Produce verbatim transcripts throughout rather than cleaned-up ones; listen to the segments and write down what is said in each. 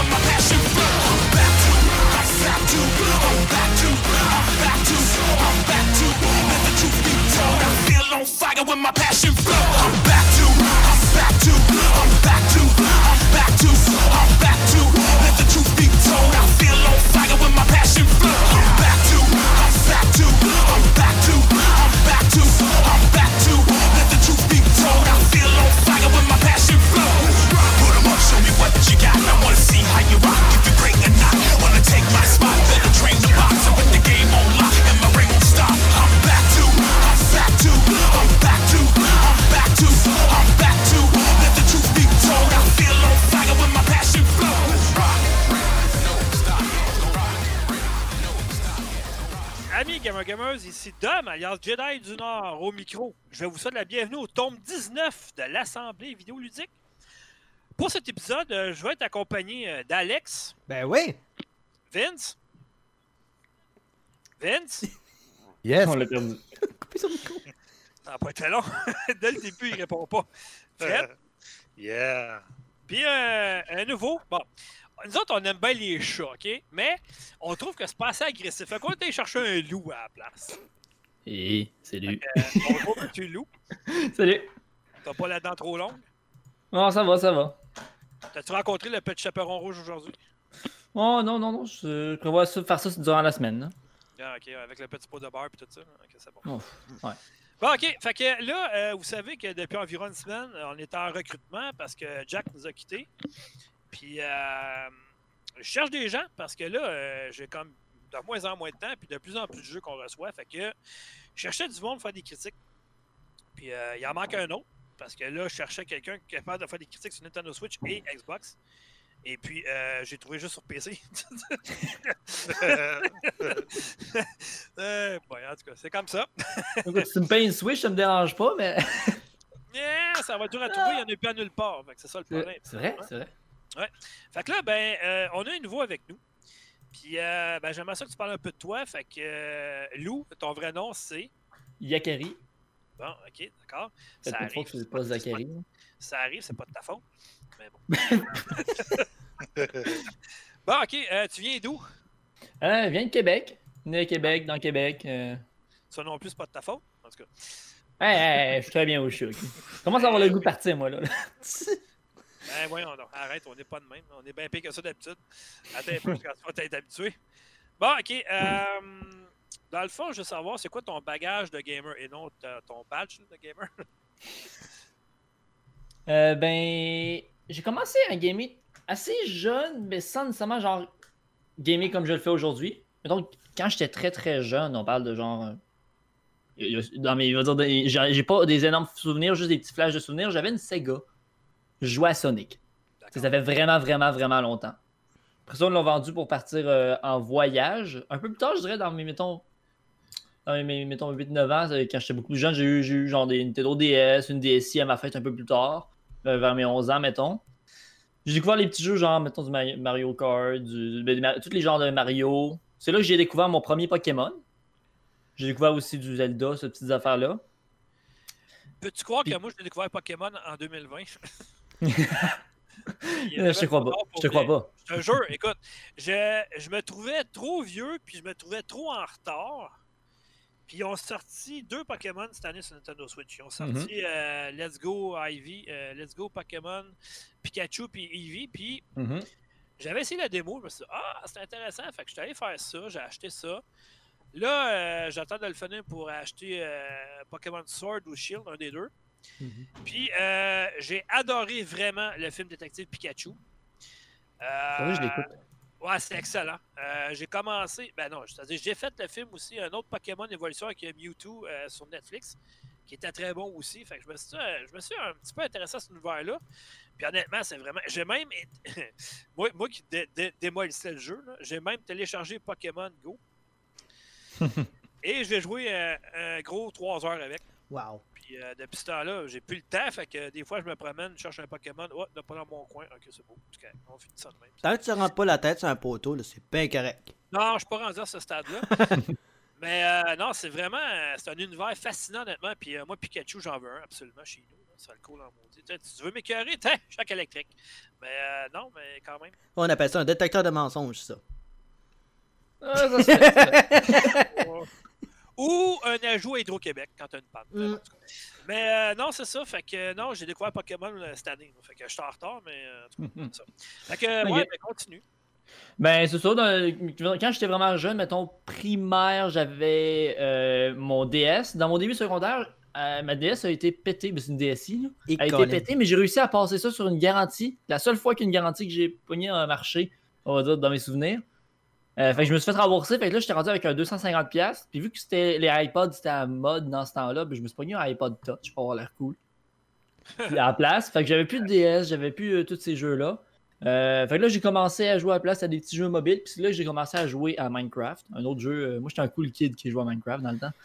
when my passion flow. I'm back to, I'm back to, I'm back to, I'm back to, I'm back to. Let the truth be told, I feel on fire when my passion flow. I'm back to, I'm back to, I'm back to, I'm back to, I'm back to. Let the truth be told, I feel on fire when my passion flow. I'm back to, I'm back to, I'm back to, I'm back to, I'm back to. Let the truth be told, I feel on fire when my passion flow. Put 'em up, show me what you got. I wanna see how you rock, if you're great or not. Wanna take my spot, better train the box. I put the game on lock and my ring won't stop. I'm back to, I'm back to, I'm back to, I'm back to, I'm back to. Let the truth be told, I feel on fire when my passion flows. Amis Gamer Gamers, ici Dom, alias Jedi du Nord, au micro. Je vais vous souhaiter la bienvenue au tome dix-neuf de l'Assemblée vidéoludique. Pour cet épisode, euh, je vais être accompagné euh, d'Alex. Ben oui! Vince. Vince. Yes! On l'a perdu. Coupez son micro. Ça n'a pas été long. Dès le début, il répond pas. Fred. Yeah. Puis euh, un nouveau. Bon, nous autres, on aime bien les chats, OK? Mais on trouve que c'est pas assez agressif. Fait qu'on va aller chercher un loup à la place. Hey, salut. Euh, on trouve que tu es loup. Salut. T'as pas la dent trop longue. Non, ça va, ça va. T'as-tu rencontré le petit chaperon rouge aujourd'hui? Oh non, non, non, je, je prévois ça, faire ça durant la semaine. Là. Ah, OK, avec le petit pot de beurre et tout ça. OK, c'est bon. Oh, ouais. Bon, OK. Fait que là, euh, vous savez que depuis environ une semaine, on est en recrutement parce que Jack nous a quittés. Puis, euh, je cherche des gens parce que là, euh, j'ai comme de moins en moins de temps puis de plus en plus de jeux qu'on reçoit. Fait que je cherchais du monde pour faire des critiques. Puis, euh, il en manque un autre parce que là, je cherchais quelqu'un qui est capable de faire des critiques sur Nintendo Switch et Xbox. Et puis, euh, j'ai trouvé juste sur P C. euh, bon, en tout cas, c'est comme ça. Écoute, si tu me payes une Switch, ça me dérange pas, mais. Yeah, ça va être dur à trouver, il n'y en a plus à nulle part. Fait que c'est ça le problème. C'est vrai, Ouais. c'est vrai. Ouais. Fait que là, ben, euh, on a un nouveau avec nous. Puis, euh, ben, j'aimerais ça que tu parles un peu de toi. Fait que, euh, Lou, ton vrai nom, c'est. Yakari. Bon, ok, d'accord. Ça Ça fait une fois arrive. que c'est pas Zachary. Ça arrive, c'est pas de ta faute. Mais bon. Bon, ok, euh, tu viens d'où? Euh, je viens de Québec. Né à Québec, dans Québec. Euh... Ça non plus, c'est pas de ta faute. En tout cas. Hey, hey, hey, je suis très bien où je suis. Okay. Je commence à avoir le goût de partir, moi, là. Ben, voyons donc. Arrête, on n'est pas de même. On est bien pire que ça d'habitude. Attends un peu, quand tu vas t'être habitué. Bon, ok. Euh, dans le fond, je veux savoir, c'est quoi ton bagage de gamer et non ta- ton badge de gamer? Euh, ben, j'ai commencé à gamer assez jeune, mais sans nécessairement genre gamer comme je le fais aujourd'hui. Donc, quand j'étais très très jeune, on parle de genre. euh, Non, mais il va dire, des- j'ai j'ai pas des énormes souvenirs, juste des petits flashs de souvenirs. J'avais une Sega. Je jouais à Sonic. Ça, ça fait vraiment, vraiment, vraiment longtemps. Après ça, on l'a vendu pour partir euh, en voyage. Un peu plus tard, je dirais, dans mes, mettons, dans mes, mettons huit neuf ans, euh, quand j'étais beaucoup plus jeune, j'ai eu, j'ai eu genre des Nintendo D S, une D S I à ma fête un peu plus tard, euh, vers mes onze ans, mettons. J'ai découvert les petits jeux, genre, mettons, du Mario, Mario Kart, du, ben, Mar- tous les genres de Mario. C'est là que j'ai découvert mon premier Pokémon. J'ai découvert aussi du Zelda, ces petites affaires-là. Peux-tu croire Puis- que moi, je l'ai découvert Pokémon en deux mille vingt? Je te crois pas. Je te crois pas. Je te jure, écoute, je, je me trouvais trop vieux, puis je me trouvais trop en retard. Puis ils ont sorti deux Pokémon cette année sur Nintendo Switch. Ils ont sorti Mhm. euh, Let's Go Eevee, euh, Let's Go Pokémon, Pikachu puis Eevee. Puis Mhm. j'avais essayé la démo, je me suis dit, ah, c'est intéressant. Fait que je suis allé faire ça, j'ai acheté ça. Là, euh, j'attends de le finir pour acheter euh, Pokémon Sword ou Shield, un des deux. Mhm. Puis euh, j'ai adoré vraiment le film Détective Pikachu. Euh, Oui, je l'écoute. Ouais, c'est excellent. Euh, j'ai commencé. Ben non, c'est-à-dire, j'ai fait le film aussi, un autre Pokémon Évolution avec Mewtwo euh, sur Netflix, qui était très bon aussi. Fait que je me suis, euh, je me suis un petit peu intéressé à cet univers-là. Puis honnêtement, c'est vraiment. J'ai même. été- moi, moi qui dé- dé- démolissais le jeu, là, j'ai même téléchargé Pokémon Go. Et je vais jouer euh, un gros trois heures avec. Wow. Puis euh, depuis ce temps-là, j'ai plus le temps. Fait que des fois, je me promène, je cherche un Pokémon. Oh, il n'est pas dans mon coin. Ok, c'est beau. C'est correct. On finit ça de même. Tant que tu rentres pas la tête sur un poteau, là, c'est bien correct. Non, je suis pas rendu à ce stade-là. Mais euh, non, c'est vraiment euh, c'est un univers fascinant, honnêtement. Puis euh, moi, Pikachu, j'en veux un absolument chez nous. Là. Ça le cool en maudit. T'sais, tu veux m'écœurer? Tiens, choc électrique. Mais euh, non, mais quand même. On appelle ça un détecteur de mensonges, ça. Ah, ça se fait, ça. Ou un ajout à Hydro-Québec quand t'as une panne. Mm. En tout cas. Mais euh, non, c'est ça. Fait que non, j'ai découvert Pokémon euh, cette année. Là. Fait que je suis en retard, mais euh, en tout cas, c'est ça. Fait que, Ok. ouais, mais continue. Ben, c'est ça. dans- quand j'étais vraiment jeune, mettons, primaire, j'avais euh, mon D S. Dans mon début secondaire, euh, ma D S a été pétée. Ben, c'est une D S I, là. Et Elle a été Colin. pétée, mais j'ai réussi à passer ça sur une garantie. La seule fois qu'une garantie que j'ai pognée a marché, on va dire, dans mes souvenirs. Euh, fait que je me suis fait rembourser. Fait que là, j'étais rendu avec un deux cent cinquante dollars. Puis vu que c'était les iPods, c'était à mode dans ce temps-là, ben, je me suis pogné un iPod Touch pour avoir l'air cool. Puis à la place. Fait que j'avais plus de D S, j'avais plus euh, tous ces jeux-là. Euh, fait que là, j'ai commencé à jouer à la place à des petits jeux mobiles. Puis là, j'ai commencé à jouer à Minecraft. Un autre jeu. euh, moi, j'étais un cool kid qui jouait à Minecraft dans le temps.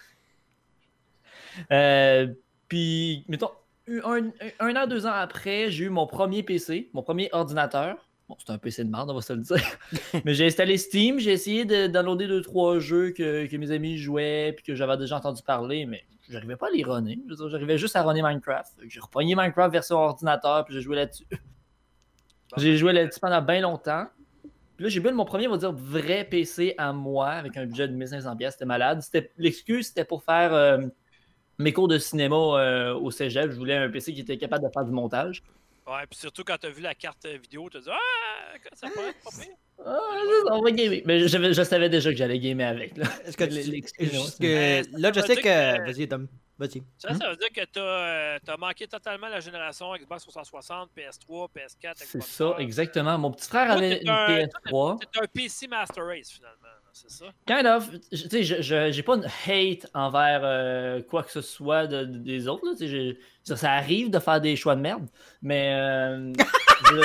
Euh, puis, mettons, un, un, un an, deux ans après, j'ai eu mon premier P C, mon premier ordinateur. Bon, c'est un P C de merde, on va se le dire. Mais j'ai installé Steam, j'ai essayé de downloader deux trois jeux que, que mes amis jouaient puis que j'avais déjà entendu parler, mais j'arrivais pas à les runner. Je veux dire, j'arrivais juste à runner Minecraft. J'ai repogné Minecraft version ordinateur puis j'ai joué là-dessus. J'ai joué là-dessus pendant bien longtemps. Puis là, j'ai bu mon premier, on va dire, vrai P C à moi avec un budget de mille cinq cents dollars. C'était malade. C'était, l'excuse, c'était pour faire euh, mes cours de cinéma euh, au cégep. Je voulais un P C qui était capable de faire du montage. Ouais, puis surtout quand t'as vu la carte vidéo, t'as dit ah, ça pourrait être pas pire. Ah, on va gamer. Mais je, je savais déjà que j'allais gamer avec. Là. Est-ce que tu- L'excuse, est-ce Mais que- ça là, je veut sais dire que. que- Vas-y, Tom. Vas-y. Ça, ça veut dire que t'as euh, t'as manqué totalement la génération Xbox trois cent soixante, P S trois, P S quatre, C'est Xbox ça, One. exactement. Mon petit frère Toi, avait t'es une un- P S trois. C'est un P C Master Race finalement, c'est ça? Kind of. Tu sais, je, je- j'ai pas une hate envers euh, quoi que ce soit de, de- des autres. Là. Tu sais, j'ai- ça, ça arrive de faire des choix de merde. Mais. Euh, je-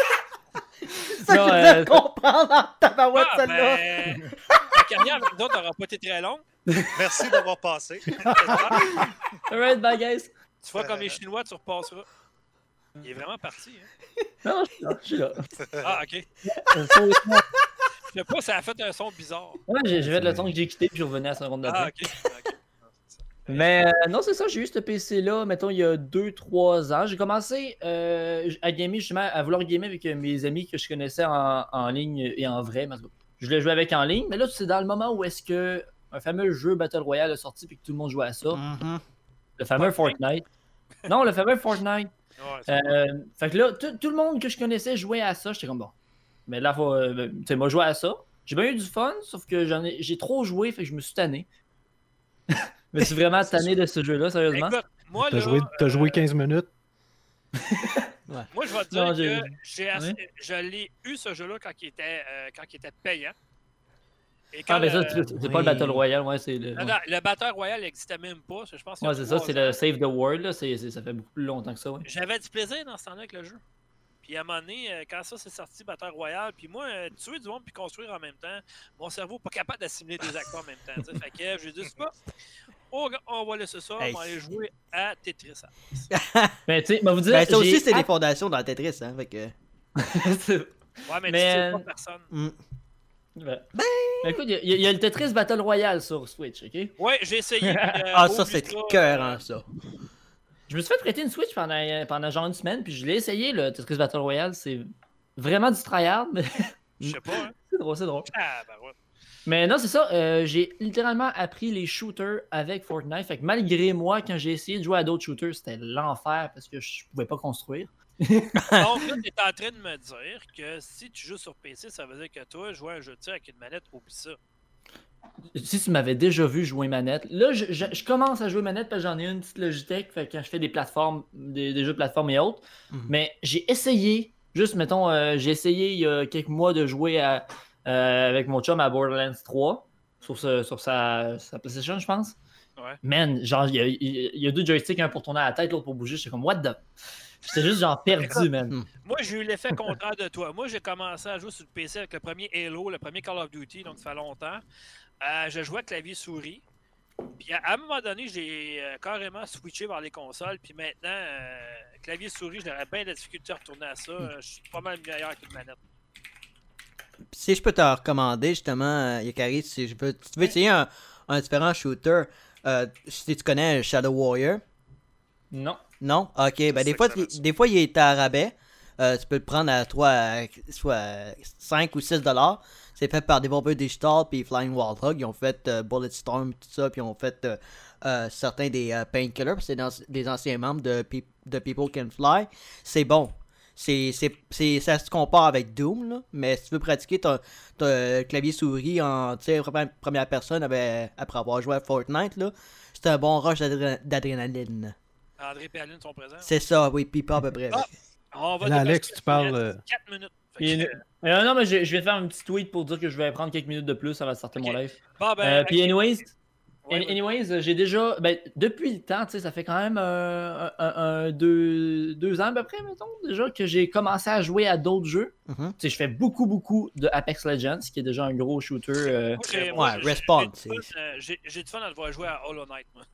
Ça, Non, je euh, veux comprendre en tabarouette, Ah, celle-là. ben, ta carrière avec nous autres n'aura pas été très longue. Merci d'avoir passé. Alright, bye guys. Tu vois comme les Chinois, tu repasseras. Il est vraiment parti. Hein? Non, je suis là. Je suis là. Ah, ok. Euh, Je sais pas, ça a fait un son bizarre. Ouais, j'ai, j'ai fait le temps que j'ai quitté puis je revenais à sa ronde d'après. Ah, ok. ok. Ah, c'est ça. Mais euh, non, c'est ça, j'ai eu ce P C-là, mettons, il y a deux trois ans. J'ai commencé euh, à gamer, justement, à vouloir gamer avec euh, mes amis que je connaissais en, en ligne et en vrai. Mais je voulais jouer avec en ligne, mais là, c'est dans le moment où est-ce que un fameux jeu Battle Royale a sorti et que tout le monde jouait à ça. Mhm. Le fameux Fortnite. Non, le fameux Fortnite. Ouais, c'est bon. Euh, fait que là, tout, tout le monde que je connaissais jouait à ça. J'étais comme bon. Mais là, faut, euh, tu sais, moi, jouer à ça. J'ai bien eu du fun, sauf que j'en ai, j'ai trop joué, fait que je me suis tanné. Je me suis vraiment tanné de ce jeu-là, sérieusement. Écoute, moi, T'as là, joué, t'as euh, joué quinze minutes. moi, je vais te dire Non, que j'ai- j'ai ass- Ouais. je l'ai eu, ce jeu-là, quand il était, euh, quand il était payant. Et quand Ah, mais ça, le- c'est c'est pas oui. le Battle Royale, ouais, c'est le. Non, non, le Battle Royale n'existait même pas. Je pense qu'il y a Ouais, c'est ça, trois c'est ans. le Save the World, là. C'est, c'est- ça fait beaucoup plus longtemps que ça, ouais. J'avais du plaisir dans ce temps-là avec le jeu. Puis à un moment donné, euh, quand ça s'est sorti, Battle Royale, puis moi, euh, tuer du monde puis construire en même temps, mon cerveau n'est pas capable d'assimiler des acteurs en même temps. t'sais. Fait que euh, j'ai dit, c'est pas, on, on va laisser ça, Hey. on va aller jouer à Tetris. Mais tu sais, moi vous dire. Ben, ça aussi, j'ai- c'est des fondations dans Tetris, hein. Fait que. C'est- Ouais, mais, Mais, tu sais euh, pas personne. Mm. Ben, ben, écoute, il y, a- il y a le Tetris Battle Royale sur Switch, ok? Ouais, j'ai essayé. puis, euh, Ah, ça, oublie c'est euh, écœurant, ça. Je me suis fait prêter une Switch pendant, pendant genre une semaine, puis je l'ai essayé, le Tetris Battle Royale. C'est vraiment du tryhard, mais Je sais pas, hein. c'est drôle, c'est drôle. Ah, ben ouais. Mais non, c'est ça. euh, j'ai littéralement appris les shooters avec Fortnite. Fait que malgré moi, quand j'ai essayé de jouer à d'autres shooters, c'était l'enfer parce que je pouvais pas construire. Donc là, tu es en train de me dire que si tu joues sur P C, ça veut dire que toi, jouer à un jeu de tir avec une manette, oublie ça. Si tu m'avais déjà vu jouer manette, là, je, je- je commence à jouer manette parce que j'en ai une petite Logitech. Fait que quand je fais des plateformes, des, des jeux de plateforme et autres. Mhm. Mais j'ai essayé, juste mettons, euh, j'ai essayé il y a quelques mois de jouer à, euh, avec mon chum à Borderlands trois sur, ce- sur sa, sa PlayStation, je pense. Ouais. Man, genre, il y a, il y a deux joysticks, un pour tourner à la tête, l'autre pour bouger. J'étais comme, what the. J'étais juste genre perdu, man. Moi, j'ai eu l'effet contraire de toi. Moi, j'ai commencé à jouer sur le P C avec le premier Halo, le premier Call of Duty, donc ça fait longtemps. Euh, je jouais clavier-souris. Puis à, à un moment donné, j'ai euh, carrément switché vers les consoles. Puis maintenant, euh, clavier-souris, j'aurais bien de la difficulté à retourner à ça. Euh, je suis pas mal meilleur qu'une manette. Puis si je peux te recommander, justement, euh, Yakari, si je peux, si tu veux essayer un, un différent shooter. Euh, si tu connais Shadow Warrior. Non. Non? Ok, ben C'est des fois, excellent, ça. des fois il est à rabais. Euh, tu peux le prendre à toi, à, soit à cinq ou six dollars. C'est fait par Devolver Digital puis Flying Wild Hog. Ils ont fait euh, Bulletstorm, tout ça, puis ils ont fait euh, euh, certains des euh, Painkillers. C'est dans, des anciens membres de, Pe- de People Can Fly. C'est bon. C'est, c'est, c'est, ça se compare avec Doom, là, mais si tu veux pratiquer ton, ton clavier souris en première, première personne avec, après avoir joué à Fortnite, là, c'est un bon rush d'adré- d'adrénaline. André et Aline sont présents. C'est ça, oui, puis pas à peu près. Ah! On va Là, dépasser Alex, le tu parles, sujet. euh, quatre minutes. Fait Puis, que, euh, non, mais je, je vais te faire un petit tweet pour dire que je vais prendre quelques minutes de plus avant de sortir Ok. mon live. bon, ben, Euh, puis, ok. anyways, Ouais, ouais. anyways, euh, j'ai déjà. Ben, depuis le temps, tu sais, ça fait quand même euh, un, un- un- deux, deux ans à peu près, mettons, déjà, que j'ai commencé à jouer à d'autres jeux. Mhm. Tu sais, je fais beaucoup, beaucoup de Apex Legends, qui est déjà un gros shooter. euh, Moi, j'ai- Ouais, moi, j'ai- Respawn, j'ai du c'est- fun, euh, J'ai j'ai du fun à le voir jouer à Hollow Knight, moi.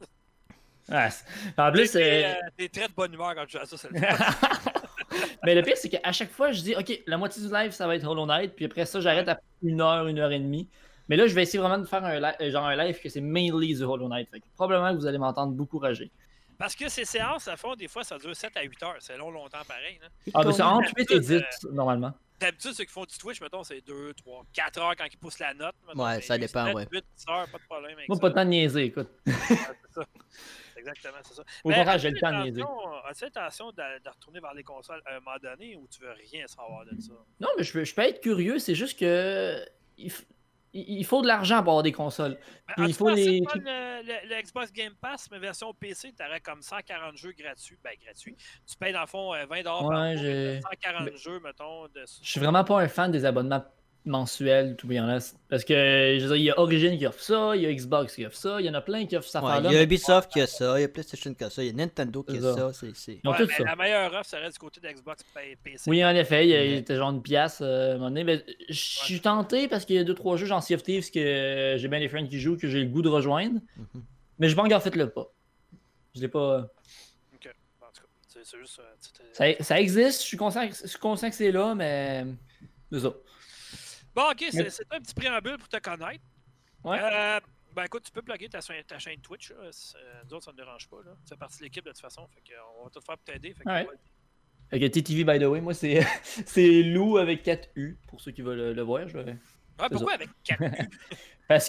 ah, c'est- en plus, T'es euh, euh, t'es très de bonne humeur quand tu joues à ça, c'est le fun. mais le pire, c'est qu'à chaque fois, je dis, OK, la moitié du live, ça va être Hollow Knight, puis après ça, j'arrête à une heure, une heure et demie. Mais là, je vais essayer vraiment de faire un, li- euh, genre un live que c'est mainly du Hollow Knight. Fait que probablement que vous allez m'entendre beaucoup rager. Parce que ces séances, à fond, des fois, ça dure sept à huit heures. C'est long, longtemps pareil. Là. Ah, ben c'est entre D'habitude, huit et dix, euh, normalement. D'habitude, ceux qui font du Twitch, mettons, c'est deux, trois, quatre heures quand ils poussent la note. mettons. Ouais, Mais ça lui, dépend, c'est ouais. huit, dix heures, pas de problème avec Moi, ça. pas le temps de niaiser, écoute. Ouais, c'est ça. Exactement, c'est ça. Au Mais contraire, j'ai as-tu le temps de niaiser. l'intention- As-tu l'intention de, de retourner vers les consoles à un moment donné ou tu veux rien savoir de ça? Non, mais je peux, je peux être curieux, c'est juste que. Il, f- il il faut de l'argent pour avoir des consoles. Ben, Puis il as-tu faut pensé les- de prendre le, le- le Xbox Game Pass, mais version P C, tu aurais comme cent quarante jeux gratuits. Ben, gratuits. Tu payes dans le fond euh, vingt dollars par Ouais, mois, j'ai- mais t'as cent quarante Mais- jeux, mettons. De... Je suis vraiment pas un fan des abonnements mensuels, tout bien honest. Parce que, je veux dire, il y a Origin qui offre ça, il y a Xbox qui offre ça, il y en a plein qui offrent cette Ouais, affaire-là. il y a mais- Ubisoft qui a ça, il y a PlayStation qui a ça, il y a Nintendo qui a C'est ça. ça. C'est, c'est... Ils ont Ouais, tout mais ça. la meilleure offre serait du côté de Xbox P- PC. Oui, en effet, il y a- il Ouais. était genre une pièce euh, à un moment donné. Mais je suis tenté parce qu'il y a deux trois jeux, genre Sea of Thieves, que euh, j'ai bien des friends qui jouent, que j'ai le goût de rejoindre. Mhm. Mais je manque en fait le pas. Je l'ai pas. Ok. Bon, en tout cas, c'est, c'est juste. euh, tu- Ça, ça existe, je suis conscient, que- je suis conscient que c'est là, mais. C'est ça. Bon, ok, c'est, Mais- c'est un petit préambule pour te connaître. Ouais. Euh, ben écoute, tu peux plugger ta, chaîne- ta chaîne Twitch. Là. C'est- euh, nous autres, ça ne dérange pas. Là. Tu fais partie de l'équipe de toute façon. Fait que, euh, on va tout faire pour t'aider. Fait que, Ouais. ouais. Fait que T T V, by the way, moi, c'est c'est Lou avec quatre U, pour ceux qui veulent le, le voir. Je vais... Ah, pourquoi ça. avec quatre U? Parce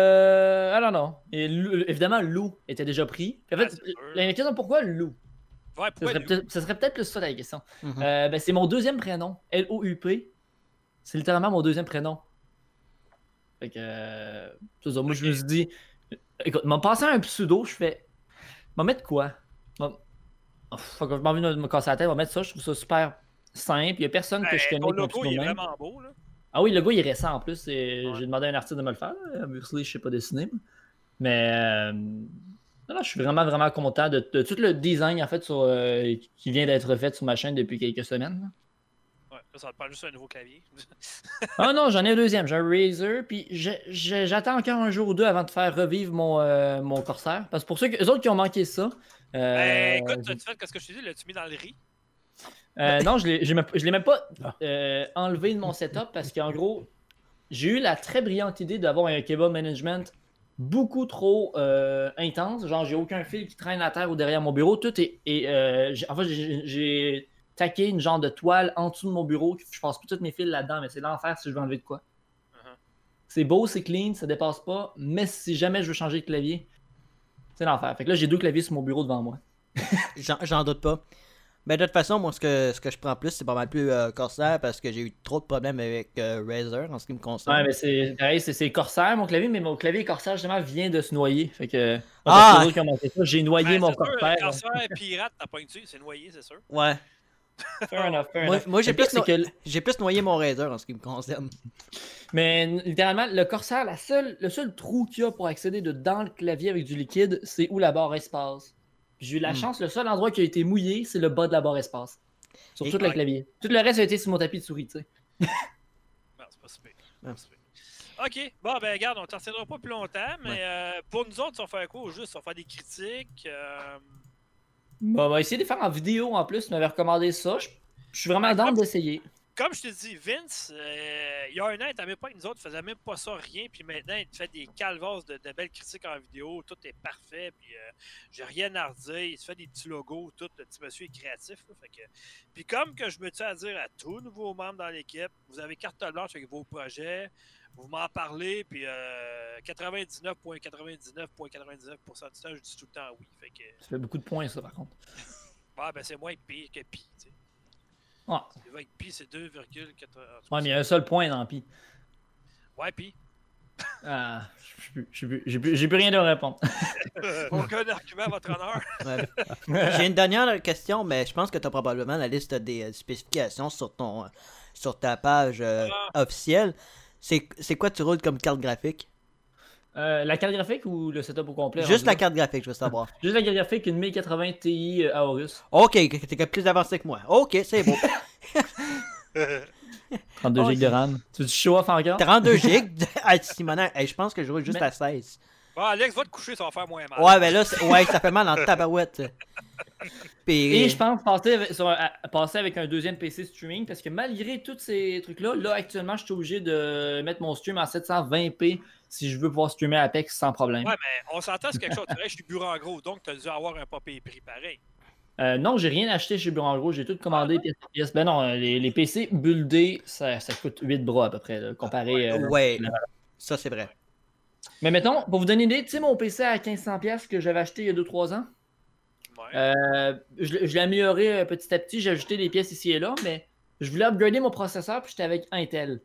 que. Ah non, non. Et Lou- évidemment, Lou était déjà pris. En Ah, fait, c'est sûr. la question, pourquoi Lou Ouais, Ce pourquoi serait Lou? peut-être ce serait peut-être plus ça la question. Mhm. Euh, ben, c'est mon deuxième prénom. L O U P. C'est littéralement mon deuxième prénom. Fait que. euh, c'est ça. Moi, je me suis dit. Écoute, m'en passant un pseudo, je fais. M'en mettre quoi M'en- Oh, fuck, j'ai pas envie de me casser la tête. On va mettre ça. Je trouve ça super simple. Il y a personne que je Ben, connais ton qui a un logo, il est pseudo même. vraiment beau. Là. Ah oui, le gars, il est récent en plus. c'est- Ouais. J'ai demandé à un artiste de me le faire. là. Obviously, je sais pas dessiner. moi. Mais. euh, Non, non, je suis vraiment, vraiment content de, de tout le design en fait sur, euh, qui vient d'être fait sur ma chaîne depuis quelques semaines. là. Ouais, là, ça te parle juste un nouveau clavier. Ah non, j'en ai un deuxième. J'ai un Razer. Puis je- je- j'attends encore un jour ou deux avant de faire revivre mon, euh, mon Corsair. Parce que pour ceux que, eux autres qui ont manqué ça. euh, Ben, écoute, tu fait qu'est-ce que je te dis? L'as-tu mis dans le riz? euh, non, je l'ai j'ai même- je l'ai même pas euh, enlevé de mon setup parce qu'en gros, j'ai eu la très brillante idée d'avoir un cable management beaucoup trop euh, intense. Genre, j'ai aucun fil qui traîne à terre ou derrière mon bureau. Tout est. est, euh, j'ai- en fait, j'ai- j'ai taqué une genre de toile en dessous de mon bureau. Je passe plus tous mes fils là-dedans, mais c'est l'enfer si je veux enlever de quoi. Uh-huh. C'est beau, c'est clean, ça dépasse pas. Mais si jamais je veux changer de clavier, c'est l'enfer. Fait que là, j'ai deux claviers sur mon bureau devant moi. J'en, j'en doute pas. Mais de toute façon, moi, ce que, ce que je prends plus, c'est pas mal plus euh, Corsair parce que j'ai eu trop de problèmes avec euh, Razer en ce qui me concerne. Ouais, mais c'est pareil, c'est, c'est Corsair mon clavier, mais mon clavier Corsair justement vient de se noyer. Fait que. Ah! Parce que les autres qui ont manqué ça, j'ai noyé Ben, mon c'est sûr, Corsair. le Corsair pirate, t'as pas dessus, c'est noyé, c'est sûr. Ouais. Fair enough, fair Moi, enough. moi, j'ai, Le pire, plus c'est no- que- j'ai plus noyé mon Razer en ce qui me concerne. Mais littéralement, le Corsair, la seule, le seul trou qu'il y a pour accéder de dans le clavier avec du liquide, c'est où la barre espace. Puis j'ai eu la Hmm. chance, le seul endroit qui a été mouillé, c'est le bas de la barre espace. Sur Et- tout le clavier. Tout le reste a été sur mon tapis de souris, tu sais. Non, c'est pas super. Ah. Ok, bon, ben, regarde, on t'en tiendra pas plus longtemps, mais euh, pour nous autres, on va faire quoi au juste? On va faire des critiques. euh, Bon, on va essayer de faire en vidéo en plus. Tu m'avais recommandé ça. Je, je suis vraiment down d'essayer. comme je te dis, Vince, euh, il y a un an, il était même pas avec nous autres, il faisait même pas ça, rien. Puis maintenant, il te fait des calvasses de, de belles critiques en vidéo. Tout est parfait. Puis euh, j'ai rien à redire. Il se fait des petits logos. Tout, le petit monsieur est créatif. Là, fait que... Puis comme que je me tiens à dire à tous nouveaux membres dans l'équipe, vous avez carte blanche avec vos projets. Vous m'en parlez. Puis euh, quatre-vingt-dix-neuf virgule quatre-vingt-dix-neuf virgule quatre-vingt-dix-neuf pour cent du temps, je dis tout le temps oui. Fait que... Ça fait beaucoup de points, ça, par contre. Ouais, ben c'est moins pire que pi. T'sais. Ouais. Avec pi, c'est deux virgule quatre. Ouais, mais il y a un seul point dans pi. Ouais, pi. Ah, je sais plus, je sais plus, j'ai plus, j'ai plus rien à répondre. Aucun argument à votre honneur. Ouais. J'ai une dernière question, mais je pense que tu as probablement la liste des euh, spécifications sur ton euh, sur ta page euh, officielle. C'est c'est quoi tu roules comme carte graphique? Euh, la carte graphique ou le setup au complet? Juste la rendu là? carte graphique, je veux savoir. Juste la carte graphique, une mille quatre-vingts Ti euh, Aorus. Ok, t'es plus avancé que moi. Ok, c'est beau. trente-deux Oh, gigs de RAM. Tu veux du show off encore? trente-deux gigs. Ah, Simonin, hey, je pense que je roule juste Mais- à seize. Bon, Alex, va te coucher, ça va faire moins mal. Ouais, ben là, c'est- ouais, ça fait mal en tabarouette. Puis, Et je pense passer avec, sur un- à- passer avec un deuxième P C streaming parce que malgré tous ces trucs-là, là actuellement, je suis obligé de mettre mon stream en sept cent vingt p si je veux pouvoir streamer Apex sans problème. Ouais, mais on s'entend sur quelque chose. Tu sais, je suis bureau en gros, donc tu as dû avoir un pas payé prix pareil. Euh, non, j'ai rien acheté chez Bureau en gros, j'ai tout commandé pièce par pièce. Ben non, les, les P C buildés, ça, ça coûte huit bras à peu près, là, comparé. euh, ouais, ça c'est vrai. Mais mettons, pour vous donner une idée, tu sais, mon P C à quinze cents dollars que j'avais acheté il y a deux trois ans, Ouais. euh, je, l'ai- je l'ai amélioré euh, petit à petit, j'ai ajouté des pièces ici et là, mais je voulais upgrader mon processeur puis j'étais avec Intel.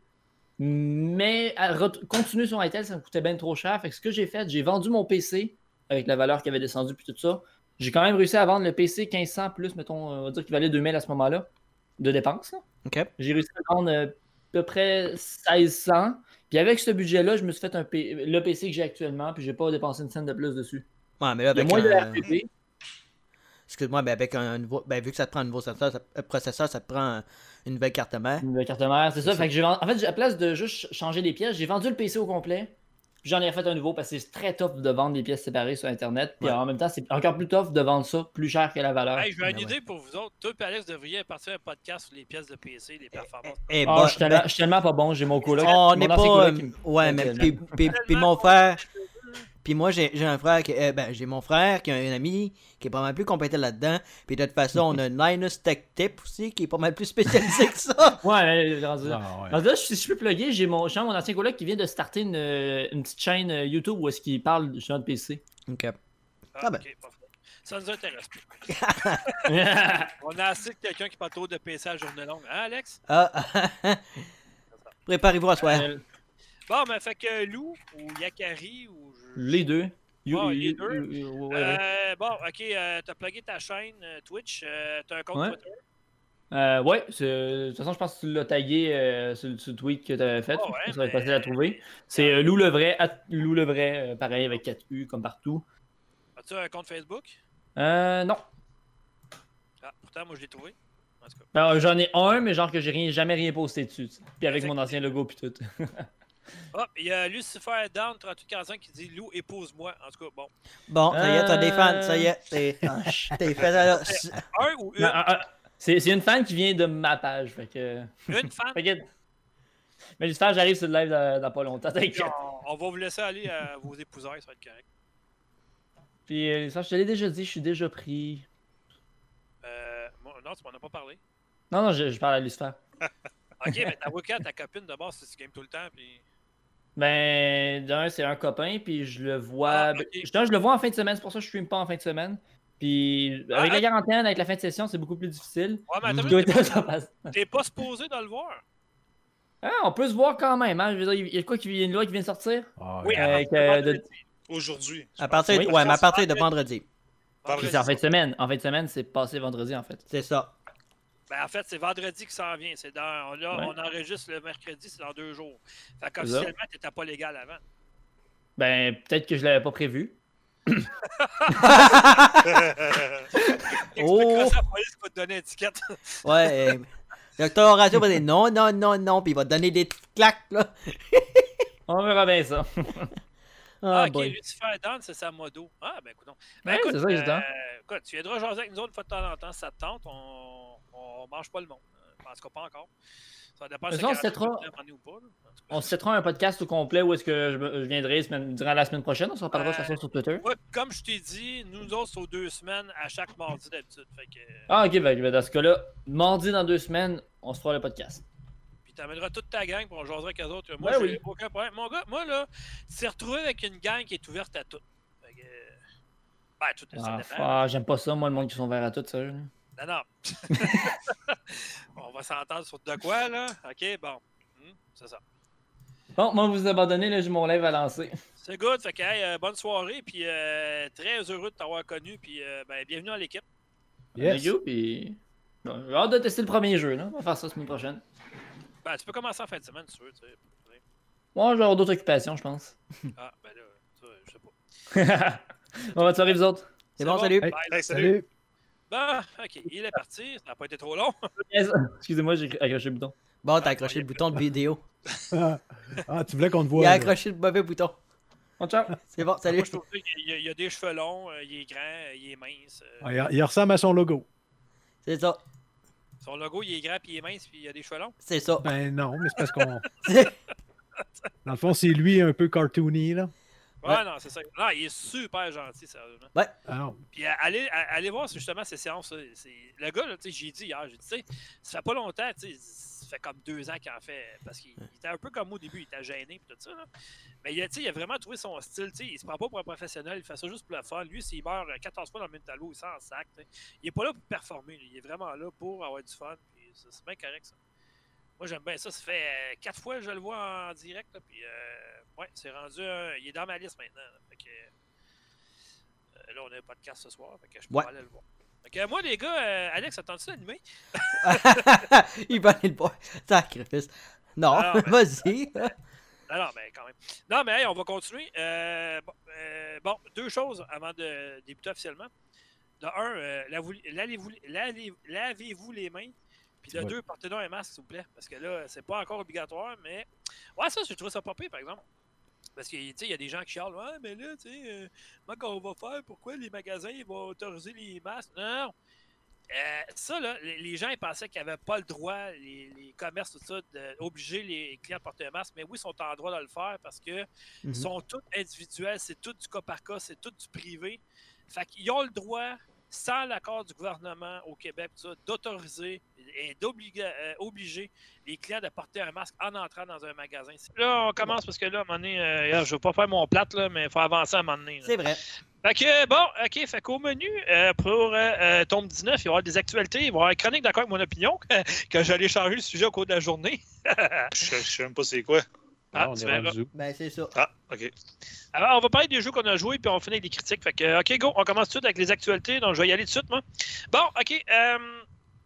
Mais à ret- continuer sur Intel, ça me coûtait bien trop cher. Fait que ce que j'ai fait, j'ai vendu mon P C avec la valeur qui avait descendu puis tout ça. J'ai quand même réussi à vendre le P C quinze cents plus, mettons, on va dire qu'il valait deux mille à ce moment-là, de dépenses. là. Ok. J'ai réussi à vendre euh, à peu près seize cents. Puis avec ce budget-là, je me suis fait un P- le P C que j'ai actuellement, puis j'ai pas dépensé une scène de plus dessus. Ouais, mais là, Il y a avec moins de un... R P P. Excuse-moi, mais avec un nouveau. Ben, vu que ça te prend un nouveau processeur, ça, euh, processeur, ça te prend une nouvelle carte mère. Une nouvelle carte mère, c'est ça. C'est Fait que j'ai vendu... En fait, à la place de juste ch- changer les pièces, j'ai vendu le P C au complet. Puis j'en ai refait un nouveau parce que c'est très tough de vendre des pièces séparées sur Internet. Puis Ouais. en même temps, c'est encore plus tough de vendre ça plus cher que la valeur. Hey, j'ai une ben idée pour vous autres. Toi et Alex devriez partir un podcast sur les pièces de P C, les performances. Eh, Ah, bah, je suis tellement, ben, je suis tellement pas bon, j'ai mon coloc. on mon n'est ancien pas. coloc euh, qui me- Ouais, mais Tellement. puis, puis, puis mon frère. Puis moi, j'ai j'ai un frère qui. euh, ben, j'ai mon frère qui a un ami qui est pas mal plus compétent là-dedans. Puis de toute façon, on a Linus Tech Tip aussi qui est pas mal plus spécialisé que ça. Ouais, mais rendu là. Ah, ouais. Rendu là, si je peux plugger, j'ai mon, j'ai mon ancien coloc qui vient de starter une, une petite chaîne euh, YouTube où est-ce qu'il parle justement de P C. Ok. Ah, Ah ben. ok, parfait. Ça nous intéresse pas. On a assez de quelqu'un qui parle trop de P C à la journée longue. Hein, Alex? Ah, préparez-vous à soir. Euh, Bon, mais fait que Lou ou Yakari ou. je- les deux. You- Ah, les you- deux. you- you- ouais, ouais. Euh, bon, ok, euh, t'as plugué ta chaîne euh, Twitch, euh, t'as un compte Ouais. Twitter. Euh, ouais, c'est- de toute façon, je pense que tu l'as tagué euh, sur, sur le tweet que tu avais fait. Ah ouais, ça va être mais- facile à trouver. C'est euh, Lou le vrai, at Lou le vrai, euh, pareil avec quatre U comme partout. As-tu un compte Facebook? Euh, non. Ah, pourtant, moi je l'ai trouvé. En tout cas. Ben, j'en ai un, mais genre que j'ai rien, jamais rien posté dessus. tu sais. Puis avec mon ancien logo puis tout. Ah, il y a Lucifer Down trente-huit quarante-cinq qui dit Lou, épouse-moi. En tout cas, bon. Bon, ça y est, t'as des fans. Euh. Ça y est. T'es t'es fait là. Un ou une, Non, ah, ah, c'est c'est une fan qui vient de ma page. Fait que. une fan. Fait que- Mais j'espère que j'arrive sur le live dans, dans pas longtemps. T'inquiète. On, on va vous laisser aller à vos épousailles, ça va être correct. Puis euh, ça, je te l'ai déjà dit, je suis déjà pris. Euh, moi- non, tu m'en as pas parlé. Non, non, je, je parle à Lucifer. Ok, mais ta webcam, ta copine de base, c'est tu games tout le temps. Puis... Ben, d'un, c'est un copain, puis je le vois. Ah, ben, ok. d'un, je le vois en fin de semaine, c'est pour ça que je stream pas en fin de semaine. Puis, avec Ah, la quarantaine, avec la fin de session, c'est beaucoup plus difficile. Ouais, mais attends, Je dois t'es être- ça pas, passe. t'es pas supposé de le voir. Ah, on peut se voir quand même, hein. Je veux dire, il y a quoi qui vient, une loi qui vient de sortir? Ah, Oui, ouais. à Avec, partir de euh, de- vendredi. Aujourd'hui. À partir, Oui. ouais, mais à partir de vendredi. Puis c'est en fin de semaine. En fin de semaine, c'est passé vendredi, en fait. C'est ça. Ben, en fait, c'est vendredi qui s'en vient. C'est dans, on, là, Ouais. on enregistre le mercredi, c'est dans deux jours. Fait C'est qu'officiellement, t'étais pas légal avant. Ben, peut-être que je l'avais pas prévu. Oh. Expliquera ça à la police qui va te donner une étiquette. Ouais. euh, Docteur Horatio va dire non, non, non, non, puis il va te donner des petites claques, là. On verra bien ça. Ah, Ah, ok, boy. Lucifer Dan, c'est sa modo. Ah, ben écoute. Ben, Ouais, écoute, c'est ça, évident. euh, écoute, tu viendras jaser avec nous autres une fois de temps en temps, si ça te tente. On, on mange pas le monde. En tout cas, pas encore. Ça dépend Mais si ça, on c'est se settera- ou pas. Là. En tout cas. On se settra un podcast au complet où est-ce que je, je viendrai semaine- durant la semaine prochaine. On s'en parlera de toute façon sur Twitter. Ouais, comme je t'ai dit, nous autres, c'est aux deux semaines à chaque mardi d'habitude. Fait que. Ah, ok, ben, ben, dans ce cas-là, mardi dans deux semaines, on se fera le podcast. Puis t'amèneras toute ta gang pour on jasera avec eux autres. Moi, Ouais, j'ai oui. aucun problème. Mon gars, moi, là, tu t'es retrouvé avec une gang qui est ouverte à tout. Fait que. Ben, tout ça Ah, dépend. ah, j'aime pas ça, moi, le monde qui sont verts à tout, sérieux. là. Non, non. On va s'entendre sur de quoi, là? OK, bon. Hmm, c'est ça. Bon, moi, vous abandonnez, là, j'ai mon live à lancer. C'est good. Fait que, hey, euh, bonne soirée. Puis, euh, très heureux de t'avoir connu. Puis, euh, ben, bienvenue à l'équipe. Yes. Yo, puis... Bon, j'ai hâte de tester le premier jeu, là. On va faire ça la semaine prochaine. Ben, tu peux commencer en fin de semaine, si tu veux. Tu sais. Moi, ouais, j'aurai d'autres occupations, je pense. Ah, ben là, ça, je sais pas. Bon, bonne soirée, vous autres. C'est bon, salut. Hey, Bye. Hey, salut. Salut. Bon, OK, il est parti. Ça n'a pas été trop long. Yes. Excusez-moi, j'ai accroché le bouton. Bon, t'as accroché le bouton de vidéo. Ah, ah, tu voulais qu'on te Il voit. a là. accroché le mauvais bouton. Bon, ciao. C'est bon, salut. Moi, je trouve qu'il y a, il y a des cheveux longs, euh, il est grand, euh, il est mince. euh, Ah, il, il ressemble à son logo. C'est ça. Son logo, il est grand, puis il est mince, puis il a des cheveux longs. C'est ça. Ben non, mais c'est parce qu'on. Dans le fond, c'est lui un peu cartoony, là. Ouais, Ouais. non, c'est ça. Non, il est super gentil, sérieusement. Ah non. Puis euh, allez, à- allez voir c'est justement ces séances. là, c'est- Le gars, là, tu sais, j'ai dit hier, j'ai dit, tu sais, ça fait pas longtemps, tu sais, ça fait comme deux ans qu'il en fait. Parce qu'il il était un peu comme moi au début, il était gêné, puis tout ça. Là. Mais il a, tu sais, il a vraiment trouvé son style, tu sais, il se prend pas pour un professionnel, il fait ça juste pour le fun. Lui, s'il meurt quatorze fois dans le même tableau, il s'en sac. tu sais. Il est pas là pour performer, il est vraiment là pour avoir du fun, puis c'est c'est bien correct, ça. Moi, j'aime bien ça. Ça fait euh, quatre fois que je le vois en direct. Là, puis, euh, ouais, c'est rendu. un- il est dans ma liste maintenant. Là, fait que, euh, là, on a un podcast ce soir. Fait que je peux Ouais. aller le voir. Fait que, moi, les gars, euh, Alex, attends-tu l'animer? Il va aller le voir. Sacrifice. Non, Ah, ben- vas-y. Non, non, mais quand même. Non, mais hey, on va continuer. Euh, bon, euh, bon, deux choses avant de débuter officiellement. De un, euh, lavez-vous lavez-vous- lavez- lavez-vous les mains. Puis de Ouais. deux, portez-donc un masque, s'il vous plaît. Parce que là, c'est pas encore obligatoire, mais. Ouais, ça, j'ai trouvé ça pas pire, par exemple. Parce que, tu sais, il y a des gens qui chialent. Ouais, mais là, tu sais, euh, comment qu'on va faire? Pourquoi les magasins ils vont autoriser les masques? Non, non. Euh, ça, là, les, les gens ils pensaient qu'ils n'avaient pas le droit, les, les commerces, tout ça, d'obliger les clients à porter un masque. Mais oui, ils sont en droit de le faire parce que Mhm. sont tous individuels, c'est tout du cas par cas, c'est tout du privé. Fait qu'ils ont le droit, sans l'accord du gouvernement au Québec, tout ça, d'autoriser et d'obliger les clients de porter un masque en entrant dans un magasin. Là, on commence parce que là, à un moment donné, euh, je ne veux pas faire mon plate, là, mais il faut avancer à un moment donné. là. C'est vrai. Fait que, bon, OK, fait qu'au menu, euh, pour euh, euh, Tombe dix-neuf, il va y avoir des actualités, il va y avoir une chronique d'accord avec mon opinion, que j'allais changer le sujet au cours de la journée. Je, je sais même pas c'est quoi. Ah, Ah, on tu est verras. rendu. Ben, c'est ça. Ah, OK. Alors, on va parler des jeux qu'on a joués, puis on finit avec des critiques. Fait que, OK, go, on commence tout de suite avec les actualités, donc je vais y aller tout de suite, moi. Bon, OK, euh...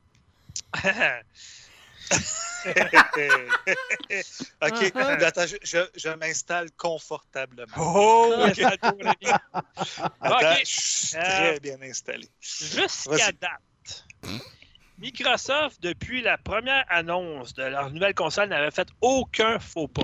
OK. Uh-huh. Attends, je, je, je m'installe confortablement. Oh, installe-toi, mon ami. Attends, OK. je suis Euh, très bien installé. Jusqu'à Vas-y. date, Microsoft, depuis la première annonce de leur nouvelle console, n'avait fait aucun faux pas.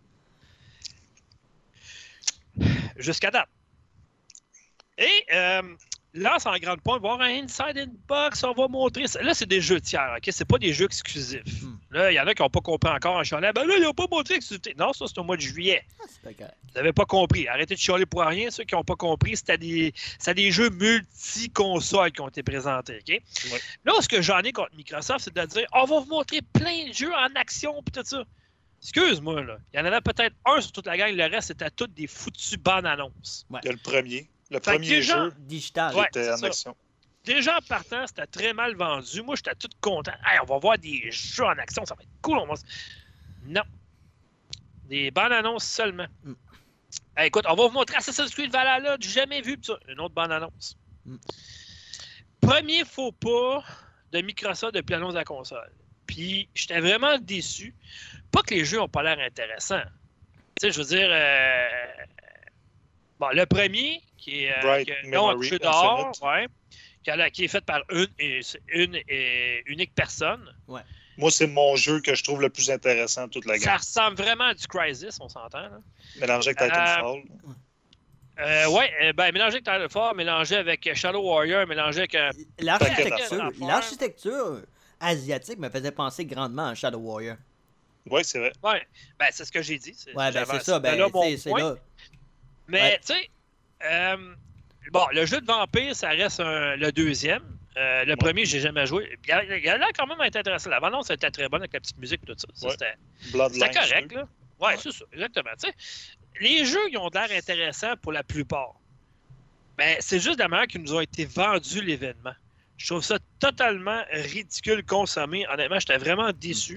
Jusqu'à date. Et euh, lance en grande pompe, voir un Inside Inbox, on va montrer ça. Là, c'est des jeux tiers, OK? C'est pas des jeux exclusifs. Hmm. Là, il y en a qui n'ont pas compris encore en chialant. Ben là, ils n'ont pas montré exclusivité. Non, ça, c'est au mois de juillet. Ah, c'est pas correct. Vous n'avez pas compris. Arrêtez de chialer pour rien. Ceux qui n'ont pas compris, c'était des, c'était des jeux multi-consoles qui ont été présentés. OK? Ouais. Là, ce que j'en ai contre Microsoft, c'est de dire on va vous montrer plein de jeux en action et tout ça. Excuse-moi, là. Il y en avait peut-être un sur toute la gang, le reste, c'était toutes des foutues bandes annonces. Il y a le premier. Le Fait que premier déjà- jeu Digital. Ouais. était c'est en ça. action. Déjà, en partant, c'était très mal vendu. Moi, j'étais tout content. Hey, on va voir des jeux en action, ça va être cool. On va... s- Non. Des bandes annonces seulement. Mm. Hey, écoute, on va vous montrer Assassin's Creed Valhalla, du jamais vu. pis ça. Une autre bande annonce. Mm. Premier faux pas de Microsoft depuis l'annonce de la console. Puis, j'étais vraiment déçu. Pas que les jeux n'ont pas l'air intéressants. Tu sais, je veux dire. euh, Bon, le premier, qui est. euh, Bright qui est- Memory non, jeu d'or, Infinite. ouais, qui, a la- qui est fait par une, et- une, et unique personne. Moi, c'est mon jeu que je trouve le plus intéressant de toute la Ça gamme. ressemble vraiment à du Crysis, on s'entend. Là. Mélangé avec Titanfall. Euh, ouais, euh, ben, mélangé avec Titanfall, mélangé avec Shadow Warrior, mélangé avec. euh, L'architecture, Paquet d'affaires. l'architecture asiatique me faisait penser grandement à Shadow Warrior. Oui, c'est vrai. Ouais, ben c'est ce que j'ai dit. Ouais, ben J'avais- c'est ça, ben c'était là mon c'est c'est point. là. Mais, Ouais. tu sais, euh, bon, le jeu de vampire, ça reste un- le deuxième. Euh, le Ouais. premier, j'ai jamais joué. Il a, il a l'air quand même être intéressant. La bande était très bonne avec la petite musique et tout ça. Ça, Ouais. C'était Bloodlines. c'était correct, deux. là. Ouais, Ouais. c'est ça, exactement. Tu sais, les jeux, ils ont l'air intéressants pour la plupart. Mais c'est juste la manière qu'ils nous ont été vendus l'événement. Je trouve ça totalement ridicule consommé. Honnêtement, j'étais vraiment déçu.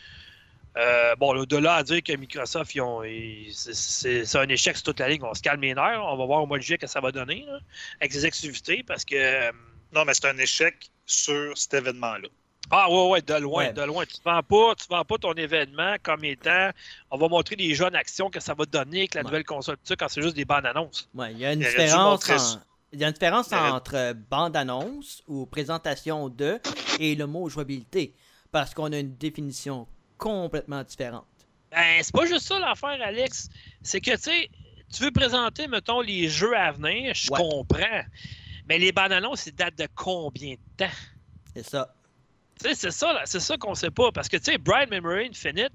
Euh, bon, là, de là à dire que Microsoft, ils ont, ils- c'est- c'est c'est un échec sur toute la ligne. On se calme les nerfs. On va voir au mois de juillet que ça va donner là, avec les exclusivités parce que. euh, Non, mais c'est un échec sur cet événement-là. Ah ouais, ouais, de loin, Ouais. de loin. Tu ne vends pas, tu vends pas ton événement comme étant. On va montrer des jeux en action que ça va donner avec la Ouais. nouvelle console, tout ça, quand c'est juste des bandes annonces. Ouais, il y a une Il aurait dû différence montrer en- ça. il y a une différence Il aurait- entre bande-annonce ou présentation de et le mot jouabilité. Parce qu'on a une définition complètement différente. Ben, c'est pas juste ça l'affaire, Alex. C'est que, tu sais, tu veux présenter, mettons, les jeux à venir, je Ouais. comprends. Mais les bandes annonces, ils datent de combien de temps? C'est ça. Tu sais, c'est ça, là, c'est ça qu'on sait pas. Parce que, tu sais, Bright Memory Infinite,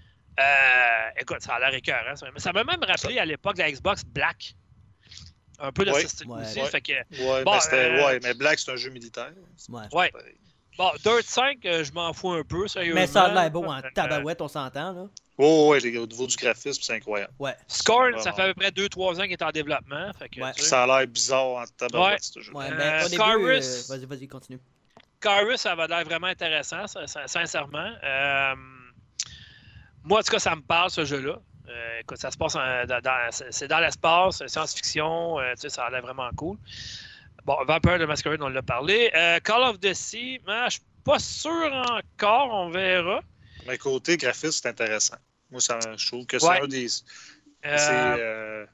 euh, écoute, ça a l'air écœurant. Ça ça m'a même rappelé à l'époque de la Xbox Black. Un peu de Ouais. ce style Ouais. aussi. Ouais. Fait que, Ouais, Bon, mais c'était- euh, ouais, mais Black, c'est un jeu militaire. C'est Ouais. pas Ouais. pareil. bon, Dirt cinq, euh, je m'en fous un peu, sérieusement. Mais ça a l'air beau en Euh, tabarouette, on s'entend, là. Oh, ouais, les- au niveau du graphisme, c'est incroyable. Ouais. Scorn, Ouais, ça ouais. fait à peu près deux trois ans qu'il est en développement. Fait que, Ouais. tu sais. Ça a l'air bizarre en tabarouette, Ouais. ce jeu. Ouais, Euh, mais au début, Scarus- euh, vas-y, vas-y, continue. Carus, ça va l'air vraiment intéressant, ça- ça- sincèrement. Euh, moi, en tout cas, ça me parle, ce jeu-là. Euh, écoute, ça se passe en- dans, dans- c'est c'est dans l'espace, c'est science-fiction, euh, tu sais, ça a l'air vraiment cool. Bon, Vampire the Masquerade, on l'a parlé. Euh, Call of the Sea, ben, je suis pas sûr encore, on verra. Mais côté graphisme, c'est intéressant. Moi, ça, je trouve que c'est Ouais. un des. Euh, c'est, euh,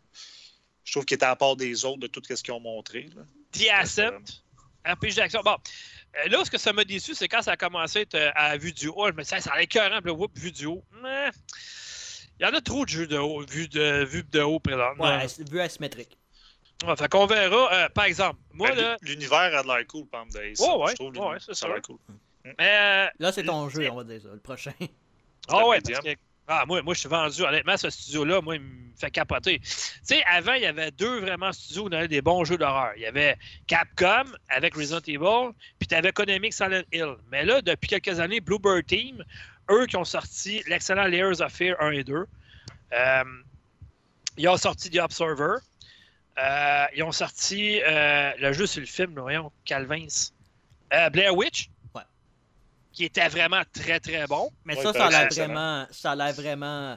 je trouve qu'il était à part des autres de tout ce qu'ils ont montré. Là. The Ascent, R P G d'action. Bon, euh, là, ce que ça m'a déçu, c'est quand ça a commencé à être euh, à vue du haut. Je me disais, ça a l'air écœurant, puis là, whoop, vue du haut. Mais il y en a trop de jeux de haut, vue de, vue de haut présentement. Ouais, as- vue asymétrique. Ouais, fait qu'on verra. Euh, par exemple, moi, Ben, là, L'univers a de l'air cool, par exemple. d'Ace. Ouais, ouais, Je trouve ouais, l'univers, c'est ça a l'air sûr. cool. mais, euh, Là, c'est ton jeu, on va dire ça, le prochain. ah ouais, Medium. parce que- ah, moi, moi, je suis vendu. Honnêtement, ce studio-là, moi, il me fait capoter. Tu sais, avant, il y avait deux vraiment studios où on avait des bons jeux d'horreur. Il y avait Capcom avec Resident Evil, puis tu avais Konami avec Silent Hill. Mais là, depuis quelques années, Bluebird Team, eux qui ont sorti l'excellent Layers of Fear un et deux, euh, ils ont sorti The Observer. Euh, ils ont sorti euh, le jeu sur le film, là, voyons, Calvins. Euh, Blair Witch. Ouais. Qui était vraiment très, très bon. Mais Ouais, ça, il ça a paraît l'air que c'est vraiment, ça a l'air vraiment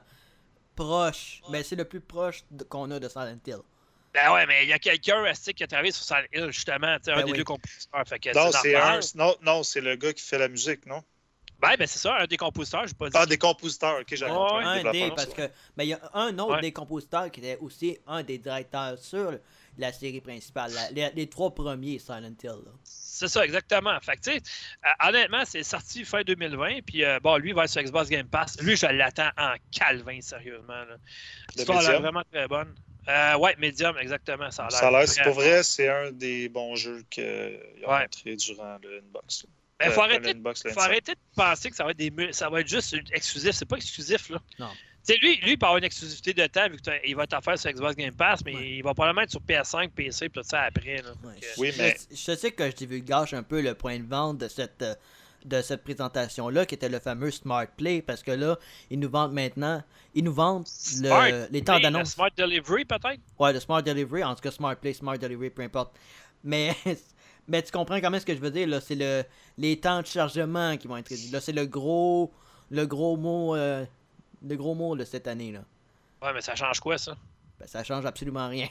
proche. Mais c'est le plus proche de- qu'on a de Silent Hill. Ben ouais, mais il y a quelqu'un esti, qui a travaillé sur Silent Hill, justement, tu sais, un Ben des oui. deux compositeurs. Fait que Non, c'est c'est un. normal. Non, non, c'est le gars qui fait la musique, non? Ben, ben c'est ça, un des compositeurs, j'ai pas dit. Ah, des compositeurs, ok, j'avais Ouais, compris. ouais. Un des, développeurs, parce ça. que. Mais il y a un autre Ouais. des compositeurs qui était aussi un des directeurs sur la série principale. La- les, les trois premiers Silent Hill. Là. C'est ça, exactement. Fait que, tu sais, euh, honnêtement, c'est sorti fin deux mille vingt, puis euh, bon, lui, il va être sur Xbox Game Pass. Lui, je l'attends en calvin, sérieusement. Là. L'histoire a l'air Medium? vraiment très bonne. Euh, ouais, Medium, exactement. Ça a l'air. Ça a l'air, c'est vraiment- pour vrai, c'est un des bons jeux qu'ils ont Ouais. montré durant le Inbox. là. Ben, Euh, faut pas arrêter, l'Inbox, faut l'Inside. arrêter de penser que ça va être des mu- ça va être juste exclusif. C'est pas exclusif, là. Non. Tu sais, lui, lui, il peut avoir une exclusivité de temps, vu qu'il va t'en faire sur Xbox Game Pass, mais Ouais. il va probablement être sur P S cinq, P C, puis tout ça après. Là. Ouais. Donc, euh, Oui, Je- mais- Je, je sais que je divulgage un peu le point de vente de cette, euh, de cette présentation-là, qui était le fameux Smart Play, parce que là, ils nous vendent maintenant. Ils nous vendent le- Smart les temps Play, d'annonce. le Smart Delivery, peut-être? Ouais, le Smart Delivery, en tout cas Smart Play, Smart Delivery, peu importe. Mais, mais tu comprends quand même ce que je veux dire, là, c'est le les temps de chargement qui vont être réduits. Là, c'est le gros le gros mot euh, le gros mot de cette année là. Ouais, mais ça change quoi, ça? Ben, ça change absolument rien.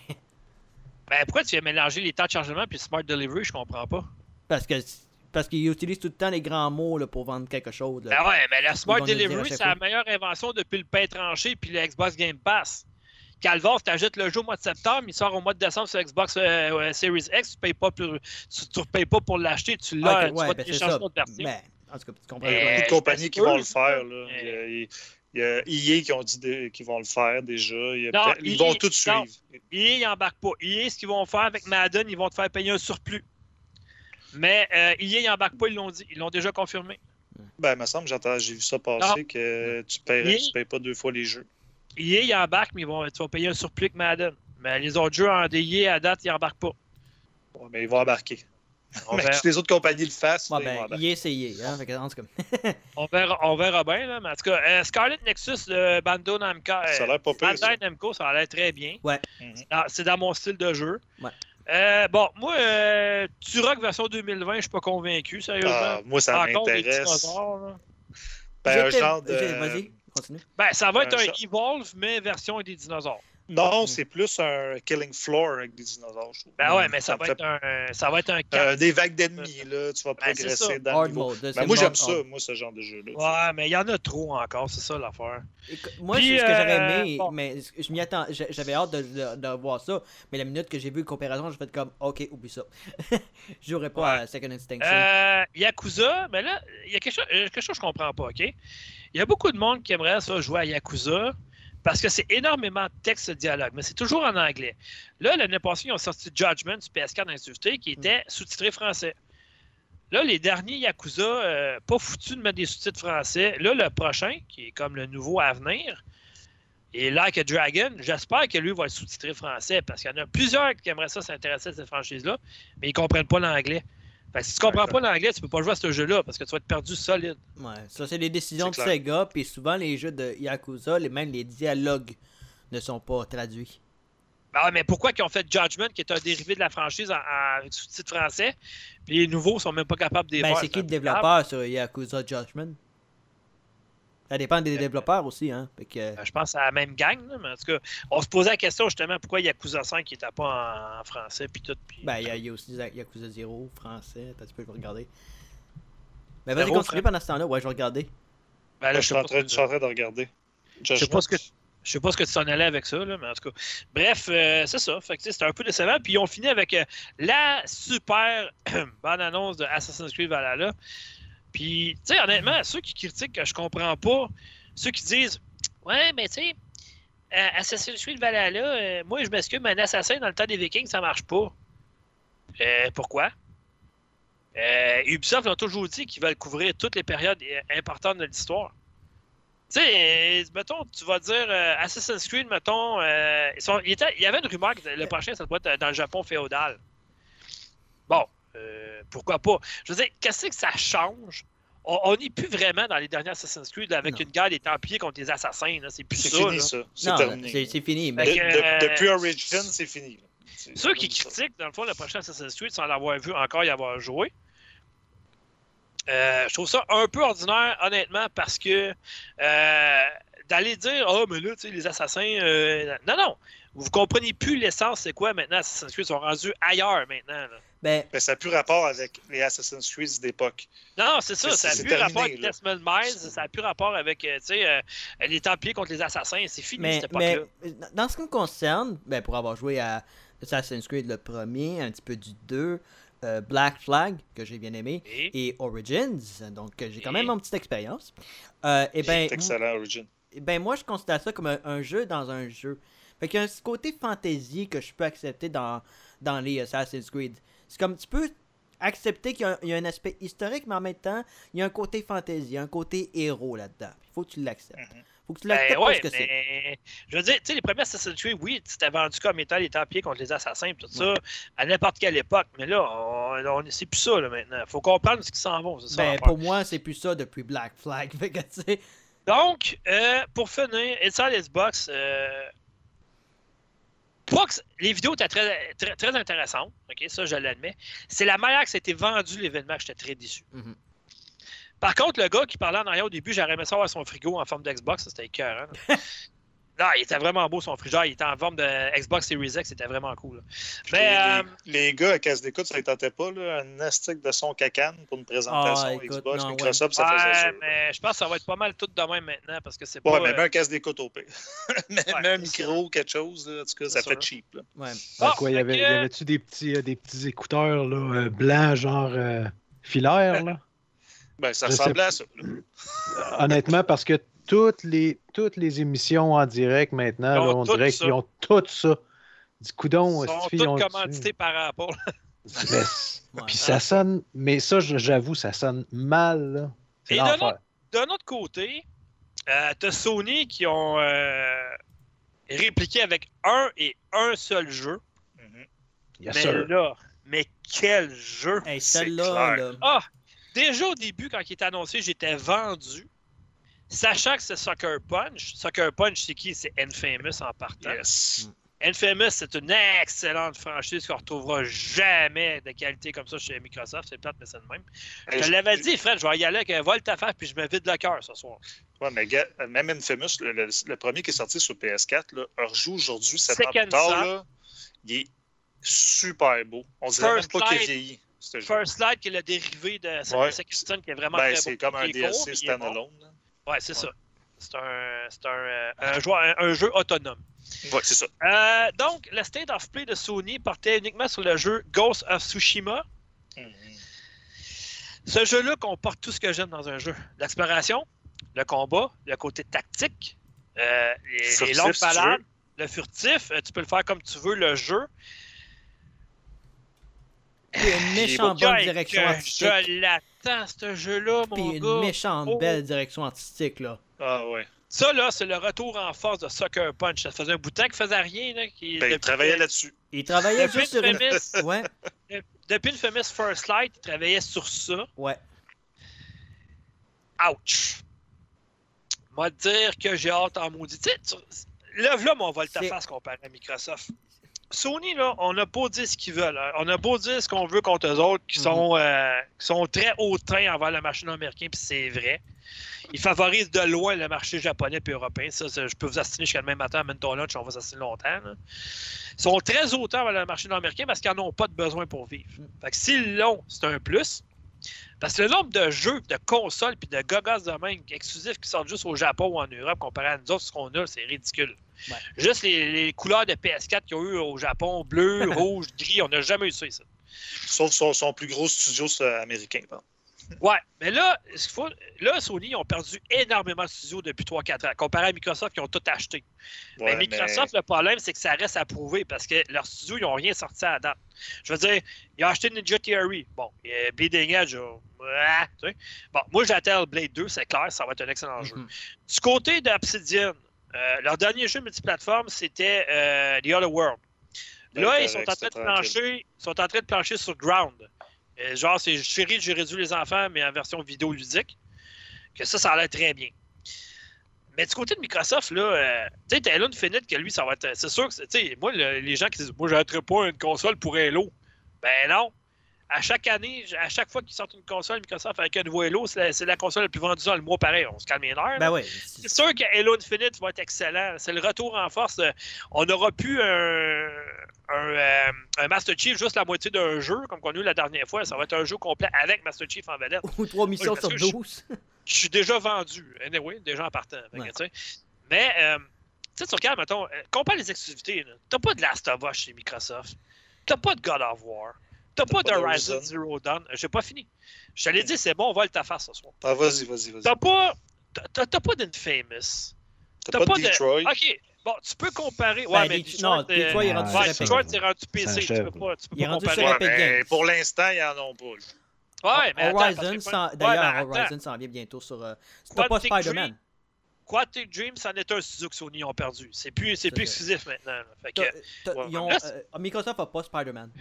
Ben, pourquoi tu viens mélanger les temps de chargement puis Smart Delivery? Je comprends pas. Parce que parce qu'ils utilisent tout le temps les grands mots là, pour vendre quelque chose. Là. Ben ouais, mais la Smart vont nous le dire à Delivery, chaque c'est la fois. meilleure invention depuis le pain tranché puis le Xbox Game Pass. Calvar, tu achètes le jeu au mois de septembre, il sort au mois de décembre sur Xbox euh, euh, Series X, tu payes pas pour, tu, tu payes pas pour l'acheter, tu l'as, Ah, ok, tu ouais, vas ben, c'est télécharger ça. notre version. Mais, en tout cas, tu comprends. Euh, Il y a beaucoup de je compagnies qui vont le suis faire. sûr, Là. mais- Il y a, il y a E A qui ont dit de- qu'ils vont le faire déjà. Il y a Non, peut-être- ils E A vont tout non. suivre. E A, ils embarquent pas. E A, ce qu'ils vont faire avec Madden, ils vont te faire payer un surplus. Mais euh, I A, ils n'embarquent pas, ils l'ont dit. Ils l'ont déjà confirmé. Ben, il me semble, j'entends, j'ai vu ça passer, Non. que tu ne Il- payes pas deux fois les jeux. I A, ils embarquent, mais ils vont, tu vas payer un surplus que Madden. Mais les autres jeux en D I A, à date, ils n'embarquent pas. Ouais, mais ils vont embarquer. On mais verra. que les autres compagnies le fassent, Ouais, là, ils vont ben, embarquer. I A, c'est I A. Hein, fait que, en tout cas. On verra, on verra bien, là. Mais en tout cas, euh, Scarlet Nexus de Bandai Namco, euh, Ça a l'air pas pire, ça. Bandai Namco, ça a l'air très bien. Ouais. Mhm. Ah, c'est dans mon style de jeu. Ouais. Euh, bon, moi, euh, Turok version deux mille vingt, je suis pas convaincu, sérieusement. Ah, moi, ça Encore des m'intéresse. dinosaures, là. Ben, un J'étais- genre de... j'ai- Vas-y, continue. Ben, ça va être Un un genre- Evolve, mais version avec des dinosaures. Non, c'est plus un Killing Floor avec des dinosaures, je trouve. Ben ouais, mais ça, va me être un, ça va être un fait- quatre. Euh, des vagues d'ennemis, là, tu vas Ben, c'est ça. progresser dans le Hard niveau. mode. Ben, c'est moi, j'aime mode ça, hard. moi, ce genre de jeu-là. Ouais, mais il y en a trop encore, c'est ça l'affaire. Écoute, Moi, Puis, c'est ce que j'aurais euh, aimé, bon. mais je je m'y attends, j'a- j'avais hâte de, de- de voir ça, mais la minute que j'ai vu une comparaison, j'ai fait comme, ok, oublie ça. Je jouerai pas Ouais. à Second Extinction. Euh, Yakuza, mais là, il y a quelque chose, euh, quelque chose que je comprends pas, OK? Il y a beaucoup de monde qui aimerait ça jouer à Yakuza parce que c'est énormément de texte de dialogue, mais c'est toujours en anglais. Là, l'année passée, ils ont sorti Judgment du P S quatre dans les qui était sous-titré français. Là, les derniers Yakuza, euh, pas foutus de mettre des sous-titres français. Là, le prochain, qui est comme le nouveau à venir, et Like a Dragon, j'espère que lui va être sous-titré français parce qu'il y en a plusieurs qui aimeraient ça s'intéresser à cette franchise-là, mais ils comprennent pas l'anglais. Fait que si tu comprends pas l'anglais, tu peux pas jouer à ce jeu-là parce que tu vas être perdu solide. Ouais, ça c'est les décisions de C'est clair. Sega, puis souvent les jeux de Yakuza, les, même les dialogues ne sont pas traduits. Ben ouais, mais pourquoi ils ont fait Judgment, qui est un dérivé de la franchise en, en- avec sous-titres français, puis les nouveaux sont même pas capables de les Ben voir, c'est qui un le peu grave. développeur sur Yakuza Judgment? Ça dépend des développeurs aussi, hein. Fait que, Ben, je pense que c'est la même gang, là, mais en tout cas, on se posait la question justement pourquoi Yakuza cinq qui était pas en, en français, puis tout. Puis... ben il y, a- il y a aussi Yakuza zéro, français, attends, tu peux le regarder. Ben vas-y, Zéro, continue Fran- pendant ce temps-là, ouais, je vais regarder. Ben, là, Je je suis sais en pas train ce je que- suis en train de regarder. Je sais pas ce que je sais pas ce que tu t'en allais avec ça, là, mais en tout cas. Bref, euh, c'est ça. Fait que, tu sais, c'était un peu décevant. Puis ils ont fini avec euh, la super bonne annonce de Assassin's Creed Valhalla. Puis, tu sais, honnêtement, ceux qui critiquent que je comprends pas, ceux qui disent ouais, mais tu sais, euh, Assassin's Creed Valhalla, euh, moi je m'excuse, mais un assassin dans le temps des Vikings, ça marche pas. Euh, pourquoi? Euh, Ubisoft ont toujours dit qu'ils veulent couvrir toutes les périodes euh, importantes de l'histoire. Tu sais, euh, mettons, tu vas dire euh, Assassin's Creed, mettons, euh, ils sont- il, était- il y avait une rumeur que le prochain, ça doit être dans le Japon féodal. Bon, euh, pourquoi pas? Je veux dire, qu'est-ce que ça change? On n'est plus vraiment dans les derniers Assassin's Creed là, avec Non. une guerre des Templiers contre les assassins. là. C'est plus C'est ça. fini, là. ça. C'est Non, terminé. c'est c'est fini. De- Mais... Fait que, de- euh, depuis Origin, c'est fini. là. C'est- Ceux qui c'est ça. critiquent, dans le fond, le prochain Assassin's Creed sans l'avoir vu encore y avoir joué, euh, je trouve ça un peu ordinaire, honnêtement, parce que euh, d'aller dire « Ah, oh, mais là, tu sais, les assassins... euh, non, non! Vous comprenez plus l'essence, c'est quoi maintenant, Assassin's Creed. Ils sont rendus ailleurs maintenant. Là. Ben, Mais ça n'a plus rapport avec les Assassin's Creed d'époque. Non, c'est ça. C'est- Ça n'a c'est plus terminé, rapport avec là. Desmond Miles. Ça n'a plus rapport avec, euh, tu sais, euh, les Templiers contre les assassins. C'est fini, mais, cette mais époque-là. dans ce qui me concerne, ben, pour avoir joué à Assassin's Creed le premier, un petit peu du deux, euh, Black Flag, que j'ai bien aimé, Et... et Origins, donc euh, j'ai quand Et- même mon petite expérience. Euh, et ben, C'est excellent, Origin. eh ben moi je considère ça comme un, un jeu dans un jeu. Fait qu'il y a un petit côté fantasy que je peux accepter dans, dans les Assassin's Creed. C'est comme tu peux accepter qu'il y a, un, il y a un aspect historique, mais en même temps, il y a un côté fantasy, il y a un côté héros là-dedans. Il faut que tu l'acceptes. Mhm. Faut que tu Ben l'acceptes pour ouais, ce que c'est. mais... Je veux dire, tu sais, les premiers Assassin's Creed, oui, c'était vendu comme étant les Templiers contre les assassins et tout ça, à n'importe quelle époque. Mais là, on, on, c'est plus ça, là, maintenant. Faut comprendre ce qui s'en va, c'est ça. Ben, l'affaire. pour moi, c'est plus ça depuis Black Flag. Fait que, tu sais, Donc, euh, pour finir, Inside Xbox, euh... pas que c- les vidéos étaient très, très, très intéressantes, ok, ça je l'admets. C'est la manière que ça a été vendu l'événement que j'étais très déçu. Mhm. Par contre, le gars qui parlait en arrière au début, j'aurais aimé ça avoir son frigo en forme d'Xbox, ça, c'était écœurant. là. Non, il était vraiment beau son frigo, il était en forme de Xbox Series X, c'était vraiment cool. là. Puis Mais, les, euh, les- les gars à casse d'écoute, ça ne tentait pas, là, un astic de son cacane pour une présentation Ah, écoute, Xbox, non, Microsoft, ça faisait ouais, ça. mais je pense que ça va être pas mal tout de même maintenant parce que c'est Ouais, pas. mais euh, mets un casque d'écoute au pire. mets, Ouais, mets un c'est micro ou quelque chose, là, en tout cas, ça C'est fait sûr. cheap. Là. ouais. Bon, Ah, quoi, y fait avait, que- y avait-tu des petits, euh, des petits écouteurs là, euh, blancs, genre euh, filaires, là? Ben, ça Je sais ressemblait pas. à ça. là. Honnêtement, parce que toutes les, toutes les émissions en direct maintenant, Ils ont là, on tout dirait ça. qu'ils ont tout ça. Du coudon, Ils sont est-ce qu'ils ont tous commandités par rapport. Mais, Ouais. puis ça sonne, mais ça, je- j'avoue, ça sonne mal. Là. C'est Et de l'enfer. l'autre, d'un autre côté, euh, t'as Sony qui ont euh, répliqué avec un et un seul jeu. Mhm. Yes, mais sir. là, mais quel jeu! Hey, C'est celle-là, clair. là. Ah! Déjà au début, quand il était annoncé, j'étais vendu. Sachant que c'est Sucker Punch. Sucker Punch, c'est qui? C'est Infamous en partant. Yes. Infamous, c'est une excellente franchise qu'on ne retrouvera jamais de qualité comme ça chez Microsoft. C'est plate, mais c'est le même. Je te l'avais dit, Fred, je vais y aller avec un volte-à-face puis je me vide le cœur ce soir. Ouais, mais gars, même Infamous, le, le, le premier qui est sorti sur P S quatre, là, rejoue aujourd'hui, sept ans Second plus tard, Son. là, il est super beau. On dirait First même pas qu'il Light. vieillit. ce jeu. First Light, qui est le dérivé de Ouais. Second Son, qui est vraiment Ben, très c'est beau. comme un Il est D L court, C mais il est bon. standalone. là. Ouais, c'est Ouais. ça. C'est un, c'est un, euh, un, joueur- un- un jeu autonome. Ouais, c'est ça. Euh, donc, le State of Play de Sony portait uniquement sur le jeu Ghost of Tsushima. Mhm. Ce jeu-là comporte tout ce que j'aime dans un jeu. L'exploration, le combat, le côté tactique, euh, les, les Furtif, longues si tu balades, veux. le furtif. euh, tu peux le faire comme tu veux, le jeu. Puis une méchante Gars, bonne direction que artistique. Je l'attends, ce jeu-là, Puis mon une gars. méchante Oh. belle direction artistique, là. Ah ouais. Ça, là, c'est le retour en force de Sucker Punch. Ça faisait un bout de temps qu'il faisait rien. Là, qui, Ben, il travaillait là-dessus. Il travaillait Depuis juste sur une... Infamous, Ouais, depuis Infamous First Light, il travaillait sur ça. ouais. Ouch! Moi, dire que j'ai hâte en maudit. Tu sais, tu- lève là mon volte-à-face comparé à Microsoft. Sony, là, on a beau dire ce qu'ils veulent. hein. On a beau dire ce qu'on veut contre eux autres, qui, Mhm. sont, euh, qui sont très hautains envers le marché américain, puis c'est vrai. Ils favorisent de loin le marché japonais et européen. Ça, ça, je peux vous assigner jusqu'à demain matin, amène ton lunch, on va s'assigner longtemps. là. Ils sont très hautains envers le marché américain parce qu'ils n'en ont pas de besoin pour vivre. Fait que s'ils l'ont, c'est un plus. Parce que le nombre de jeux, de consoles puis de gogos de même exclusifs qui sortent juste au Japon ou en Europe comparé à nous autres, ce qu'on a, c'est ridicule. Ouais. Juste les, les couleurs de P S quatre qu'il y a eu au Japon, bleu, rouge, gris, on n'a jamais eu ça ici. Sauf son, son plus gros studio euh, américain. Bon. Ouais, mais là, ce qu'il faut, là, Sony, ils ont perdu énormément de studios depuis trois quatre ans, comparé à Microsoft qui ont tout acheté. Ouais, mais Microsoft, le problème, c'est que ça reste à prouver parce que leurs studios, ils n'ont rien sorti à la date. Je veux dire, ils ont acheté Ninja Theory. Bon, et Bleeding Edge, euh, ouais, tu sais. Bon, moi, j'attends Blade deux, c'est clair, ça va être un excellent jeu. Mhm. Du côté d'Obsidian, euh, leur dernier jeu multiplateforme, c'était euh, The Other World. Ben, Là, ils sont correct, en train de c'était plancher, ils sont en train de plancher sur Ground. Euh, genre, c'est Chérie, j'ai réduit les enfants, mais en version vidéo ludique. Que ça, ça a l'air très bien. Mais du côté de Microsoft, là, euh, tu sais, Halo Infinite, que lui, ça va être. C'est sûr que, tu sais, moi, le- les gens qui disent, moi, j'arrêterai pas une console pour Halo. Ben non. À chaque année, à chaque fois qu'ils sortent une console, Microsoft avec un nouveau Halo, c'est la, c'est la console la plus vendue dans le mois pareil. On se calme les nerfs. Ben là. ouais. C'est sûr que Halo Infinite va être excellent. C'est le retour en force. de- On n'aura plus un, un, euh, un Master Chief juste la moitié d'un jeu, comme qu'on a eu la dernière fois. Ça va être un jeu complet avec Master Chief en vedette. Ou trois missions Oui, sur parce que je- douze. Je suis déjà vendu. Anyway, déjà en partant. Fait que, Ouais. tu sais. Mais, euh, tu sais, tu regardes, mettons, euh, compare les exclusivités. là. T'as pas de Last of Us chez Microsoft. T'as pas de God of War. T'as pas pas d'Horizon d'Horizon. Zero Dawn. J'ai pas fini. Je te l'ai dit, c'est bon, on va le ta face ce soir. Ah, vas-y, vas-y, vas-y. T'as pas, t'as, t'as pas d'Infamous. T'as pas de Detroit. Ok, bon, tu peux comparer. Ouais, Ben, mais Det- non, Detroit, Detroit est euh, rendu sur ouais, Epic. Detroit, c'est rendu P Ça C. Tu achève. peux pas, tu peux Il est pas rendu comparer. sur Ouais, Epic mais Games. pour l'instant, ils en ont pas. là. Ouais, mais attends, parce Horizon, que- s'en- ouais, d'ailleurs, mais attends. Horizon s'en vient bientôt sur. euh, Si t'as pas Quantic Spider-Man. Dream, Quantic Dream, c'en est un studio que Sony ont perdu. C'est plus, c'est C'est plus ça. exclusif maintenant. là. Fait que, T'as- t'as- ouais, ils ont, là, euh, Microsoft a pas Spider-Man.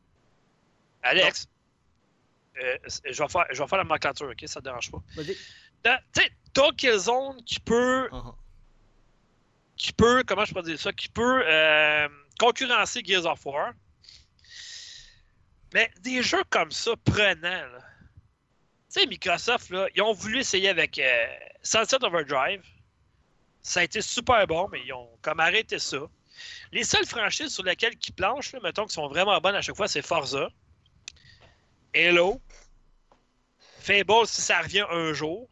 Alex, euh, je, vais faire, je vais faire la nomenclature, ok? Ça te dérange pas. Vas-y. T'as- Tu sais, t'as Killzone qui peut, Uh-huh. qui peut, comment je pourrais dire ça, qui peut euh, concurrencer Gears of War. Mais des jeux comme ça, prenants, là. Tu sais, Microsoft, là, ils ont voulu essayer avec euh, Sunset Overdrive. Ça a été super bon, mais ils ont comme arrêté ça. Les seules franchises sur lesquelles ils planchent, là, mettons, qui sont vraiment bonnes à chaque fois, c'est Forza, Halo, Fable, si ça revient un jour.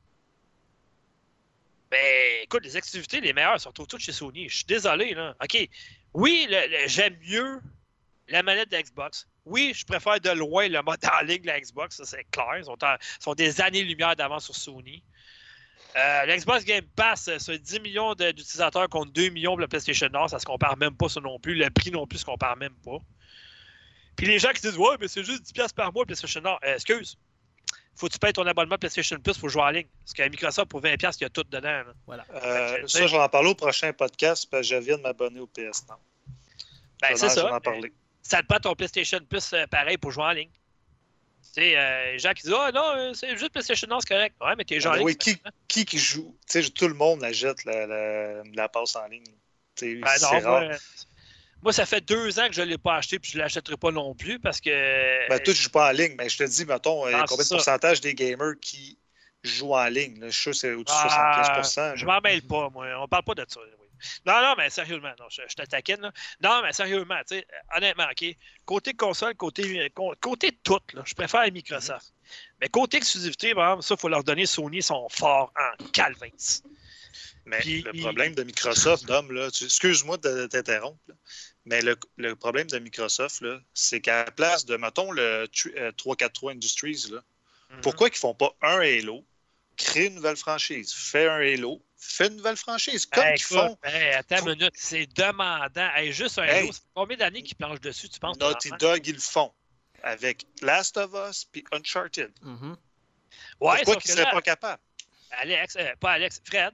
Ben, écoute, les activités les meilleures sont toutes chez Sony. Je suis désolé, là. OK. Oui, le- le- j'aime mieux la manette de Xbox. Oui, je préfère de loin le mode en ligne de la Xbox, ça c'est clair. Ils sont, en- sont des années-lumière d'avance sur Sony. Euh, L'Xbox Game Pass, euh, c'est dix millions de- d'utilisateurs contre deux millions pour le PlayStation Nord, ça se compare même pas ça non plus. Le prix non plus se compare même pas. Puis les gens qui disent, ouais, mais c'est juste dix dollars par mois, PlayStation Nord. Euh, excuse. Faut que tu payes ton abonnement PlayStation Plus pour jouer en ligne. Parce qu'à Microsoft, pour vingt dollars, il y a tout dedans. Là. Voilà. Euh, ça, je vais en parler au prochain podcast parce que je viens de m'abonner au P S Nord. Ben, c'est ça. Je vais en parler. Ça te prend ton PlayStation Plus euh, pareil pour jouer en ligne. Tu sais, euh, les gens qui disent, ah oh, non, euh, c'est juste PlayStation Nord, c'est correct. Ouais, mais t'es joué en ligne. Oui, qui, qui qui joue? Tu sais, tout le monde achète la, la, la passe en ligne. Ben non, moi, moi, ça fait deux ans que je ne l'ai pas acheté puis je ne l'achèterai pas non plus parce que. Ben, toi, tu ne joues pas en ligne, mais je te dis, mettons, il y a combien de ça. pourcentage des gamers qui jouent en ligne? Là, je suis sûr que c'est au-dessus de Ah, soixante-quinze pour cent. Je m'en mêle pas, moi. On parle pas de ça. Oui. Non, non, mais sérieusement, non, je, je te taquine. Là. Non, mais sérieusement, tu sais, honnêtement, OK. Côté console, côté, côté tout, là, je préfère Microsoft. Mm-hmm. Mais côté exclusivité, par exemple, ça, il faut leur donner Sony, sont forts en calvins. Mais Puis, le il... problème de Microsoft, Dom, là, tu, excuse-moi de t'interrompre, là, mais le, le problème de Microsoft, là, c'est qu'à la place de, mettons, le euh, trois cent quarante-trois Industries, là, mm-hmm. pourquoi ils ne font pas un Halo, créer une nouvelle franchise, fais un Halo, fais une nouvelle franchise, comme hey, ils font. Hey, attends une minute, c'est demandant. Hey, juste un hey, Halo, c'est combien d'années qu'ils planchent dessus, tu penses? Naughty Dog, ils le font, avec Last of Us puis Uncharted. Mm-hmm. Ouais, pourquoi qu'ils ne seraient pas capables? Alex, euh, pas Alex, Fred.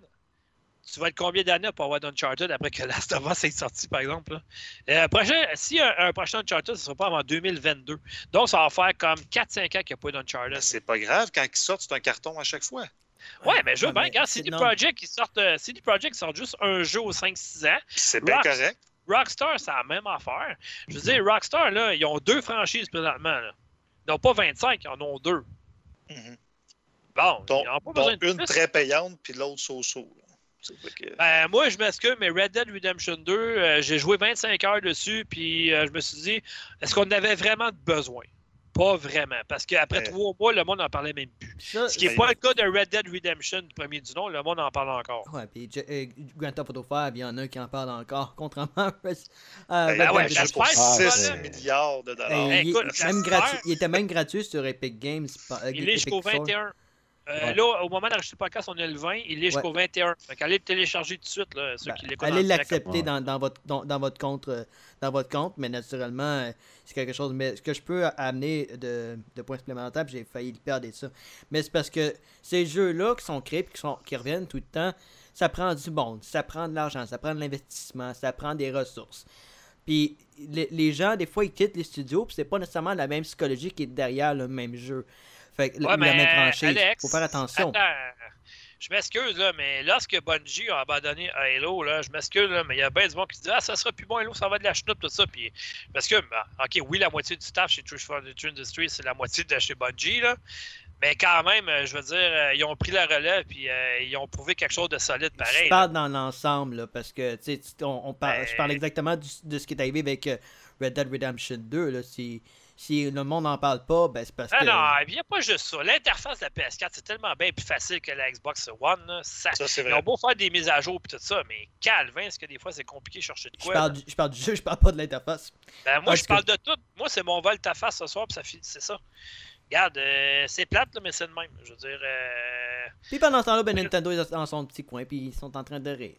Tu vas être combien d'années pour avoir d'Uncharted après que Last of Us est sorti, par exemple? Euh, prochain, si un, un prochain Uncharted, ce ne sera pas avant deux mille vingt-deux. Donc, ça va faire comme quatre cinq ans qu'il n'y a pas d'Uncharted. C'est pas grave, quand ils sortent, c'est un carton à chaque fois. Ouais, mais je veux bien, regarde, C D Projekt, ils sortent, euh, C D Projekt sort juste un jeu aux cinq six ans. C'est bien Rock, correct. Rockstar, c'est la même affaire. Je veux dire, Rockstar, là, ils ont deux franchises présentement. Là. Ils n'ont pas vingt-cinq, ils en ont deux. Mm-hmm. Bon, donc, ils n'ont pas donc besoin de une plus. très payante, puis l'autre so-so. Que... Ben, moi, je m'excuse, mais Red Dead Redemption deux, euh, j'ai joué vingt-cinq heures dessus, puis euh, je me suis dit, est-ce qu'on avait vraiment besoin? Pas vraiment, parce qu'après ouais. trois mois, le monde n'en parlait même plus. Ça, ce qui n'est pas le cas de Red Dead Redemption, du premier du nom, le monde en parle encore. Ouais, puis euh, Grand Theft Auto cinq, il y en a qui en parlent encore, contrairement à euh, ben ouais, j'espère six milliards de dollars. Hey, écoute, il, même gratu... il était même gratuit sur Epic Games. Euh, il est jusqu'au vingt et un. Euh, ouais. Là, au moment d'enregistrer le podcast, on est le vingt, il est jusqu'au ouais. vingt et un. Donc, allez le télécharger tout de suite, là, ceux ben, qui l'écoutent. Allez l'accepter dans, dans, votre, dans, dans, votre compte, euh, dans votre compte, mais naturellement, euh, c'est quelque chose. Mais ce que je peux amener de, de points supplémentaires, j'ai failli le perdre et ça. Mais c'est parce que ces jeux-là qui sont créés et qui, sont, qui reviennent tout le temps, ça prend du monde, ça prend de l'argent, ça prend de l'investissement, ça prend des ressources. Puis les, les gens, des fois, ils quittent les studios, puis c'est pas nécessairement la même psychologie qui est derrière le même jeu. Fait que ouais, la même franchise. Alex, faut faire attention. Attends, je m'excuse, là, mais lorsque Bungie a abandonné Halo, là, je m'excuse, là, mais il y a bien du monde qui se dit ah, ça sera plus bon Halo, ça va de la chenoute, tout ça. Puis, parce que, bah, ok, oui, la moitié du staff chez Trish Industries, c'est la moitié de chez Bungie, là. Mais quand même, je veux dire, ils ont pris la relève puis euh, ils ont prouvé quelque chose de solide pareil. Je parle là. Dans l'ensemble, là, parce que, tu sais, on, on parle, ben... je parle exactement du, de ce qui est arrivé avec euh, Red Dead Redemption deux, là, si... Si le monde n'en parle pas, ben c'est parce ah que... Non, il n'y a pas juste ça. L'interface de la P S quatre, c'est tellement bien plus facile que la Xbox One. Ça, ça c'est vrai. Ils ont beau faire des mises à jour et tout ça, mais calvin, est-ce que des fois, c'est compliqué de chercher de quoi? Je parle, du, je parle du jeu, je parle pas de l'interface. Ben, moi, parce je parle que... de tout. Moi, c'est mon volte-face ce soir, puis ça c'est ça. Regarde, euh, c'est plate, là, mais c'est le même. Je veux dire... Euh... Puis pendant ce temps-là, ben, Nintendo est dans son petit coin, puis ils sont en train de rire.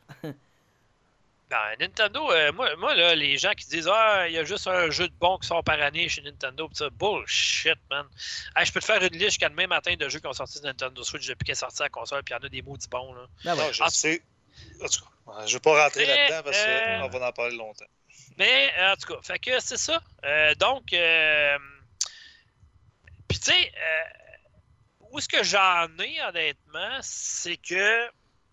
Ben, Nintendo, euh, moi, moi là, les gens qui disent ah, il y a juste un jeu de bon qui sort par année chez Nintendo, pis ça, bullshit, man. Hey, je peux te faire une liste jusqu'à demain matin de jeux qui ont sorti de Nintendo Switch depuis qu'elle est sortie à la console, puis il y en a des maudits bons, là. Ben ouais, je ah, sais. En tout cas, je vais pas rentrer mais, là-dedans parce euh... qu'on va en parler longtemps. Mais, en tout cas, fait que c'est ça. Euh, donc, euh... puis tu sais, euh... où est-ce que j'en ai, honnêtement, c'est que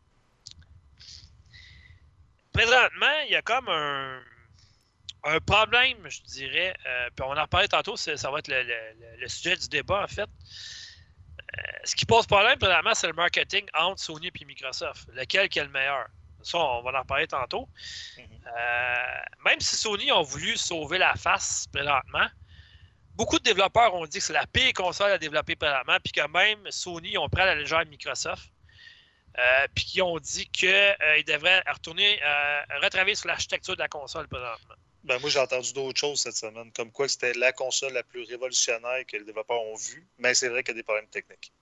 présentement, il y a comme un, un problème, je dirais. Euh, puis on en reparlait tantôt, ça va être le, le, le sujet du débat, en fait. Euh, ce qui pose problème, présentement, c'est le marketing entre Sony et Microsoft. Lequel qui est le meilleur? Ça, on va en reparler tantôt. Mm-hmm. Euh, même si Sony ont voulu sauver la face présentement, beaucoup de développeurs ont dit que c'est la pire console à développer présentement, puis que même Sony ont pris à la légère Microsoft. Euh, puis qui ont dit qu'ils euh, devraient retourner, euh, retravailler sur l'architecture de la console présentement. Ben moi, j'ai entendu d'autres choses cette semaine, comme quoi c'était la console la plus révolutionnaire que les développeurs ont vue, mais c'est vrai qu'il y a des problèmes techniques.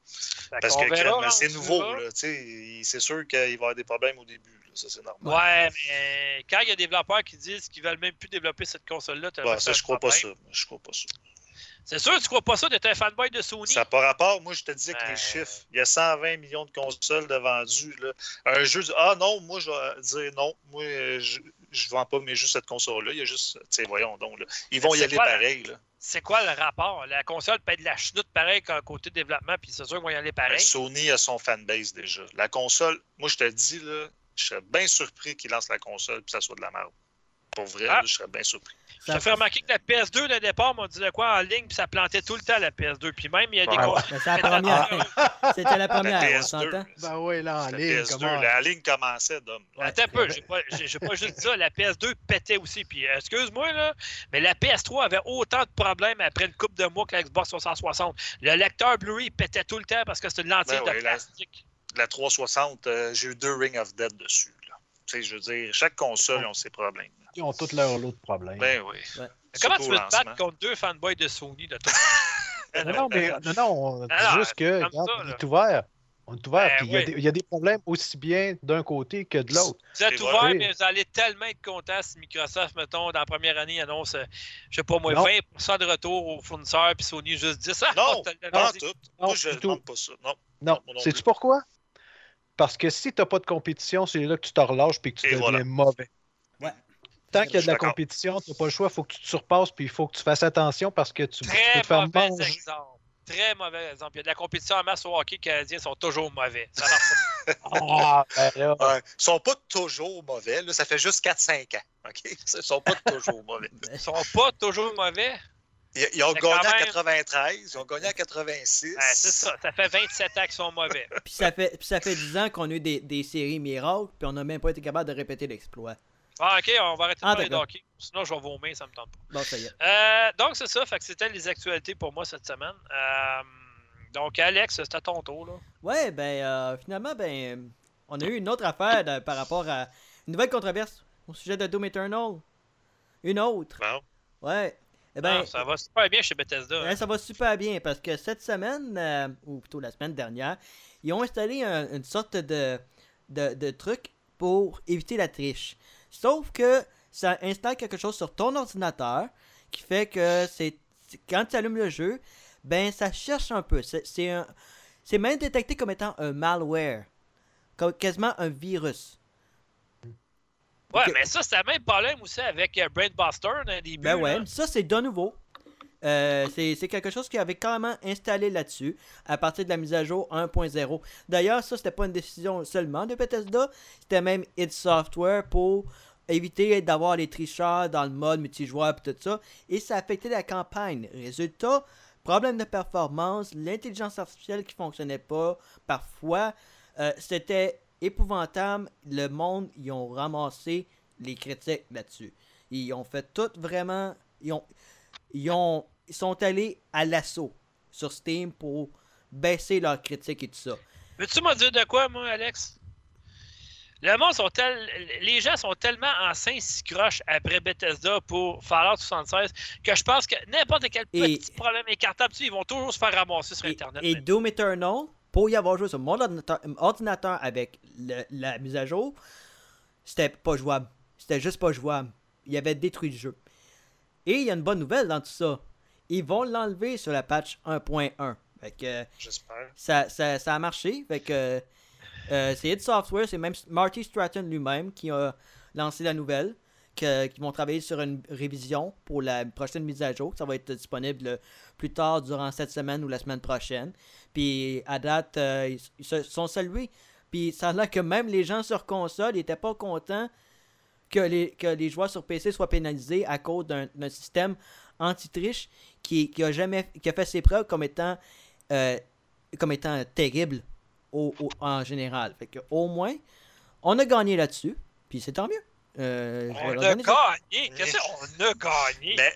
Fait Parce qu'on que verra, crème, c'est on nouveau. verra. Là, tu sais, il- c'est sûr qu'il va y avoir des problèmes au début. Là, ça, c'est normal. Ouais, mais quand il y a des développeurs qui disent qu'ils veulent même plus développer cette console-là, tellement Ouais, que ça, c'est je un crois pas problème. ça. Je crois pas ça. C'est sûr, tu crois pas ça d'être un fanboy de Sony? Ça n'a pas rapport. Moi, je te disais que Ben- les chiffres, il y a cent vingt millions de consoles de vendues. Là. Un jeu, dit, ah non, moi, je vais dire non. Moi, euh, je ne vends pas mais juste cette console-là. Il y a juste, tu sais, voyons donc. Là. Ils vont Mais y c'est aller quoi, là? pareil. Là. C'est quoi le rapport? La console paie de la chenoute pareil qu'un côté développement, puis c'est sûr qu'ils vont y aller Ben, pareil. Sony a son fanbase déjà. La console, moi, je te dis, là, je serais bien surpris qu'ils lancent la console et que ça soit de la merde. Pour vrai, Ah. là, je serais bien surpris. Je te fais remarquer que la P S deux, de départ, m'a dit de quoi en ligne, puis ça plantait tout le temps la P S deux. Puis même, il y a des Ouais, consoles. Mais c'est la première. C'était la première, La on P S deux. s'entend? Ben oui, là, en La ligne, P S deux, comment... la ligne commençait, d'homme. Ouais. Attends un peu, j'ai pas, j'ai, j'ai pas juste dit ça, la P S deux pétait aussi. Puis euh, excuse-moi, là, mais la P S trois avait autant de problèmes après une couple de mois que la Xbox trois cent soixante. Le lecteur Blu-ray il pétait tout le temps parce que c'était une lentille Ben de oui, la- plastique. La trois cent soixante, euh, j'ai eu deux Ring of Death dessus. Là. Tu sais, je veux dire, chaque console a ses problèmes. Ils ont tous leur lot de problèmes. Ben oui. Ouais. Mais comment tu Surtout veux au te battre lancement. contre deux fanboys de Sony de tout? non, non, mais non, non, on dit Alors, juste que, comme regarde, ça, il là. est ouvert. On est ouvert, Ben puis il y a oui. des- il y, a des problèmes aussi bien d'un côté que de l'autre. Vous êtes C'est ouvert, vrai. mais vous allez tellement être content si Microsoft, mettons, dans la première année, annonce, euh, je sais pas moi, Non. vingt pour cent de retour aux fournisseurs, puis Sony juste dix. Ah, Non, on te l'avait pas en dit. tout. Non, Moi, je du ne tout. demande pas ça. Non. Non, moi non sais-tu plus. pourquoi? Parce que si tu n'as pas de compétition, c'est là que tu te relâches et que tu Et deviens voilà. mauvais. Ouais. Tant qu'il y a Je de la suis d'accord. compétition, tu n'as pas le choix, il faut que tu te surpasses puis il faut que tu fasses attention parce que tu, tu peux Très te faire mauvais manger. exemple. Très mauvais exemple. Il y a de la compétition en masse au hockey, les Canadiens sont toujours mauvais. Ça marche pas. Ah, ben là, Ouais. Ils ne sont pas toujours mauvais. Là. Ça fait juste quatre cinq ans. OK? Ils ne sont pas toujours mauvais. Ils sont pas toujours mauvais. Ils, ils ont Mais gagné quand en même- quatre-vingt-treize, ils ont gagné en quatre-vingt-six. Ouais, c'est ça. Ça fait vingt-sept ans qu'ils sont mauvais. Puis ça fait, puis ça fait dix ans qu'on a eu des, des séries miracles, puis on n'a même pas été capable de répéter l'exploit. Ah, ok, on va arrêter de Ah, parler de d'accord. hockey. Sinon, je vais vomir, ça me tente pas. Bon, ça y est. Euh, donc, c'est ça. Fait que c'était les actualités pour moi cette semaine. Euh, donc, Alex, c'est à ton tour, là. Ouais, ben, euh, finalement, ben, on a eu une autre affaire de- par rapport à une nouvelle controverse au sujet de Doom Eternal. Une autre. Bon. Ouais. Eh ben, Ah, ça va super bien chez Bethesda. ouais, ça va super bien parce que cette semaine, euh, ou plutôt la semaine dernière, ils ont installé un- une sorte de, de, de truc pour éviter la triche. Sauf que ça installe quelque chose sur ton ordinateur qui fait que c'est c'est- quand tu allumes le jeu, ben ça cherche un peu. C'est c'est un- c'est même détecté comme étant un malware, comme quasiment un virus. Ouais, Ok. mais ça, c'était le même problème aussi avec euh, Brainbuster dans le début. Ben ouais, là. ça c'est de nouveau. Euh, c'est c'est quelque chose qui avait carrément installé là-dessus à partir de la mise à jour un point zéro. D'ailleurs, ça c'était pas une décision seulement de Bethesda, c'était même id Software pour éviter d'avoir les tricheurs dans le mode multijoueur et tout ça. Et ça affectait la campagne. Résultat, problème de performance, l'intelligence artificielle qui fonctionnait pas parfois. Euh, c'était épouvantable. Le monde, ils ont ramassé les critiques là-dessus. Ils ont fait tout vraiment. Ils ont, ils ont, ils sont allés à l'assaut sur Steam pour baisser leurs critiques et tout ça. Veux-tu me dire de quoi, moi, Alex? Le monde sont tel... Les gens sont tellement en saint croche après Bethesda pour Fallout soixante-seize que je pense que n'importe quel Et- petit problème écartable, ils vont toujours se faire ramasser sur Et, Internet. et même. Doom Eternal, pour y avoir joué sur mon ordinateur, ordinateur avec le- la mise à jour, c'était pas jouable. C'était juste pas jouable. Il avait détruit le jeu. Et il y a une bonne nouvelle dans tout ça. Ils vont l'enlever sur la patch un point un. Fait que J'espère. ça, ça, ça a marché. Fait que euh, c'est id Software, c'est même Marty Stratton lui-même qui a lancé la nouvelle. Que, qui vont travailler sur une révision pour la prochaine mise à jour. Ça va être disponible plus tard durant cette semaine ou la semaine prochaine. Puis à date, euh, ils, ils se sont salués. Puis ça a l'air que même les gens sur console n'étaient pas contents que les, que les joueurs sur P C soient pénalisés à cause d'un d'un système anti-triche qui, qui a jamais qui a fait ses preuves comme étant euh, comme étant terrible au, au- en général. Fait que au moins, on a gagné là-dessus. Puis c'est tant mieux. Euh, je vais On leur a donner ça. gagné! Qu'est-ce qu'on a gagné? Mais,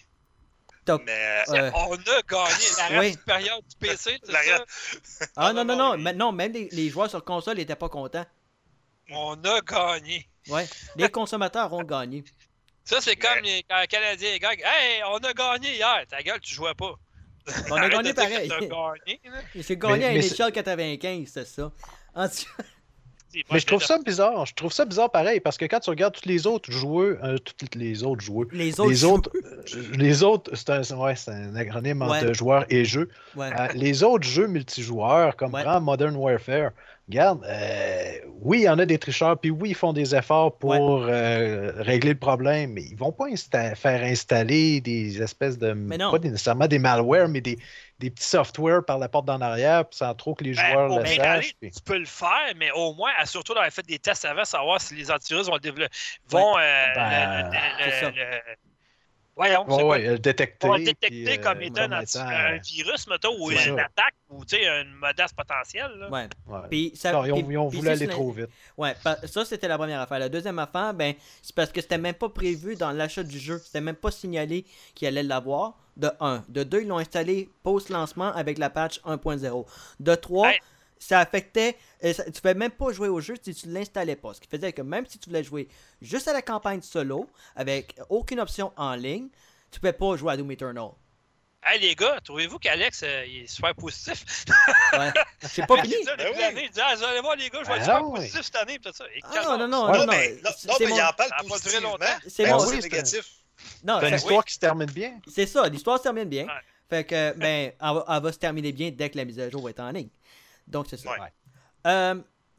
Top. mais Euh, On a gagné! La race oui. supérieure du P C, c'est La ça? ra- Ah non, non, non, oui. mais non, même les, les joueurs sur console n'étaient pas contents. On a gagné! Ouais, les consommateurs ont gagné. Ça, c'est Mais- comme les, quand les Canadiens gagnent. Hey, on a gagné hier! Ta gueule, tu jouais pas. On a Arrête gagné de dire que pareil. t'as gagné, là. J'ai gagné Mais- à mais N c'est- H L quatre-vingt-quinze, c'est ça. En tout cas, C'est pas Mais je trouve fait ça bizarre. Je trouve ça bizarre pareil parce que quand tu regardes tous les autres joueurs, euh, tous les autres joueurs, les autres. les autres, euh, les autres, c'est un, c'est- ouais, c'est un acronyme entre Ouais. joueurs et jeux. Ouais. Euh, les autres jeux multijoueurs, comme Ouais. prends Modern Warfare, regarde, euh, oui, il y en a des tricheurs, puis oui, ils font des efforts pour euh, régler le problème, mais ils vont pas insta- faire installer des espèces de, Mais non. pas des- nécessairement des malwares, mais des, des petits softwares par la porte d'en arrière, puis sans trop que les Ben, joueurs au le moins, sachent. aller, puis- tu peux le faire, mais au moins, surtout d'avoir fait des tests avant, savoir si les antivirus vont développer. Vont. euh, Ben, le- le- c'est ça. le- Voyons, Ouais, c'est quoi? ouais, le détecter. Vont le détecter puis, euh, comme étant un, comme anti- étant, un virus, mettons, ou c'est une ça. attaque, ou tu sais, une menace potentielle. Là. Ouais. ouais. Puis ça, Non, ils ont, puis- ils ont puis voulu ça, aller c'est trop la- vite. Ouais, pa- ça c'était la première affaire. La deuxième affaire, ben, c'est parce que c'était même pas prévu dans l'achat du jeu. C'était même pas signalé qu'ils allaient l'avoir. De un. De deux, ils l'ont installé post-lancement avec la patch un point zéro. De trois, Hey. ça affectait. euh, ça- tu pouvais même pas jouer au jeu si tu l'installais pas. Ce qui faisait que même si tu voulais jouer juste à la campagne solo, avec aucune option en ligne, tu pouvais pas jouer à Doom Eternal. Hey les gars, trouvez-vous qu'Alex euh, il est super positif? Ouais. C'est pas Il fini. dit ça depuis Ben oui. l'année, il dit ah, vous allez voir les gars, je vais Ben être super oui. positif cette année, pis tout ça. Et Ah, calme-toi. non, non, Non, non, mais, non, non, c'est non, mais mon- il en parle Ça a pas duré positivement. longtemps. C'est Ben mon- oui, oui, c'est c'est- négatif. Non, C'est une ça- histoire qui se termine bien. C'est ça, l'histoire se termine bien. Ouais. Fait que, ben, elle va, elle va se terminer bien dès que la mise à jour va être en ligne. Donc, c'est ça. Ouais. Euh,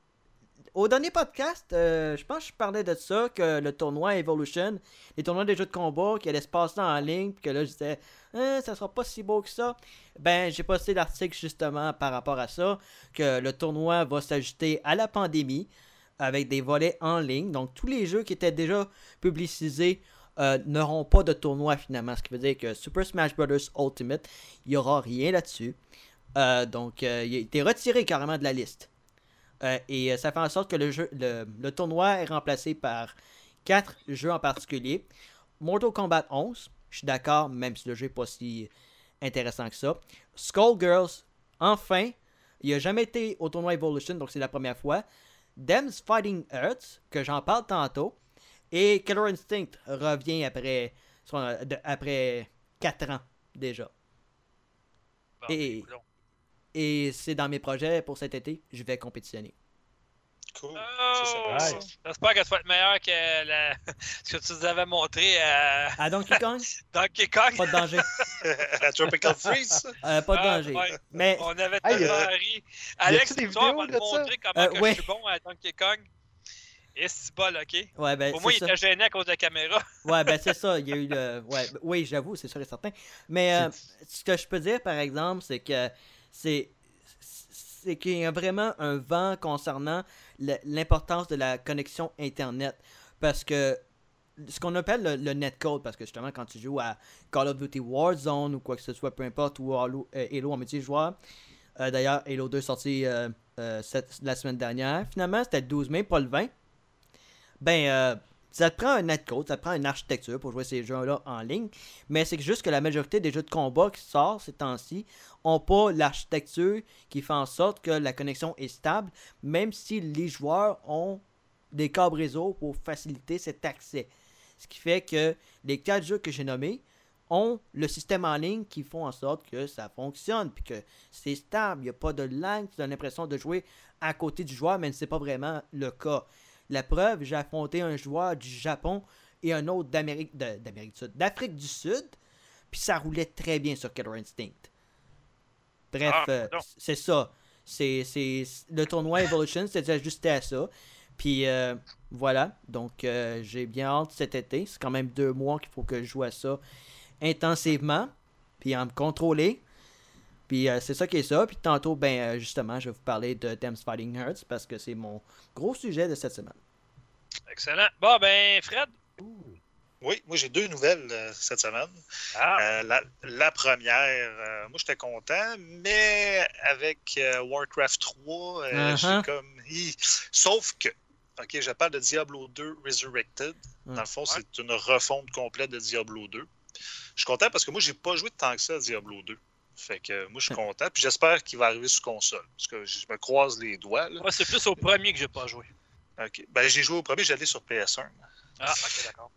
au dernier podcast, euh, je pense que je parlais de ça, que le tournoi Evolution, les tournois des jeux de combat, qui allaient se passer en ligne, puis que là, je disais, hein, ça sera pas si beau que ça. Ben, j'ai posté l'article justement par rapport à ça, que le tournoi va s'ajouter à la pandémie, avec des volets en ligne. Donc, tous les jeux qui étaient déjà publicisés euh, n'auront pas de tournoi finalement. Ce qui veut dire que Super Smash Bros. Ultimate, il n'y aura rien là-dessus. Euh, donc, euh, il a été retiré carrément de la liste. Euh, et euh, ça fait en sorte que le, jeu, le, le tournoi est remplacé par quatre jeux en particulier. Mortal Kombat onze, je suis d'accord, même si le jeu n'est pas si intéressant que ça. Skullgirls, enfin, il n'a jamais été au tournoi Evolution, donc c'est la première fois. Dem's Fighting Earth, que j'en parle tantôt. Et Killer Instinct revient après, de- après quatre ans déjà. Bon, Et- coudonc. Et c'est dans mes projets pour cet été, je vais compétitionner. Cool. Oh, Ça, c'est nice. J'espère que tu vas être meilleur que la... ce que tu nous avais montré à À Donkey Kong, Donkey Kong. pas de danger. La Tropical Freeze, ça? Euh, pas de Ah, danger. ouais. Mais On avait Hey, tellement euh, ri. Alex, des ce soir, vidéos va de te ça? montrer comment Euh, que ouais. je suis bon à Donkey Kong. Et c'est bol, ok? ouais, ben Au moins, c'est il ça. était gêné à cause de la caméra. Ouais, ben c'est ça. Il y a eu le. Ouais, ben, oui, j'avoue, c'est sûr et certain. Mais euh, ce que je peux dire, par exemple, c'est que c'est. C'est qu'il y a vraiment un vent concernant le- l'importance de la connexion Internet. Parce que ce qu'on appelle le, le netcode, parce que justement, quand tu joues à Call of Duty Warzone ou quoi que ce soit, peu importe, ou Halo, euh, Halo en multijoueur, euh, d'ailleurs, Halo deux sorti euh, euh, cette- la semaine dernière, finalement, c'était le douze mai, pas le vingt. Ben, euh, ça te prend un netcode, ça te prend une architecture pour jouer ces jeux-là en ligne, mais c'est juste que la majorité des jeux de combat qui sortent ces temps-ci n'ont pas l'architecture qui fait en sorte que la connexion est stable, même si les joueurs ont des câbles réseau pour faciliter cet accès. Ce qui fait que les quatre jeux que j'ai nommés ont le système en ligne qui font en sorte que ça fonctionne, puis que c'est stable, il n'y a pas de lag, tu as l'impression de jouer à côté du joueur, mais ce n'est pas vraiment le cas. La preuve, j'ai affronté un joueur du Japon et un autre d'Amérique de- d'Amérique du Sud, d'Afrique du Sud, puis ça roulait très bien sur Killer Instinct. Bref, Ah, euh, non. c'est ça. C'est, c'est, le tournoi Evolution, c'était ajusté à ça. Puis euh, voilà, donc euh, j'ai bien hâte cet été. C'est quand même deux mois qu'il faut que je joue à ça intensivement, puis en me contrôler. Puis euh, c'est ça qui est ça. Puis tantôt, ben euh, justement, je vais vous parler de Dem's Fighting Hearts parce que c'est mon gros sujet de cette semaine. Excellent. Bon, ben, Fred. Oui, moi j'ai deux nouvelles euh, cette semaine. Ah, Euh, la, la première, euh, moi j'étais content, mais avec euh, Warcraft trois, euh, Uh-huh. j'ai comme. Hi. Sauf que, ok, je parle de Diablo deux Resurrected. Dans le fond, c'est une refonte complète de Diablo deux. Je suis content parce que moi j'ai pas joué tant que ça à Diablo deux. Fait que moi je suis content, puis j'espère qu'il va arriver sur console. Parce que je me croise les doigts. Là. moi, c'est plus au premier que j'ai pas joué. Ok. Ben, j'ai joué au premier, j'allais sur P S un. Ah, ok, d'accord. Puis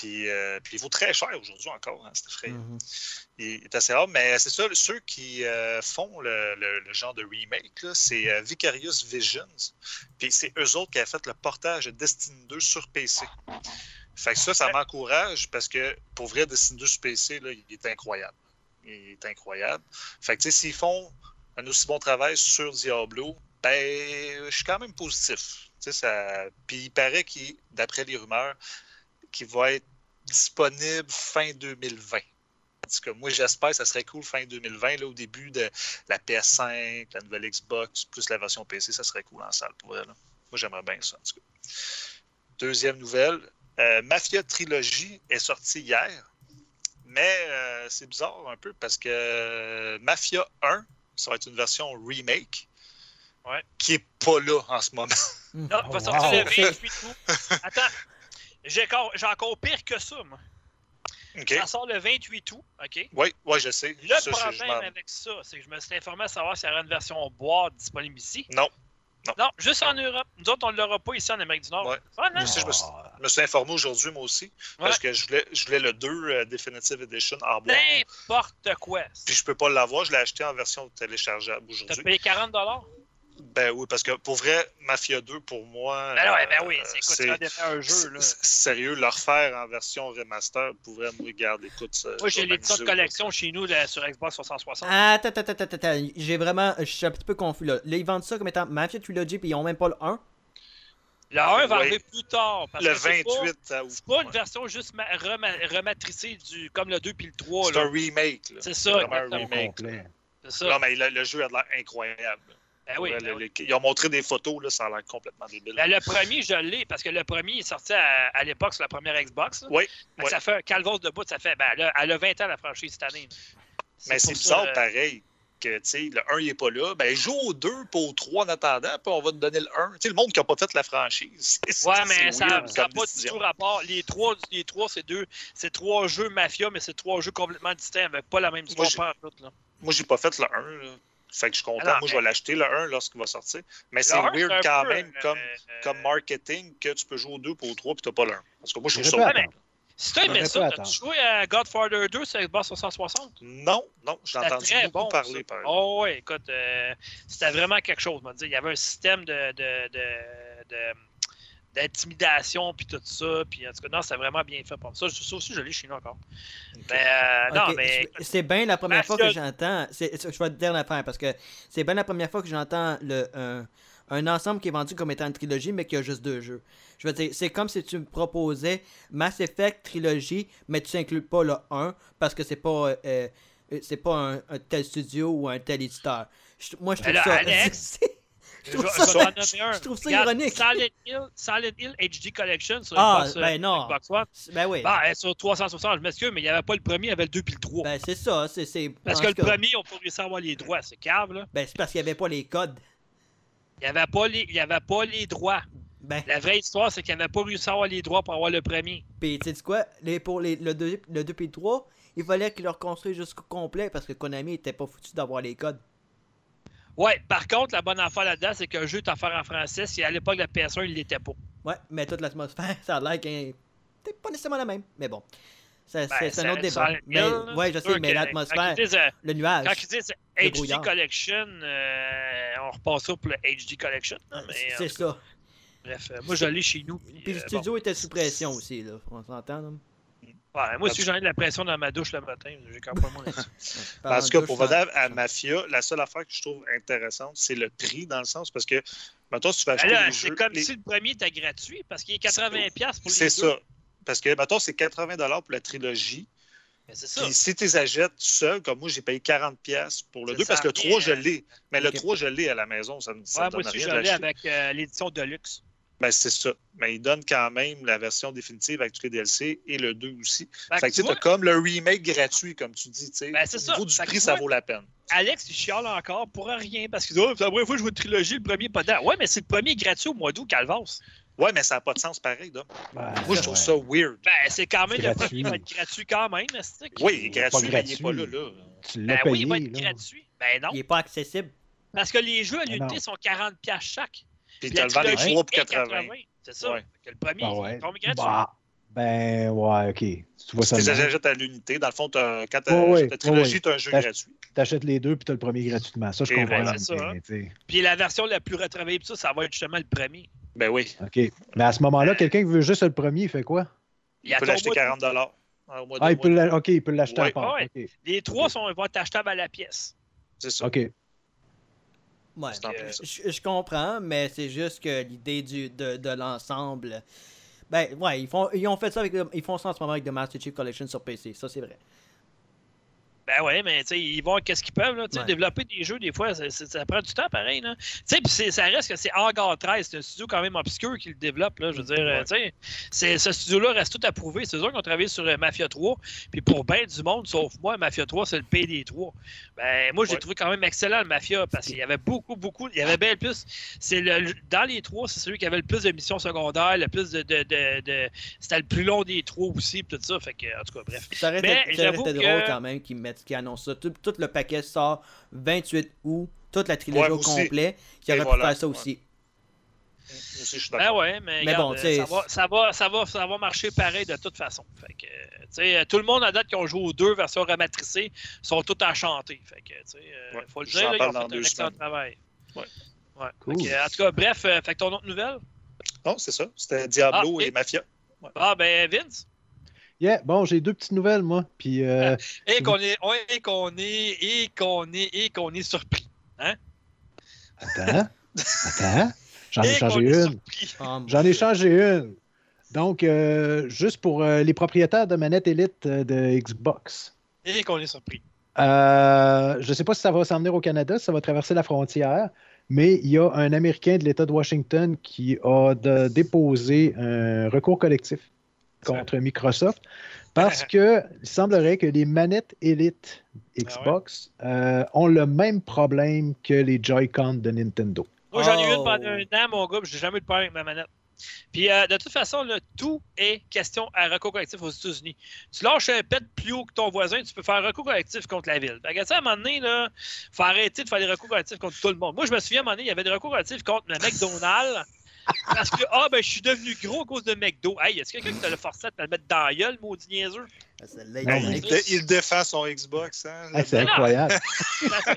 Puis, euh, puis il vaut très cher aujourd'hui encore, hein, c'est effrayant. Mm-hmm. Il est assez rare, mais c'est ça, ceux qui euh, font le, le, le genre de remake, là, c'est euh, Vicarious Visions. Puis c'est eux autres qui ont fait le portage de Destiny deux sur P C. Fait que ça, ça m'encourage parce que pour vrai, Destiny deux sur P C, là, il est incroyable. Il est incroyable. Fait que tu sais, s'ils font un aussi bon travail sur Diablo, ben, je suis quand même positif. Tu sais, ça... Puis il paraît qu'il, d'après les rumeurs, qu'il va être disponible fin deux mille vingt. En tout cas, moi, j'espère que ça serait cool fin deux mille vingt, là, au début de la P S cinq, la nouvelle Xbox, plus la version P C, ça serait cool en salle pour elle. Moi, j'aimerais bien ça, en tout cas. Deuxième nouvelle, euh, Mafia Trilogy est sortie hier, mais euh, c'est bizarre un peu parce que euh, Mafia un, ça va être une version remake, ouais. qui n'est pas là en ce moment. Non, il va sortir wow. le vingt-huit août. Attends, j'ai encore, j'ai encore pire que ça, moi. Okay. Ça sort le vingt-huit août, OK? Oui, ouais, je sais. Le ça, problème avec ça, c'est que je me suis informé à savoir s'il y aura une version boîte disponible ici. Non. Non. Non, juste en Europe. Nous autres, on ne l'aura pas ici en Amérique du Nord. Ouais. Ah, non. Je, sais, je, me suis, je me suis informé aujourd'hui, moi aussi, ouais. parce que je voulais, je voulais le deux euh, Definitive Edition en boîte. N'importe quoi. Puis je peux pas l'avoir, je l'ai acheté en version téléchargeable aujourd'hui. Tu as payé quarante dollars? Ben oui, parce que pour vrai, Mafia deux, pour moi. Ben, ouais, ben oui, c'est, écoute, c'est, c'est un jeu. Là. C'est, sérieux, le refaire en version remaster, pour vrai, moi, regarde, écoute. Ça, moi, j'ai l'édition de collection chez nous là, sur Xbox trois cent soixante. Attends, attends, attends, attends, attends. J'ai vraiment. Je suis un petit peu confus là. Là, ils vendent ça comme étant Mafia Trilogy, puis ils ont même pas le un. Le un va oui. arriver plus tard. Parce le que vingt-huit, c'est pas, ça c'est pas une version juste ma- rema- rematricée du, comme le deux puis le trois. C'est là. un remake. Là. C'est ça, c'est un remake. C'est ça. Non, mais le, le jeu a l'air incroyable. Ben oui, ouais, ben le, oui. Le, ils ont montré des photos, là, ça a l'air complètement débile. Ben, le premier, je l'ai, parce que le premier est sorti à, à l'époque sur la première Xbox. Là. Oui. oui. Ça fait un calvaire de bout, ça fait. Ben, là, elle a vingt ans la franchise cette année. C'est mais c'est bizarre, ça, pareil. Que, le un, il n'est pas là. Ben, joue au deux, pas au trois en attendant, puis on va te donner le un. T'sais, le monde qui n'a pas fait la franchise. C'est, ouais, mais ça n'a pas décision. du tout rapport. Les trois, les trois c'est deux. C'est trois jeux Mafia, mais c'est trois jeux complètement distincts, avec pas la même histoire. Moi, par tout, là. Moi, j'ai pas fait le un. Là. Fait que je suis content. Alors, moi, mais... je vais l'acheter, le un, lorsqu'il va sortir. Mais c'est un, weird c'est quand peu, même, euh, comme, euh, comme marketing, que tu peux jouer au deux pour au trois, puis tu n'as pas le un. Parce que moi, je trouve ça weird. Si tu as aimé ça, as-tu joué à Godfather deux sur Xbox trois cent soixante? Non, non, j'ai entendu très beaucoup bon, parler. Par oh oui, écoute, euh, c'était vraiment quelque chose. Il y avait un système de, de, de, de, d'intimidation, puis tout ça. Puis en tout cas, non, c'était vraiment bien fait pour ça. Ça aussi, je l'ai chez nous encore. Okay. Mais, euh, okay. non, mais... C'est bien la première Mafia... fois que j'entends... C'est, je vais te dire l'affaire, parce que c'est bien la première fois que j'entends le... un un ensemble qui est vendu comme étant une trilogie, mais qui a juste deux jeux. Je veux dire, c'est comme si tu me proposais Mass Effect Trilogy, mais tu n'inclus pas le un, parce que c'est pas euh, c'est pas un, un tel studio ou un tel éditeur. Je, moi, je trouve là, ça... Alex, je, trouve je, ça je, je trouve ça ironique. Silent Hill, Silent Hill H D Collection sur ah, Xbox, ben non. Xbox One. Ben oui. Ben, sur trois cent soixante, je m'excuse, mais il n'y avait pas le premier, il y avait le deux puis le trois. Ben c'est ça. C'est, c'est... Parce que le cas... premier, on peut réussir à avoir les droits. C'est cave, là. Ben c'est parce qu'il n'y avait pas les codes. Il n'y avait, avait pas les droits. Ben. La vraie histoire, c'est qu'il n'avait pas réussi à avoir les droits pour avoir le premier. Puis, tu sais quoi? Les, pour les, le deux le deux et le trois, il fallait qu'ils le reconstruisent jusqu'au complet parce que Konami n'était pas foutu d'avoir les codes. Ouais, par contre, la bonne affaire là-dedans, c'est qu'un jeu est offert en français. Si à l'époque, la P S un, il l'était pas. Ouais, mais toute l'atmosphère, ça a l'air qu'un... C'est pas nécessairement la même, mais bon. Ça, ben, c'est, c'est un autre débat. Hill, mais, ouais, je sais, mais l'atmosphère, disent, le nuage. Quand ils disent H D Collection, euh, on repassera pour le H D Collection. Non, mais, c'est euh, ça. Bref, euh, moi, je l'ai chez nous. Puis, puis le studio bon. était sous pression aussi, là. On s'entend, là. Ouais, moi aussi, j'en ai de la pression dans ma douche le matin. J'ai quand même mon là-dessus. Parce que pour venir à Mafia, la seule affaire que je trouve intéressante, c'est le prix, dans le sens, parce que, mettons, si tu vas acheter là, les c'est jeux... comme les... si le premier était gratuit, parce qu'il est quatre-vingts dollars pour les c'est deux. ça. Parce que, mettons, c'est quatre-vingts dollars pour la trilogie. Mais c'est ça. Puis si tu les achètes seul, comme moi, j'ai payé quarante dollars pour le c'est deux, parce que le trois, je l'ai. Mais okay. le trois, je l'ai à la maison. Ça me, ça ouais, me donne moi aussi, rien je l'ai d'acheter. avec euh, l'édition Deluxe. Ben, c'est ça. Mais il donne quand même la version définitive avec tous les D L C et le deux aussi. Fait, fait que tu as comme le remake gratuit, comme tu dis. Ben, c'est Au ça. niveau du fait prix, ça vaut la peine. Alex, il chiale encore pour rien parce qu'il dit oh, c'est la première fois que je vois une trilogie, le premier pas dedans. Ouais, mais c'est le premier gratuit au mois d'août, Calvas. Ouais, mais ça n'a pas de sens pareil, là. Ben, moi, je trouve ouais. ça weird. Ben, c'est quand même c'est le gratuit. premier va être gratuit quand même. C'est oui, il est gratuit, pas mais il n'est pas là. là. Tu l'as ben payé, oui, il va être là. gratuit. Ben non. Il n'est pas accessible. Parce que les jeux à ben l'unité sont quarante dollars chaque. Puis tu as le vend les trois pour quatre-vingts. C'est ça. Ouais. Que le premier, ben ouais. il est gratuit. Bah, Ben, ouais, OK. Tu vois ça. Tu les de même. achètes à l'unité. Dans le fond, t'as- quand tu Ouais, ouais, achètes la trilogie, ouais. tu as un jeu T'ach- gratuit. T'achètes les deux, puis t'as le premier gratuitement. Ça, je Et comprends. voilà, c'est ça, hein. mais, tu sais, Puis la version la plus retravaillée, pis ça, ça va être justement le premier. Ben oui. OK. Mais à ce moment-là, quelqu'un qui veut juste le premier, il fait quoi? Il Il peut attend l'acheter au mois de- quarante dollars. Au mois de- Ah, il au peut mois de- l'a- OK, il peut l'acheter Ouais, à part. ouais. OK. Les trois sont, vont être achetables à la pièce. C'est ça. OK. Ouais. C'est en plus ça. Je, je comprends, mais c'est juste que l'idée du, de, de l'ensemble. Ben, ouais, ils, font, ils ont fait ça avec. le- Ils font ça en ce moment avec The Master Chief Collection sur P C. Ça, c'est vrai. Ben ouais, mais tu sais, ils vont qu'est-ce qu'ils peuvent, là. Tu sais, Ouais. développer des jeux, des fois, ça, ça- ça prend du temps pareil, là. Tu sais, puis c'est- ça reste que c'est Hangar treize, c'est un studio quand même obscur qui le développe, là. Je veux dire, euh, tu sais, c'est- ce studio-là reste tout à prouver. C'est eux qui ont travaillé sur euh, Mafia trois, puis pour bien du monde, sauf moi, Mafia trois, c'est le P D trois. Ben, moi, j'ai Ouais. trouvé quand même excellent le Mafia, parce qu'il y avait beaucoup, beaucoup, il y avait bien plus. C'est le, le- dans les trois, c'est celui qui avait le plus de missions secondaires, le plus de. de, de, de- c'était le plus long des trois aussi, puis tout ça. Fait que, en tout cas, bref. Ça aurait Mais été, ça aurait j'avoue été que- drôle quand même qu'ils mettent, qu'ils annoncent ça. Tout, tout le paquet sort vingt-huit août, toute la trilogie Ouais, au aussi. complet. Qui Et aurait pu voilà, faire ça ouais. aussi. Moi aussi, je suis Ben d'accord. ouais, mais, Mais regarde, bon, euh, tu sais, ça, va, ça, va, ça, va, ça va marcher pareil de toute façon. Fait que, euh, tu sais, tout le monde à date qui ont joué aux deux versions rematricées sont tous à chanter. Fait que, tu sais, euh, Ouais, faut le j'en dire, là, ils parle ont dans fait un deux excellent semaines. travail. Ouais. Ouais. Cool. Fait que, en tout cas, bref, euh, fait que ton autre nouvelle? Non, c'est ça. C'était Diablo Ah, ok. et Mafia. Ouais. Ah, ben, Vince. Yeah, bon, j'ai deux petites nouvelles, moi. Puis, euh, Et qu'on est, ouais, et qu'on est, et qu'on est, et qu'on est surpris. attends. Attends. J'en ai Et qu'on changé est une. surpris. Oh, mon J'en ai Dieu. changé une. Donc, euh, juste pour euh, les propriétaires de manettes Elite euh, de Xbox. Et qu'on est surpris. Euh, je ne sais pas si ça va s'en venir au Canada, si ça va traverser la frontière, mais il y a un Américain de l'État de Washington qui a de- déposé un recours collectif contre Microsoft parce que il semblerait que les manettes Elite Xbox euh, ont le même problème que les Joy-Con de Nintendo. Moi, j'en ai eu Oh. une pendant un an, mon gars, puis j'ai jamais eu de problème avec ma manette. Puis, euh, de toute façon, là, tout est question à recours collectif aux États-Unis. Tu lâches un pet plus haut que ton voisin, tu peux faire un recours collectif contre la ville. Fait que, tu sais, à un moment donné, il faut arrêter de faire des recours collectifs contre tout le monde. Moi, je me souviens, à un moment donné, il y avait des recours collectifs contre le McDonald's. Parce que, ah, ben, je suis devenu gros à cause de McDo. Hey, est-ce quelqu'un qui t'a le forcé à te le mettre dans la gueule, maudit niaiseux? Ah, celle-là, Non, il- mais- Il, dé- il défend son Xbox. Hein, Ah, c'est Mais non. incroyable. Parce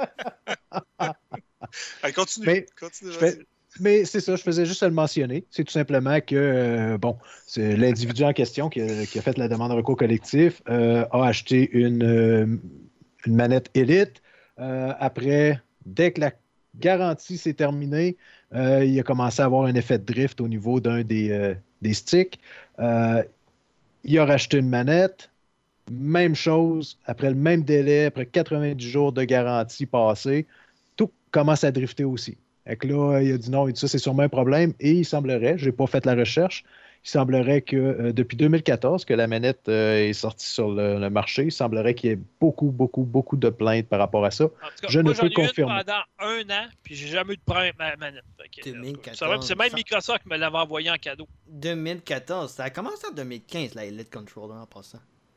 que, Allez, continue. Mais- continue Je vas-y. fais- Mais c'est ça, je faisais juste à le mentionner. C'est tout simplement que, euh, bon, c'est l'individu en question qui a, qui a fait la demande de recours collectif euh, a acheté une, euh, une manette Elite. Euh, après, dès que la garantie s'est terminée, euh, il a commencé à avoir un effet de drift au niveau d'un des, euh, des sticks. Euh, il a racheté une manette. Même chose, après le même délai, après quatre-vingt-dix jours de garantie passée, tout commence à drifter aussi. Fait que là, il a dit non, il dit ça, c'est sûrement un problème. Et il semblerait, je n'ai pas fait la recherche, il semblerait que euh, depuis deux mille quatorze, que la manette euh, est sortie sur le, le marché, il semblerait qu'il y ait beaucoup, beaucoup, beaucoup de plaintes par rapport à ça. en tout cas, Je moi, ne j'en peux ai eu une confirmer. pendant un an, puis j'ai jamais eu de problème avec ma manette. Fait que, deux mille quatorze, c'est même- C'est même ça- Microsoft qui me l'avait envoyé en cadeau. deux mille quatorze, ça a commencé en deux mille quinze, la Elite Controller en passant.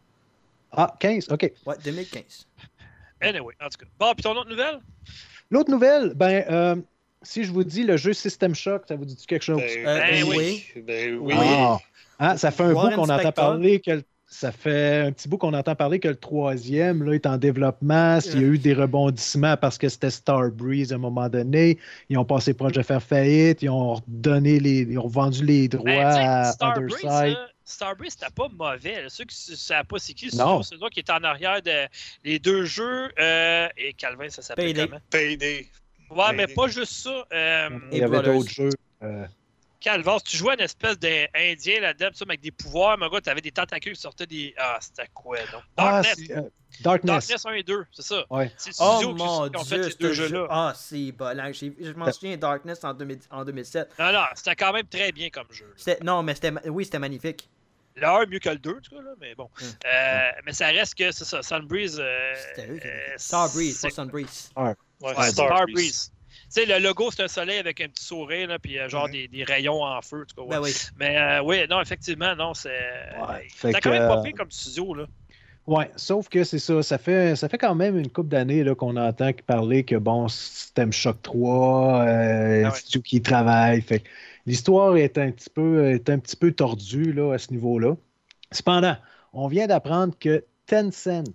Ah, quinze, OK. Ouais, deux mille quinze. Anyway, en tout cas. Bon, puis ton autre nouvelle? L'autre nouvelle, ben, euh, si je vous dis le jeu System Shock, ça vous dit quelque chose? Ben, Euh, Ben oui. Ben oui. Ah. Hein, ça fait un Warren bout qu'on entend Spector. parler que le- ça fait un petit bout qu'on entend parler que le troisième là, est en développement. S'il y a eu des rebondissements parce que c'était Starbreeze à un moment donné, ils ont passé proche de faire faillite, ils ont donné les, ils ont vendu les droits Ben, tu sais, à Starbreeze, Otherside. là, Starbreeze, c'était pas mauvais. là. Ceux qui ne savent pas c'est qui, c'est Non. ceux qui étaient en arrière de les deux jeux. euh, et Calvin, ça s'appelle Payday. comment? Payday. Ouais, mais Payday. pas juste ça. euh, Il y avait Brothers. d'autres jeux. euh, Calvin, tu jouais une espèce d'Indien là-dedans, pis ça, avec des pouvoirs, mon gars, t'avais des tentacules qui sortaient des. Ah, c'était quoi, donc? Ah, Darkness. c'est, euh, Darkness. Darkness un et deux, c'est ça. Ouais. C'est le Oh studio qui, mon qui ont dieu, fait ces ce deux jeu. jeux-là. Ah, c'est bollant. J'ai- Je m'en souviens, Darkness en, deux mille en deux mille sept. Non, non, c'était quand même très bien comme jeu. là. C'était- Non, mais c'était ma- oui, c'était magnifique. Le un mieux que le deux, en tout cas, là, mais bon. Hum. Euh, mais ça reste que, c'est ça, Sunbreeze. Euh, C'était eux qui euh, avaient fait. Starbreeze, c'est- pas Sunbreeze. Ouais, Ouais, Starbreeze. Starbreeze. Tu sais, le logo, c'est un soleil avec un petit sourire, là, puis euh, genre Mhm. des, des rayons en feu, en tout cas. ouais. Ben oui. Mais euh, oui, non, effectivement, non, c'est. Ouais, T'as fait quand même que, pas euh, fait comme studio, là. Ouais, sauf que c'est ça. Ça fait, ça fait quand même une couple d'années là, qu'on entend parler que bon, System Shock trois, euh, Ah un ouais. studio qui travaille. Fait, l'histoire est un petit peu, est un petit peu tordue là, à ce niveau-là. Cependant, on vient d'apprendre que Tencent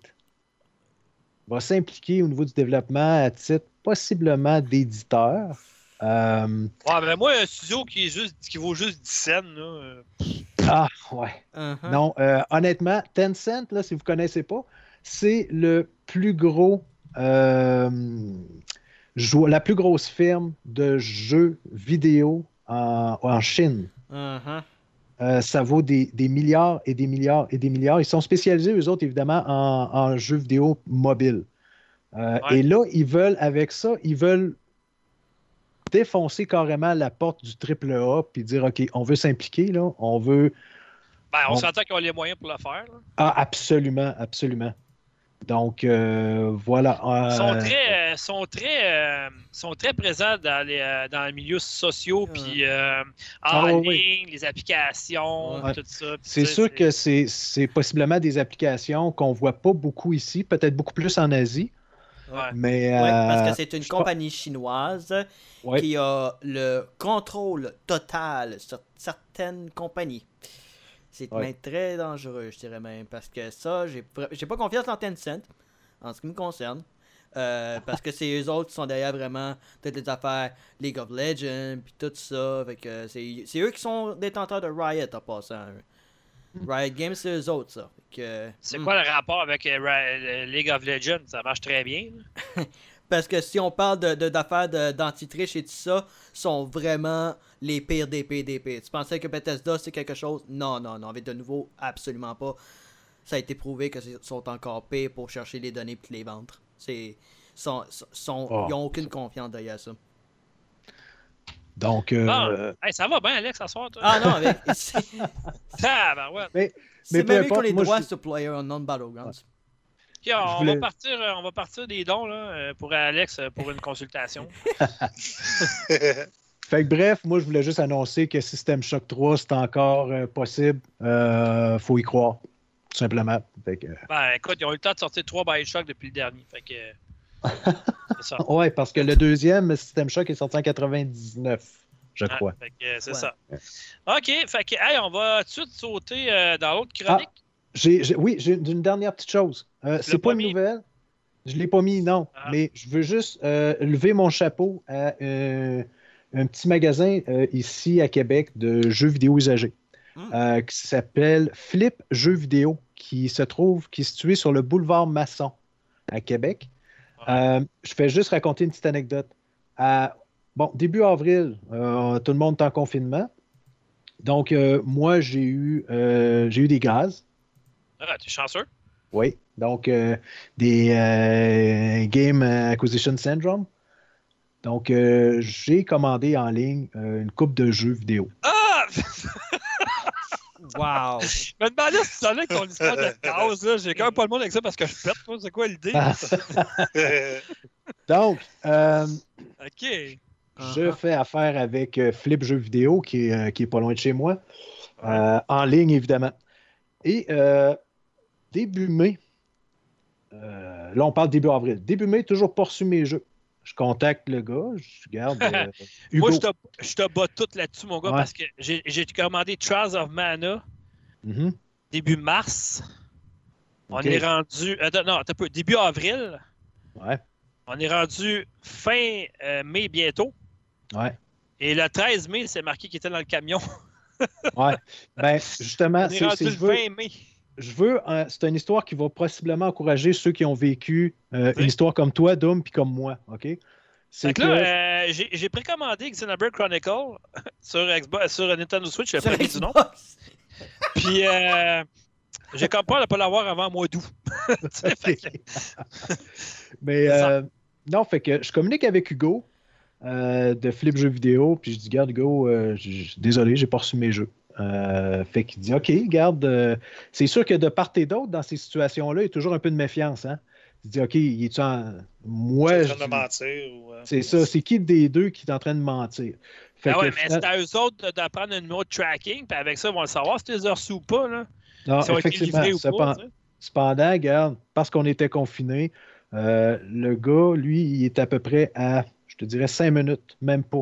va s'impliquer au niveau du développement à titre possiblement d'éditeur. Euh, Ouais, ben moi, un studio qui, est juste, qui vaut juste dix cents, là. euh, Ah, ouais. Uh-huh. Non, euh, honnêtement, Tencent, là, si vous ne connaissez pas, c'est le plus gros, euh, jou- la plus grosse firme de jeux vidéo en, en Chine. Uh-huh. Euh, ça vaut des, des milliards et des milliards et des milliards. Ils sont spécialisés, eux autres, évidemment, en, en jeux vidéo mobiles. Euh, Ouais. Et là, ils veulent, avec ça, ils veulent défoncer carrément la porte du triple A puis dire, OK, on veut s'impliquer, là, on veut... Ben, on On- s'entend qu'ils ont les moyens pour le faire, là. Ah, absolument, absolument. Donc, euh, voilà. Ils sont Euh, très, euh, sont très, euh, sont très présents dans les, euh, dans les milieux sociaux, Ouais. puis euh, en Ah, ouais, ligne, ouais. les applications, Ouais. puis tout ça. puis C'est tu sais, sûr que c'est c'est possiblement des applications qu'on ne voit pas beaucoup ici, peut-être beaucoup plus en Asie, Ouais. mais... Ouais, parce euh, que c'est une je pense- compagnie chinoise Ouais. qui a le contrôle total sur certaines compagnies. C'est Ouais. même très dangereux, je dirais même, parce que ça, j'ai vra- j'ai pas confiance en Tencent, en ce qui me concerne. Euh, parce que c'est eux autres qui sont derrière vraiment toutes les affaires League of Legends, puis tout ça. Fait que c'est c'est eux qui sont détenteurs de Riot en passant. Riot Games, c'est eux autres, ça. Fait que, C'est hmm. quoi le rapport avec euh, Ra- le League of Legends? Ça marche très bien. là. Parce que si on parle de, de- d'affaires de, d'anti-triche et tout ça, sont vraiment les pires des pires des pires. Tu pensais que Bethesda c'est quelque chose? Non, non, non. Avec de nouveau, absolument pas. Ça a été prouvé que c'est- sont encore pires pour chercher les données et les vendre. C'est, sont, sont, Oh. Ils ont aucune confiance derrière ça. Donc, euh, Bon. Hey, ça va bien, Alex, ce soir, toi? Ah non, avec, c'est, Ah, ben ouais. mais c'est peu même mieux qu'on importe, les moi, droits je- sur Player non Battlegrounds. Ok, on, voulais- va partir, euh, on va partir des dons là, euh, pour Alex euh, pour une consultation. Fait que bref, moi, je voulais juste annoncer que System Shock trois, c'est encore euh, possible. Euh, faut y croire, tout simplement. Fait que, Ben écoute, ils ont eu le temps de sortir trois Bioshock depuis le dernier. Fait que. euh, c'est ça. ouais, parce que le deuxième, System Shock, est sorti en quatre-vingt-dix-neuf, je Ah, crois. fait que, euh, c'est Ouais. ça. OK, fait que, hey, on va tout de suite sauter euh, dans l'autre chronique. J'ai, j'ai- oui, j'ai une dernière petite chose. Euh, Tu c'est l'as pas pas une mis? nouvelle. Je l'ai pas mis, non. Ah. Mais je veux juste euh, lever mon chapeau à euh, un petit magasin euh, ici à Québec de jeux vidéo usagés Mm. euh, qui s'appelle Flip Jeux vidéo, qui se trouve, qui est situé sur le boulevard Masson à Québec. Ouais. Euh, je fais juste raconter une petite anecdote. À, bon, début avril, euh, tout le monde est en confinement. Donc, euh, moi, j'ai eu, euh, j'ai eu des gaz. Ah, t'es chanceux. Oui, donc euh, des euh, Game Acquisition Syndrome. Donc, euh, j'ai commandé en ligne euh, une coupe de jeux vidéo. Ah! Wow! Je me demandais si tu allais avec ton histoire de gaz, là. J'ai quand même pas le monde avec ça parce que je pète, moi. C'est quoi l'idée? Ah. Donc, euh, OK. je fais affaire avec euh, Flip Jeux vidéo, qui est, euh, qui est pas loin de chez moi, euh, en ligne, évidemment. Et euh, début mai, euh, là, on parle début avril. Début mai, toujours pas reçu mes jeux. Je contacte le gars, je garde euh, Hugo. Moi, je te, je te bats tout là-dessus, mon gars, Ouais. parce que j'ai j'ai commandé Trials of Mana Mhm. début mars. On OK. est rendu. Attends, non, attends un peu. Début avril. Ouais, On est rendu fin euh, mai bientôt. ouais, Et le treize mai, c'est marqué qu'il était dans le camion. ouais. Ben, justement, On est c'est, rendu c'est- le je veux, vingt mai. je veux euh, c'est une histoire qui va possiblement encourager ceux qui ont vécu euh, Oui. une histoire comme toi, Doom, puis comme moi, OK? C'est Fait que là, euh, j'ai j'ai précommandé Xenoblade Chronicle sur, Xbox, sur Nintendo Switch, le Sur premier du nom. Xbox. Puis euh, j'ai comme peur de ne pas l'avoir avant le mois d'août. Tu sais, fait que- Mais C'est ça. euh, non, fait que je communique avec Hugo euh, de Flip Jeux vidéo, puis je dis, garde Hugo, euh, j- j- désolé, j'ai pas reçu mes jeux. Euh, fait qu'il dit, OK, garde, euh, c'est sûr que de part et d'autre, dans ces situations-là, il y a toujours un peu de méfiance. Hein? Il dit, OK, il est-tu en. Moi, en je train de dis, mentir. Ou, euh, c'est ça, c'est qui des deux qui est en train de mentir? Fait Ben ouais, que mais final- c'est à eux autres de- d'apprendre un numéro de tracking, puis avec ça, ils vont le savoir si tu les as reçus ou pas. Là. non, Si on a été effectivement, livrés ou pas. cependant, tu sais. cependant, regarde, parce qu'on était confinés, euh, le gars, lui, il est à peu près à, je te dirais, cinq minutes, même pas,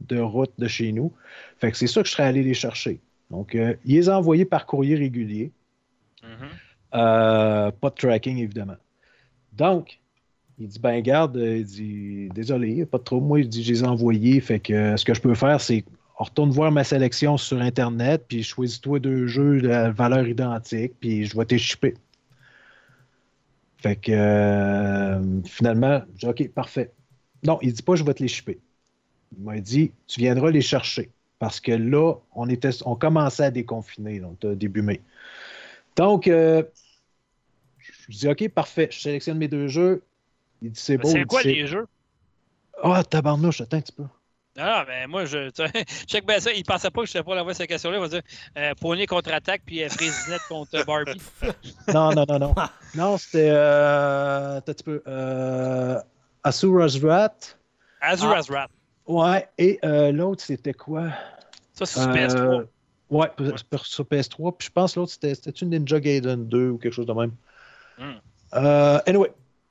de route de chez nous. Fait que c'est ça que je serais allé les chercher. Donc, euh, ils les ont envoyés par courrier régulier. Mhm. Euh, pas de tracking, évidemment. Donc, il dit, ben garde, il dit, désolé, pas de trouble. Moi, il dit, je les ai envoyés. Fait que euh, ce que je peux faire, c'est on retourne voir ma sélection sur Internet, puis choisis-toi deux jeux de valeur identique, puis je vais t'les shipper. Fait que euh, finalement, je dis, OK, parfait. Non, il dit pas, je vais te les shipper. Il m'a dit, tu viendras les chercher. Parce que là, on, était, on commençait à déconfiner, donc début mai. Donc, euh, je dis, OK, parfait. Je sélectionne mes deux jeux. Il dit, c'est beau. C'est il quoi dit, les jeux? Ah, oh, tabarnouche, attends un petit peu. Non, non, mais moi, je. Check bien ça. Il pensait pas que je savais pas l'envoyer cette question-là. Il va dire euh, Pony contre-attaque puis euh, Frésinette contre Barbie. Non, non, non, non. Non, c'était. Euh, attends un petit peu. Euh, Asura's Wrath. Azura's Wrath. Ouais, et euh, l'autre, c'était quoi? Ça, c'est sur P S trois. Euh, ouais, ouais, sur P S trois. Puis je pense l'autre, c'était, c'était-tu Ninja Gaiden deux ou quelque chose de même. Mm. Euh, anyway.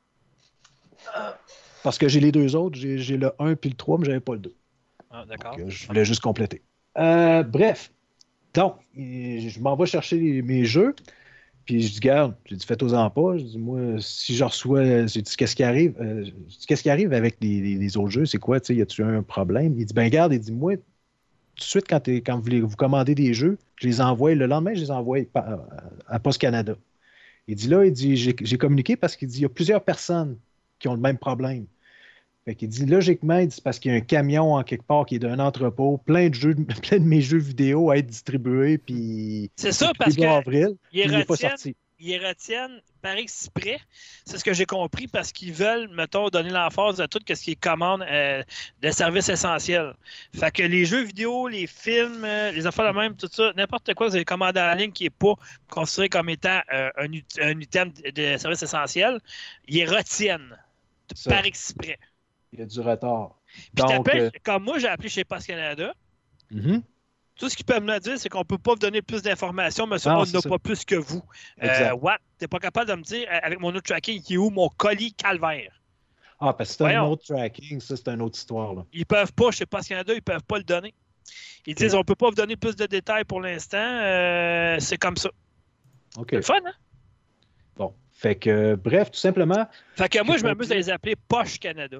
Parce que j'ai les deux autres. J'ai, j'ai le un puis le trois, mais j'avais pas le deux. Ah, d'accord. Donc, je voulais juste compléter. Euh, bref. Donc, je m'en vais chercher les, mes jeux. Puis je dis, garde, j'ai dit, faites-en pas. Je dis, moi, si je reçois, j'ai dit, qu'est-ce qui arrive? Euh, j'ai dit, qu'est-ce qui arrive avec les, les, les autres jeux? C'est quoi? Tu sais, y a-tu un problème? Il dit, ben, garde, il dit, moi, tout de suite, quand, quand vous, les, vous commandez des jeux, je les envoie, le lendemain, je les envoie à, à Post Canada. Il dit, là, il dit, j'ai, j'ai communiqué parce qu'il dit, il y a plusieurs personnes qui ont le même problème. Fait qu'il dit, logiquement, il dit, c'est parce qu'il y a un camion en quelque part qui est d'un entrepôt, plein de jeux, plein de mes jeux vidéo à être distribués, puis c'est ça, puis parce que avril, ils il n'est pas retiennent, sorti. ils retiennent par exprès, c'est ce que j'ai compris, parce qu'ils veulent, mettons, donner l'emphase à tout ce qui est commande euh, de services essentiels. Fait que les jeux vidéo, les films, euh, les affaires de même, tout ça, n'importe quoi que vous avez commandé en ligne qui n'est pas considéré comme étant euh, un, un item de, de service essentiel, ils retiennent Ça. par exprès. Il y a du retard. Puis Donc, t'appelles, euh, comme moi, j'ai appelé chez Post Canada. mm-hmm. Tout ce qu'ils peuvent me dire, c'est qu'on ne peut pas vous donner plus d'informations, mais ça, Non, on c'est n'a ça. pas plus que vous. Exact. Euh, what? Tu n'es pas capable de me dire, avec mon autre tracking, qui est où mon colis calvaire? Ah, parce que c'est un Voyons. autre tracking, ça, c'est une autre histoire. Là. Ils ne peuvent pas, chez Post Canada, ils ne peuvent pas le donner. Ils disent, on ne peut pas vous donner plus de détails pour l'instant. Euh, c'est comme ça. OK. C'est le fun, hein? Bon. Fait que, euh, bref, tout simplement. Fait que moi, je faut m'amuse à dire- les appeler Poche Canada.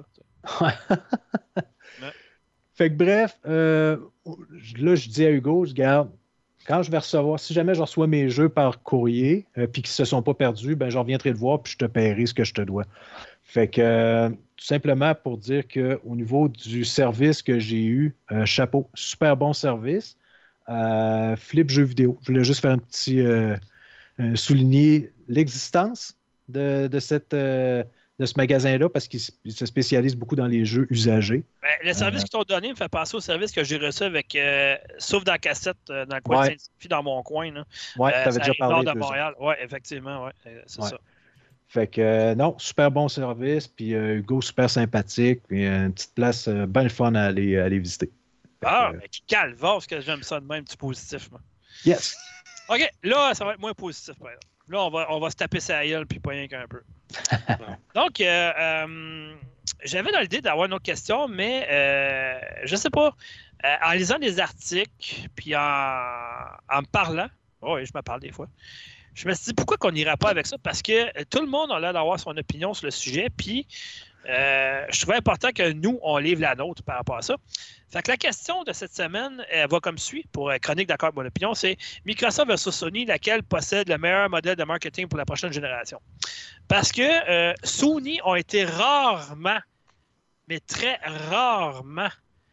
Fait que, bref, euh, là, je dis à Hugo, je garde. Quand je vais recevoir, si jamais je reçois mes jeux par courrier, euh, puis qu'ils ne se sont pas perdus, ben, je reviendrai te voir, puis je te paierai ce que je te dois. Fait que, euh, tout simplement pour dire qu'au niveau du service que j'ai eu, euh, chapeau, super bon service. Euh, Flip Jeux vidéo. Je voulais juste faire un petit euh, euh, souligner l'existence de, de, cette, euh, de ce magasin-là parce qu'il se spécialise beaucoup dans les jeux usagés. Ben, le service Euh, qu'ils t'ont donné me fait penser au service que j'ai reçu avec euh, Sauf dans la cassette, euh, dans le coin Ouais. de Saint-Sophie, dans mon coin. Là. Ouais, Euh, tu avais ça déjà arrive parlé. nord de d'eux autres. Montréal. Oui, effectivement, ouais, euh, c'est Ouais. ça. Fait que euh, non, super bon service, puis euh, Hugo super sympathique, puis euh, une petite place euh, bien le fun à aller, à aller visiter. Fait Ah, que, euh, mais qui calvaire, parce que j'aime ça de même, du positif. Moi. yes! OK, là, ça va être moins positif, par exemple. Là, on va, on va se taper sa gueule, puis pas rien qu'un peu. Donc, euh, euh, j'avais dans l'idée d'avoir une autre question, mais euh, je sais pas. Euh, en lisant des articles, puis en, en me parlant, oh oui, je me parle des fois, je me suis dit pourquoi qu'on n'irait pas avec ça? Parce que tout le monde a l'air d'avoir son opinion sur le sujet, puis euh, je trouvais important que nous, on livre la nôtre par rapport à ça. Fait que la question de cette semaine, elle va comme suit, pour euh, Chronique d'accord avec mon opinion, c'est Microsoft versus Sony, laquelle possède le meilleur modèle de marketing pour la prochaine génération. Parce que euh, Sony ont été rarement, mais très rarement,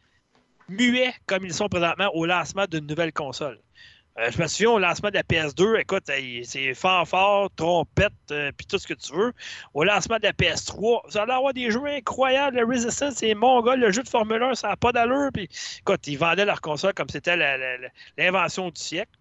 muets comme ils sont présentement au lancement d'une nouvelle console. Euh, je me souviens au lancement de la P S deux, écoute, hey, c'est fanfare, trompette, euh, puis tout ce que tu veux. Au lancement de la P S trois, vous allez avoir des jeux incroyables. Le Resistance, c'est mon gars, le jeu de Formule un, ça n'a pas d'allure. Puis, écoute, ils vendaient leur console comme c'était la, la, la, l'invention du siècle.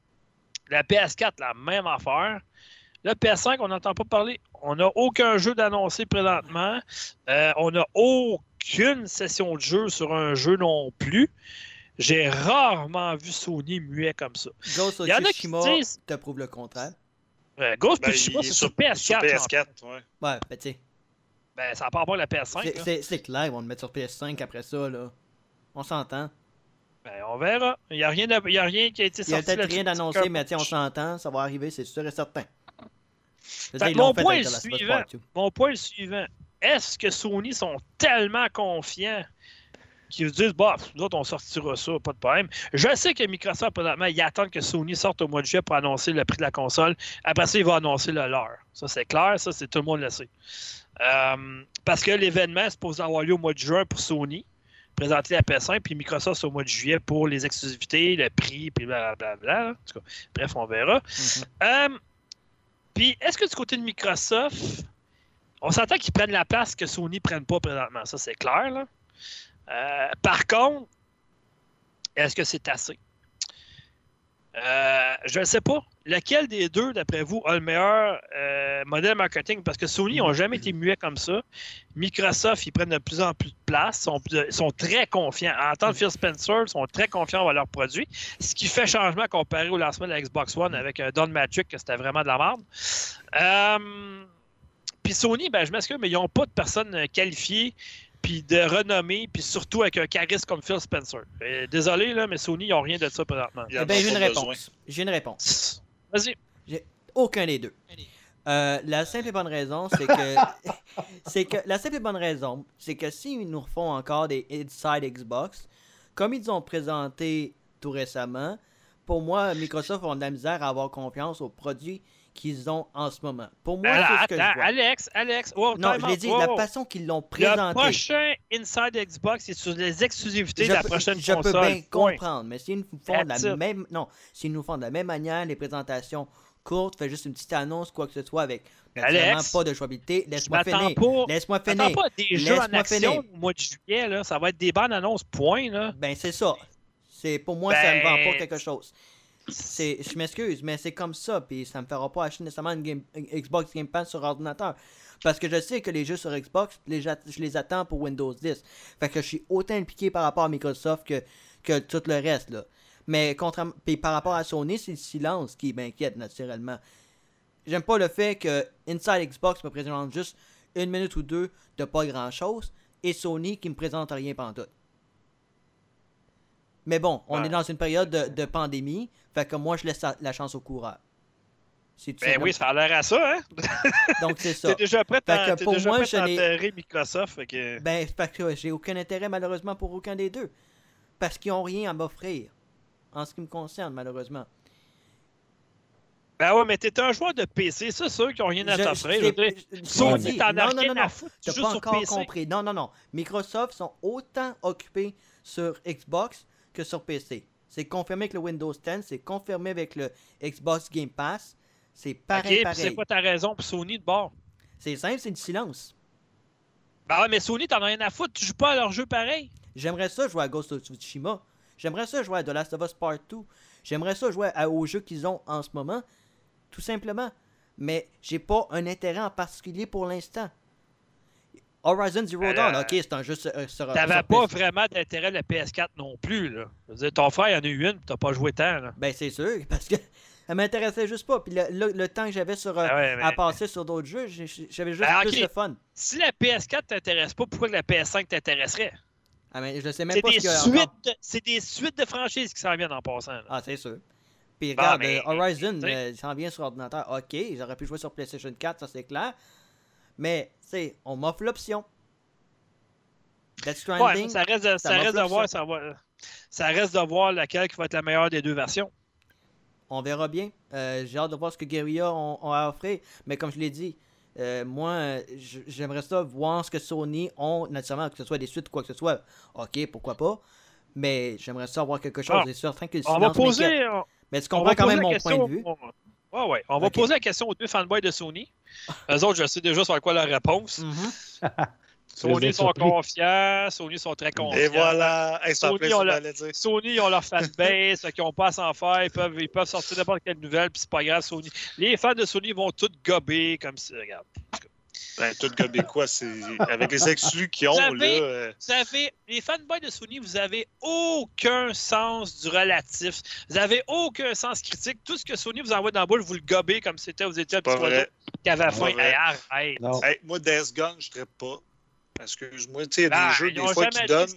La P S quatre, la même affaire. Le P S cinq, on n'entend pas parler. On n'a aucun jeu d'annoncé présentement. Euh, on n'a aucune session de jeu sur un jeu non plus. J'ai rarement vu Sony muet comme ça. Ghost Il y en a qui Tsushima disent- te prouve le contraire. Euh, Ghost Ben, Tsushima, il est c'est sur, sur P S sur quatre. P S quatre, ouais. Ouais, ben tu sais, Ben, ça n'a pas rapport à la P S cinq. c'est- là. c'est c'est clair, ils vont le mettre sur P S cinq après ça, là. On s'entend. Ben, on verra. Il n'y a, rien de- il y a rien qui a été Il y a sorti peut-être là-dessus. rien d'annoncé, mais tiens, on s'entend, ça va arriver, c'est sûr et certain. Je veux Fait dire, que ils l'ont mon fait point avec est The Last of Us suivant. Part deux. Mon point est le suivant. Est-ce que Sony sont tellement confiants qu'ils se disent, bah, nous autres, on sortira ça, pas de problème. Je sais que Microsoft, présentement, ils attendent que Sony sorte au mois de juillet pour annoncer le prix de la console. Après ça, ils vont annoncer le leur. Ça, c'est clair. Ça, c'est tout le monde le sait. Euh, parce que l'événement est supposé avoir lieu au mois de juin pour Sony, présenter la P S cinq, puis Microsoft, c'est au mois de juillet pour les exclusivités, le prix, puis blablabla. En tout cas, bref, on verra. Mhm. Euh, puis, est-ce que du côté de Microsoft, on s'entend qu'ils prennent la place que Sony ne prenne pas présentement. Ça, c'est clair, là. Euh, par contre, est-ce que c'est assez? Euh, je ne sais pas. Lequel des deux, d'après vous, a le meilleur euh, modèle marketing? Parce que Sony n'ont jamais été muets comme ça. Microsoft, ils prennent de plus en plus de place, sont, sont très confiants. En tant que Phil Spencer, ils sont très confiants dans leurs produits. Ce qui fait changement comparé au lancement de la Xbox One avec un Don Matrix, que c'était vraiment de la merde. Euh, Puis Sony, ben, je m'excuse, mais ils n'ont pas de personnes qualifiées puis de renommée, puis surtout avec un charisme comme Phil Spencer. Euh, désolé, là, mais Sony, ils n'ont rien de ça présentement. Ils en Eh bien, ont j'ai une pas réponse. besoin. J'ai une réponse. Vas-y. Aucun des deux. Euh, la simple et bonne raison, c'est que. c'est que la simple et bonne raison, c'est que s'ils nous refont encore des Inside Xbox, comme ils ont présenté tout récemment, pour moi, Microsoft ont de la misère à avoir confiance aux produits qu'ils ont en ce moment. Pour moi, Alors, c'est ce que attends, je vois. Alex, Alex, wow, Non, time je l'ai out, dit, wow, la wow. façon qu'ils l'ont Le présenté. prochain Inside Xbox, c'est sur les exclusivités Je, de la peux- prochaine je console. peux bien Point. comprendre, mais s'ils nous font de That's la it. même non, s'ils nous font de la même manière les présentations courtes, fait juste une petite annonce quoi que ce soit avec naturellement Alex, pas de jouabilité, Je laisse-moi m'attends finir. pas, Laisse-moi m'attends finir. pas à des jeux en Laisse-moi action finir. au mois de juillet. Là. Ça va être des bandes annonces, point. Là. Ben c'est ça. C'est pour moi ça ne vend Ben, pas quelque chose. C'est je m'excuse, mais c'est comme ça puis ça me fera pas acheter nécessairement une, game- une Xbox Game Pass sur ordinateur parce que je sais que les jeux sur Xbox, les j'a- je les attends pour Windows dix. Fait que je suis autant impliqué par rapport à Microsoft que que tout le reste là. Mais contrairement puis par rapport à Sony, c'est le silence qui m'inquiète naturellement. J'aime pas le fait que Inside Xbox me présente juste une minute ou deux de pas grand chose et Sony qui me présente rien pantoute. Mais bon, on Ouais. est dans une période de, de pandémie, fait que moi je laisse la, la chance au coureur. C'est tout Ben simplement- oui, ça a l'air à ça. Hein? Donc c'est ça. T'es déjà prêt Fait à que pour moi, je n'ai- enterrer Microsoft. Fait que... Ben c'est parce que j'ai aucun intérêt malheureusement pour aucun des deux. Parce qu'ils ont rien à m'offrir. En ce qui me concerne, malheureusement. Ben ouais, mais t'es un joueur de P C, c'est sûr qu'ils n'ont rien à Je- t'offrir. je- je veux dire. je- je- Sony, je- t'en as non, non, rien non, à non. foutre, tu T'as joues pas sur encore P C. compris. Non, non, non. Microsoft sont autant occupés sur Xbox que sur P C. C'est confirmé avec le Windows dix, c'est confirmé avec le Xbox Game Pass. C'est Ok, pareil, puis pareil. c'est quoi ta raison pour Sony de bord? C'est simple, c'est du silence. Ben ouais, mais Sony, t'en as rien à foutre, tu joues pas à leur jeu pareil. J'aimerais ça jouer à Ghost of Tsushima. J'aimerais ça jouer à The Last of Us Part deux. J'aimerais ça jouer à- aux jeux qu'ils ont en ce moment. Tout simplement. Mais j'ai pas un intérêt en particulier pour l'instant. Horizon Zero Ben Dawn, là, ok, c'est un jeu sur, euh, sur T'avais sur pas P C. vraiment d'intérêt de la P S quatre non plus, là. Je veux dire, ton frère, il en a eu une, pis t'as pas joué tant, là. Ben c'est sûr, parce que elle m'intéressait juste pas. Puis le, le- le temps que j'avais sur euh, Ah ouais, mais- à passer sur d'autres jeux, j'ai- j'avais juste Ben, plus ok. de fun. Si la P S quatre t'intéresse pas, pourquoi que la P S cinq t'intéresserait? Ah, mais je sais même C'est pas ce des, qu'il y a suites encore. de- c'est des suites de franchises qui s'en viennent en passant. là. Ah, c'est sûr. Puis Bon, regarde, mais- euh, Horizon, tu sais. euh, il s'en vient sur ordinateur. Ok, j'aurais pu jouer sur PlayStation quatre, ça c'est clair. Mais, tu sais, on m'offre l'option. Death Ouais, Stranding, mais ça reste de, ça ça reste de m'offre voir, ça. ça, va- ça reste de voir laquelle qui va être la meilleure des deux versions. on verra bien. Euh, J'ai hâte de voir ce que Guerrilla ont, ont à offrir. Mais comme je l'ai dit, euh, moi, euh, j- j'aimerais ça voir ce que Sony ont, naturellement, que ce soit des suites ou quoi que ce soit. Ok, pourquoi pas. Mais j'aimerais ça avoir quelque chose. Ah, C'est certain que le On va silence m'inquiète. poser, on, Mais tu on comprends va quand poser même la mon question, point de vue. on- ouais, ouais. On va Ok. poser la question aux deux fanboys de Sony. Eux autres, je sais déjà sur quoi leur réponse. Mhm. Tu risques Sony d'être sont surpris. confiants, Sony sont très confiants. Et voilà. Hey, c'est en Sony, plus, on on l'a- allait dire. Sony, ils ont leur fanbase, fait qu'ils n'ont pas à s'en faire, ils peuvent, ils peuvent sortir n'importe quelle nouvelle, puis c'est pas grave, Sony. Les fans de Sony vont tous gober comme ça, regarde. Ben, tout gobé quoi, c'est avec les exclus qu'ils ont, Vous là. avez- euh, Vous avez, les fanboys de Sony, vous avez aucun sens du relatif. Vous avez aucun sens critique. Tout ce que Sony vous envoie dans la boule, vous le gobez comme si c'était, vous étiez un petit pas vrai. oiseau qui avait Pas faim. vrai. Hey, arrête. Non. Hey, moi, Death Gun, je ne pas. Excuse-moi, tu sais, il y a Ah, des jeux, ils des ont fois, jamais qui dit donnent. que c'était-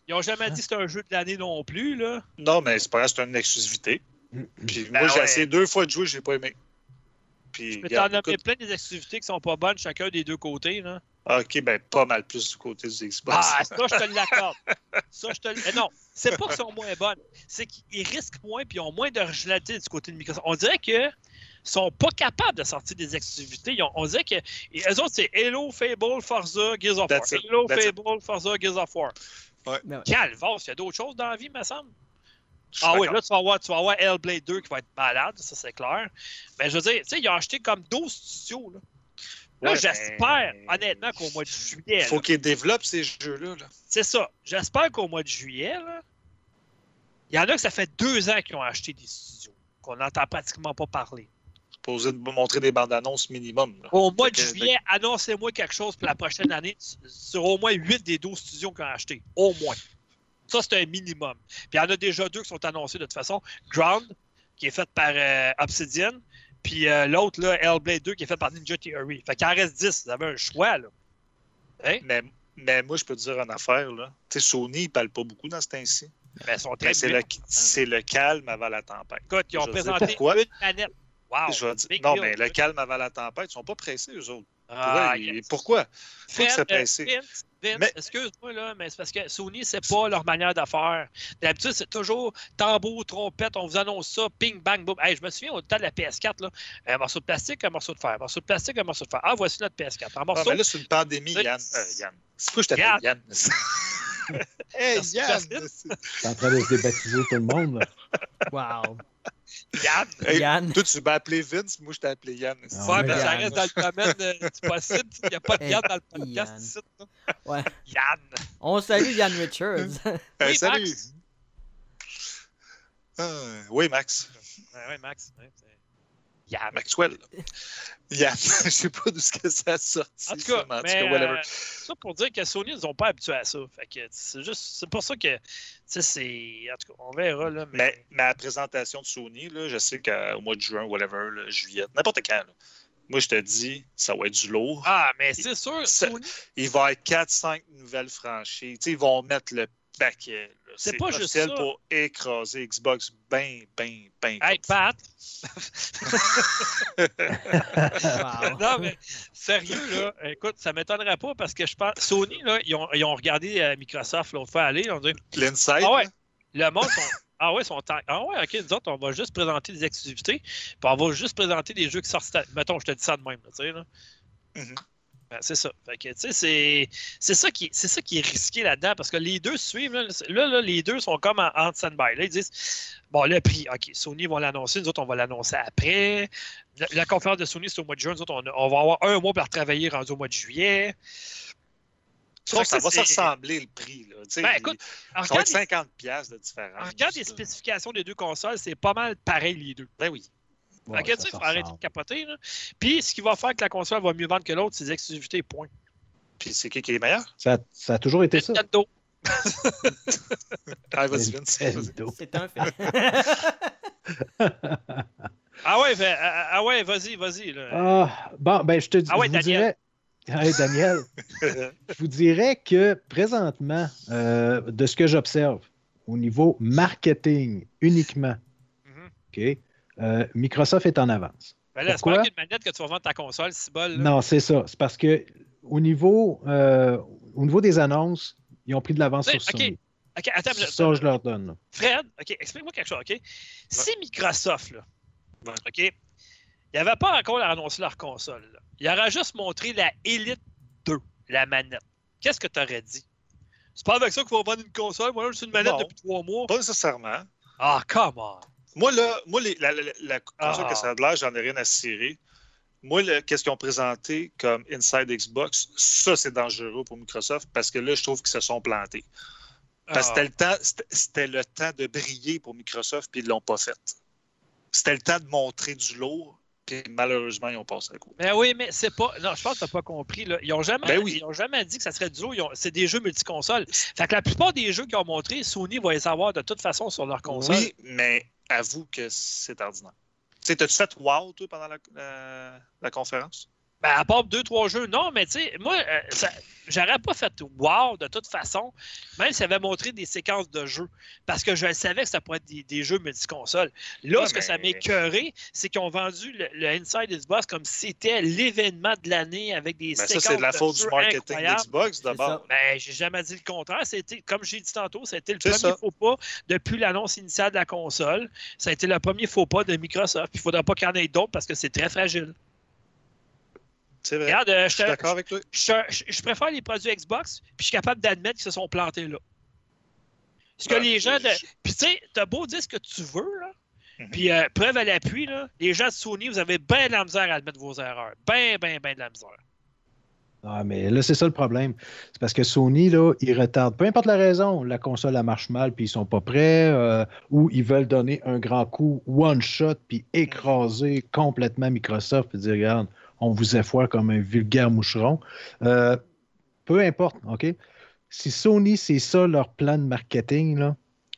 Ils n'ont jamais dit que c'était un jeu de l'année non plus, là. Non, mais c'est pas grave, c'est une exclusivité. Puis Ben moi, j'ai ouais. essayé deux fois de jouer, j'ai pas aimé. Puis, Je peux t'en regarde, nommer écoute, plein des exclusivités qui sont pas bonnes, chacun des deux côtés, là. ok, ben pas mal plus du côté du Xbox. Ah, ça, je te l'accorde. Ça, je te l- eh Non, c'est pas qu'ils sont moins bonnes. C'est qu'ils risquent moins puis ils ont moins d'originalité du côté de Microsoft. On dirait que sont pas capables de sortir des exclusivités. Ils ont- on dirait que et eux autres, c'est Halo, Fable, Forza, Gears of War. That's it. Halo, That's it. Fable, Forza, Gears of War. Mais ouais. Calvaire, il y a d'autres choses dans la vie, me semble. Je suis Ah oui, d'accord. là, tu vas, avoir, tu vas avoir Hellblade deux qui va être malade, ça, c'est clair. Mais je veux dire, tu sais, ils ont acheté comme douze studios, là. Là, Ouais, j'espère, mais- honnêtement, qu'au mois de juillet, Faut là, qu'ils développent ces jeux-là. Là. c'est ça. J'espère qu'au mois de juillet, là, il y en a que ça fait deux ans qu'ils ont acheté des studios, qu'on n'entend pratiquement pas parler. Supposé de montrer des bandes annonces minimum. Là. Au mois de Fait que- juillet, annoncez-moi quelque chose pour la prochaine année sur au moins huit des douze studios qu'ils ont achetés. Au moins. Ça, c'est un minimum. Puis il y en a déjà deux qui sont annoncés de toute façon. Ground, qui est fait par euh, Obsidian, puis euh, l'autre, là, Hellblade deux, qui est fait par Ninja Theory. Fait qu'il en reste dix. Vous avez un choix, là. Hein? Mais, mais moi, je peux te dire une affaire. Là. Tu sais, Sony, ils ne parlent pas beaucoup dans ce temps-ci. Ben, ils sont très Mais c'est bien. le, c'est le calme avant la tempête. Écoute, ils ont Je veux dire, présenté pourquoi? une manette. Wow. Je vais dire- Big non, deal. mais le calme avant la tempête, ils sont pas pressés, eux autres. Ah, Ouais, yes. Pourquoi? Faut Fred, qu'ils soient euh, pressés. Vince, Vince, Mais- excuse-moi, là, mais c'est parce que Sony, c'est pas leur manière de faire. D'habitude, c'est toujours tambour, trompette, on vous annonce ça, ping, bang, boum. Hey, je me souviens au temps de la P S quatre, là, un morceau de plastique, un morceau de fer, un morceau de plastique, un morceau de fer. Ah, voici notre P S quatre. Un Ah, morceau. mais là, c'est une pandémie, C'est- Yann. Euh, Yann. C'est quoi je t'appelle Yann. Yann? Hey, Merci, Yann! Justin. T'es en train de se débaptiser tout le monde. Là. Wow. Yann. Hey, Yann. Toi, tu m'as appelé Vince, moi, je t'ai appelé Yann. Ah, Ouais, mais mais ça Yann. reste dans le domaine euh, du possible. Il n'y a pas de Hey, Yann dans le podcast Yann. ici. là. Ouais. Yann. On salue Yann Richards. Euh, Oui, salut! Max. Ah, oui, Max. Ouais, ouais, Max. Ouais, c'est- Yann. Maxwell. Yann, je sais pas d'où ce que ça a sorti. En tout cas, ça, mais en tout mais, cas, whatever. euh, ça pour dire que Sony, ils sont pas habitués à ça. Fait que c'est juste, c'est pour ça que, tu sais, c'est, en tout cas, on verra, là, mais... Mais, mais à la présentation de Sony, là, je sais qu'au mois de juin, whatever, là, juillet, n'importe quand, là, moi, je te dis, ça va être du lourd. Ah, mais c'est sûr, Ça- Sony, Il va y avoir quatre cinq nouvelles franchises. Tu sais, ils vont mettre le paquet. là. C'est pas juste officiel ça. pour écraser Xbox bien, bien, bien. hey, Pat, Wow. non, mais sérieux, là, écoute, ça m'étonnerait pas parce que je pense, Sony, là, ils ont, ils ont regardé euh, Microsoft l'autre fois aller, ils ont dit, L'inside, ah ouais, là, le monde sont... Ah ouais, sont en- ah ouais, ok, nous autres, on va juste présenter des exclusivités, puis on va juste présenter des jeux qui sortent. cette- Mettons, je te dis ça de même, là, tu sais, là. Mhm. Ben, c'est ça. Fait que, tu sais, c'est, c'est, ça qui, c'est ça qui est risqué là-dedans, parce que les deux suivent. Là, là, là, les deux sont comme en, en stand-by. Là, ils disent, bon, le prix, OK, Sony vont l'annoncer, nous autres, on va l'annoncer après. La, la conférence de Sony, c'est au mois de juin. Nous autres, on, a- on va avoir un mois pour la retravailler rendu au mois de juillet. ça, Fait que ça va se c'est- ressembler le prix. Là. Tu sais, Ben, il- écoute, ça va alors, regarde, être cinquante piastres de différence. regarde les spécifications des deux consoles, c'est pas mal pareil, les deux. Ben oui. Ouais, Fait que, ça tu sais, se faut arrêter de ressemble. capoter. Là. Puis, ce qui va faire que la console va mieux vendre que l'autre, c'est les exclusivités, point. Puis c'est qui qui est meilleur? Ça, ça a toujours été ça. Nintendo. Ah, vas-y, Vince. Vas-y. Nintendo. C'est un fait. Ah ouais, fait- ah, ah ouais, vas-y, vas-y. Là. Ah, bon, ben, je te dis. Ah ouais, je vous Daniel. dirais. Hey, Daniel. Je vous dirais que présentement, euh, de ce que j'observe, au niveau marketing uniquement, Mhm. OK, euh, Microsoft est en avance. Ben là, c'est Pourquoi? pas avec une manette que tu vas vendre ta console, si bol. Là. Non, c'est ça. C'est parce que au niveau, euh, au niveau des annonces, ils ont pris de l'avance Oui, sur OK. Sony. OK, attends, Ça, attends, je leur donne. là. Fred, OK, explique-moi quelque chose, OK? Si Microsoft, là, Ouais. OK, il n'y avait pas encore annoncé leur console, là. Il aurait juste montré la Elite deux, la manette. Qu'est-ce que tu aurais dit? C'est pas avec ça qu'il faut vendre une console? Moi, là, je suis une manette Non. depuis trois mois. Pas nécessairement. Ah, come on! Moi, là, moi, les- la, la, la- la console Ah. que ça a de l'air, j'en ai rien à cirer. Moi, le- qu'est-ce qu'ils ont présenté comme Inside Xbox, ça, c'est dangereux pour Microsoft parce que là, je trouve qu'ils se sont plantés. Parce que Ah. c'était le temps, c'était- c'était le temps de briller pour Microsoft, puis ils ne l'ont pas fait. C'était le temps de montrer du lourd, puis malheureusement, ils ont passé à côté. Mais oui, mais c'est pas. Non, je pense que tu n'as pas compris. Là. Ils n'ont jamais, Ben oui. ils ont jamais dit que ça serait du lourd. Ils ont- C'est des jeux multiconsoles. Fait que la plupart des jeux qu'ils ont montrés, Sony va les avoir de toute façon sur leur console. Oui, mais avoue que c'est ordinaire. Tu sais, t'as-tu fait wow, toi, pendant la, la- la conférence? Ben, à part deux, trois jeux, non, mais tu sais, moi, euh, ça, j'aurais pas fait wow de toute façon, même si ça avait montré des séquences de jeux, parce que je savais que ça pourrait être des, des jeux multiconsoles. Là, Ouais, ce que mais- ça m'a écœuré, c'est qu'ils ont vendu le, le Inside Xbox comme si c'était l'événement de l'année avec des Mais ça, séquences c'est de la faute jeux du marketing incroyables. d'Xbox C'est d'abord. Ben, j'ai jamais dit le contraire. C'était, comme j'ai dit tantôt, ça a été le C'est premier ça. faux pas depuis l'annonce initiale de la console. Ça a été le premier faux pas de Microsoft. Puis il ne faudra pas qu'il y en ait d'autres parce que c'est très fragile. C'est vrai. Regarde, euh, Je je, suis te- d'accord avec toi. je, je- je préfère les produits Xbox, puis je suis capable d'admettre qu'ils se sont plantés là. Ce que Ben, les gens. De... je- Puis tu sais, t'as beau dire ce que tu veux, là. Mhm. Puis euh, preuve à l'appui, là, les gens de Sony, vous avez bien de la misère à admettre vos erreurs. Ben, ben, ben de la misère. Ah, mais là, c'est ça le problème. C'est parce que Sony, là, ils retardent. Peu importe la raison, la console, elle marche mal, puis ils sont pas prêts, euh, ou ils veulent donner un grand coup one shot, puis écraser complètement Microsoft, puis dire, regarde, on vous effoire comme un vulgaire moucheron. Euh, peu importe, OK? Si Sony, c'est ça leur plan de marketing, là,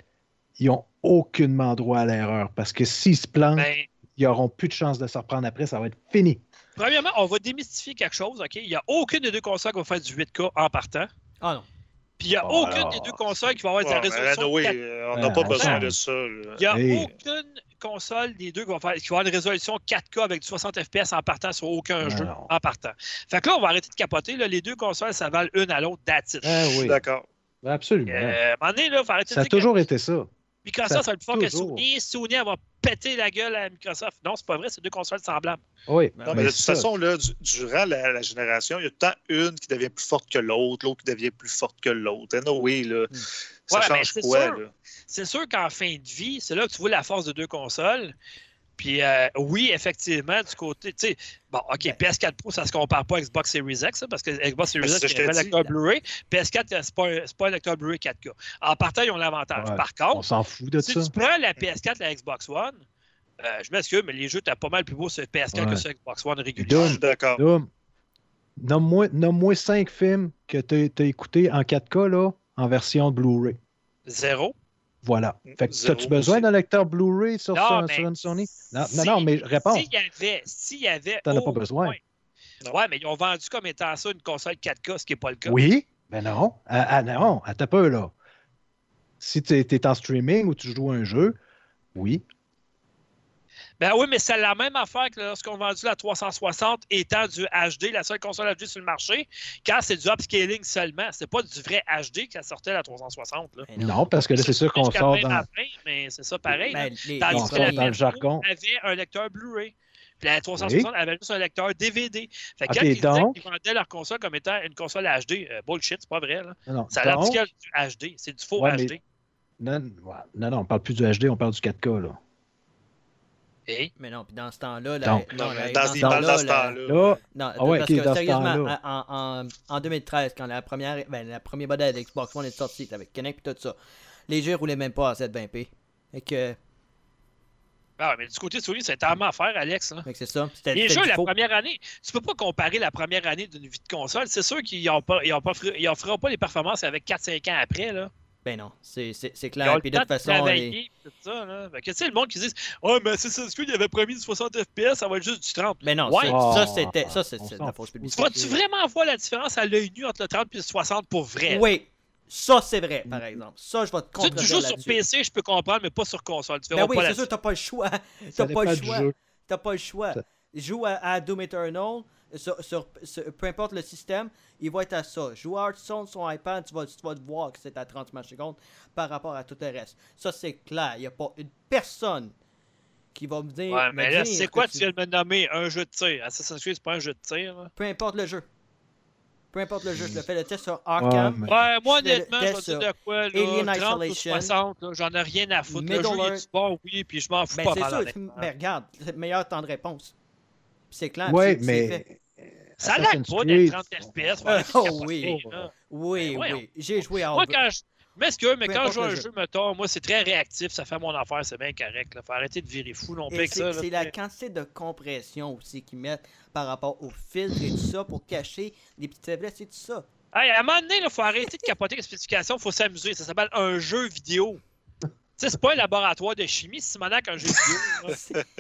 ils n'ont aucunement droit à l'erreur. Parce que s'ils se plantent, Ben, ils n'auront plus de chance de se reprendre après, ça va être fini. premièrement, on va démystifier quelque chose, OK? Il n'y a aucune des deux consoles qui va faire du huit K en partant. Ah non. Puis il n'y a Oh, aucune alors. des deux consoles qui va avoir de la Ouais, mais résolution anyway, quatre K. euh, on n'a Ah, pas besoin attends. de ça. là. Il n'y a Hey. aucune console des deux qui va, faire, qui va avoir une résolution quatre K avec du soixante F P S en partant sur aucun Non, jeu non. en partant. Fait que là, on va arrêter de capoter. Là. Les deux consoles, ça valent une à l'autre, that's it. Ah Je suis oui, d'accord. absolument. Euh, à un moment donné, là, il faut arrêter Ça a de dire toujours que été ça. Microsoft, ça a ça va être plus fort que toujours. Sony. Sony, elle va péter la gueule à Microsoft. Non, c'est pas vrai, c'est deux consoles semblables. Oui, Ben Non, mais mais de toute ça, façon, là, du- durant la, la génération, il y a tout le temps une qui devient plus forte que l'autre, l'autre qui devient plus forte que l'autre. Anyway, là, ça Ouais, mais change c'est quoi, sûr. là? C'est sûr qu'en fin de vie, c'est là que tu vois la force de deux consoles. Puis euh, oui, effectivement, du côté, tu sais, bon, OK, Ben- P S quatre Pro, ça ne se compare pas à Xbox Series X, ça, parce que Xbox Series Ben, c'est X, ce que je c'est un t'ai dit. lecteur Blu-ray. P S quatre, c'est pas, un- c'est pas un lecteur Blu-ray quatre K. En partant, ils ont l'avantage. Ouais, Par on contre, s'en fout de si ça. tu prends la P S quatre, la Xbox One, euh, je m'excuse, mais les jeux, t'as pas mal plus beau sur P S quatre Ouais. que sur Xbox One régulier. Doom. Je suis d'accord. Doom, nomme-moi nomme-moi cinq films que tu as écoutés en quatre K là, en version Blu-ray. Zéro. Voilà. Fait que Zéro as-tu besoin aussi. d'un lecteur Blu-ray sur, Non, sur- mais sur une Sony? Non, si- non, non, mais réponds. S'il y avait, s'il y avait. T'en as pas au besoin. moins- Ouais, mais ils ont vendu comme étant ça une console quatre K, ce qui n'est pas le cas. Oui, ben non. Ah, ah, non, attends un peu là. Si tu es en streaming ou tu joues à un jeu, oui. Ben oui, mais c'est la même affaire que lorsqu'on a vendu la trois cent soixante étant du H D, la seule console H D sur le marché, quand c'est du upscaling seulement. C'est pas du vrai H D qui a sorti la trois cent soixante. Là. Ben Non, parce que là, c'est sûr qu'on Jusqu'à sort même dans. à vingt, mais c'est ça pareil. là. Ben, les- Tandis on les- que sort la dans le P S jargon. avait un lecteur Blu-ray. Puis la trois cent soixante avait juste un lecteur D V D. Fait que Ok, quand ils disaient donc- qu'ils vendaient leur console comme étant une console H D, euh, bullshit, c'est pas vrai. Là. Non, non. Ça Donc- l'upscale du H D. C'est du faux Ouais, mais- H D. non, ouais, non, non, on parle plus du H D, on parle du quatre K là. Et Mais non, puis dans ce temps-là, la- Donc- non, Non, la- mais dans dans, ce il parle temps-là, dans ce la- temps-là. Là, Non, Ah ouais, parce ok, que dans ce sérieusement, temps-là. en, en, en deux mille treize, quand la première, ben, la première modèle de Xbox One est sortie, avec Kinect et tout ça, les jeux roulaient même pas à sept vingt p. Fait que, Ah ouais, mais du côté de Sony, c'est tellement à faire, Alex. Là. fait que c'est ça. C'était Les c'était jeux, du la faux. première année, tu peux pas comparer la première année d'une vie de console. C'est sûr qu'ils n'ont pas, ils ont pas, ils offriront pas les performances avec quatre cinq ans après. Là. Ben non, c'est c'est- c'est Ils ont clair. le Puis de temps toute de façon, travailler, les- tout ça. Là. Fait que, tu sais, le monde qui dit « Oh, mais c'est ça, il avait promis du soixante F P S, ça va être juste du trente. » ben non, Ouais. c'est- Oh, ça c'était ça c'est on c'est de s'en la fausse fout. publicité. Vas-tu vraiment voir la différence à l'œil nu entre le trente et le soixante pour vrai? Oui, ça c'est vrai, par exemple. Ça, je vais te Tu sais, tu contredire joues sur là-dessus. P C, je peux comprendre, mais pas sur console. Tu verras Ben oui, pas c'est la sûr, t'as pas le choix. ça T'as dépend pas le du choix. jeu. T'as pas le choix. Ça- Joue à, à Doom Eternal, sur, sur- sur- peu importe le système, il va être à ça. Joue à Hearthstone sur iPad, tu vas, tu vas te voir que c'est à trente images secondes par rapport à tout le reste. Ça, c'est clair. Il n'y a pas une personne qui va me dire. Ouais, me mais là, dire c'est que quoi tu- tu viens de me nommer? Un jeu de tir. Assassin's Creed, c'est pas un jeu de tir. Là. Peu importe le jeu. Peu importe le jeu. Je le fais le test sur Arkham. mais- Ouais, moi, Je fais le honnêtement, je vais test te dire de quoi, là, Alien trente ou Isolation. soixante, là, j'en ai rien à foutre. Le Middle jeu, il est Earth. bon, oui, puis je m'en fous Ben, pas c'est mal. sûr. honnêtement. Ben, regarde, c'est le meilleur temps de réponse. Puis c'est clair. Ouais, c'est- c'est fait. mais. Ça lag Assassin's pas Creed, des trente F P S. faut arrêter de Oh capoter, oui. là. Oui, Ben, voyons. oui. J'ai joué à Moi, Outbreak. quand je. Je m'excuse, mais Peu quand je importe joue à un le jeu, jeu. mettons, moi, c'est très réactif, ça fait mon affaire, c'est bien correct. Là. Faut arrêter de virer fou non plus Et avec c'est ça. là. c'est la quantité de compression aussi qu'ils mettent par rapport au filtre et tout ça pour cacher les petites faiblesses et tout ça. Hey, à un moment donné, il faut arrêter de capoter les spécifications, il faut s'amuser. Ça s'appelle un jeu vidéo. Tu sais, c'est pas un laboratoire de chimie, Simonac, un jeu vidéo. là.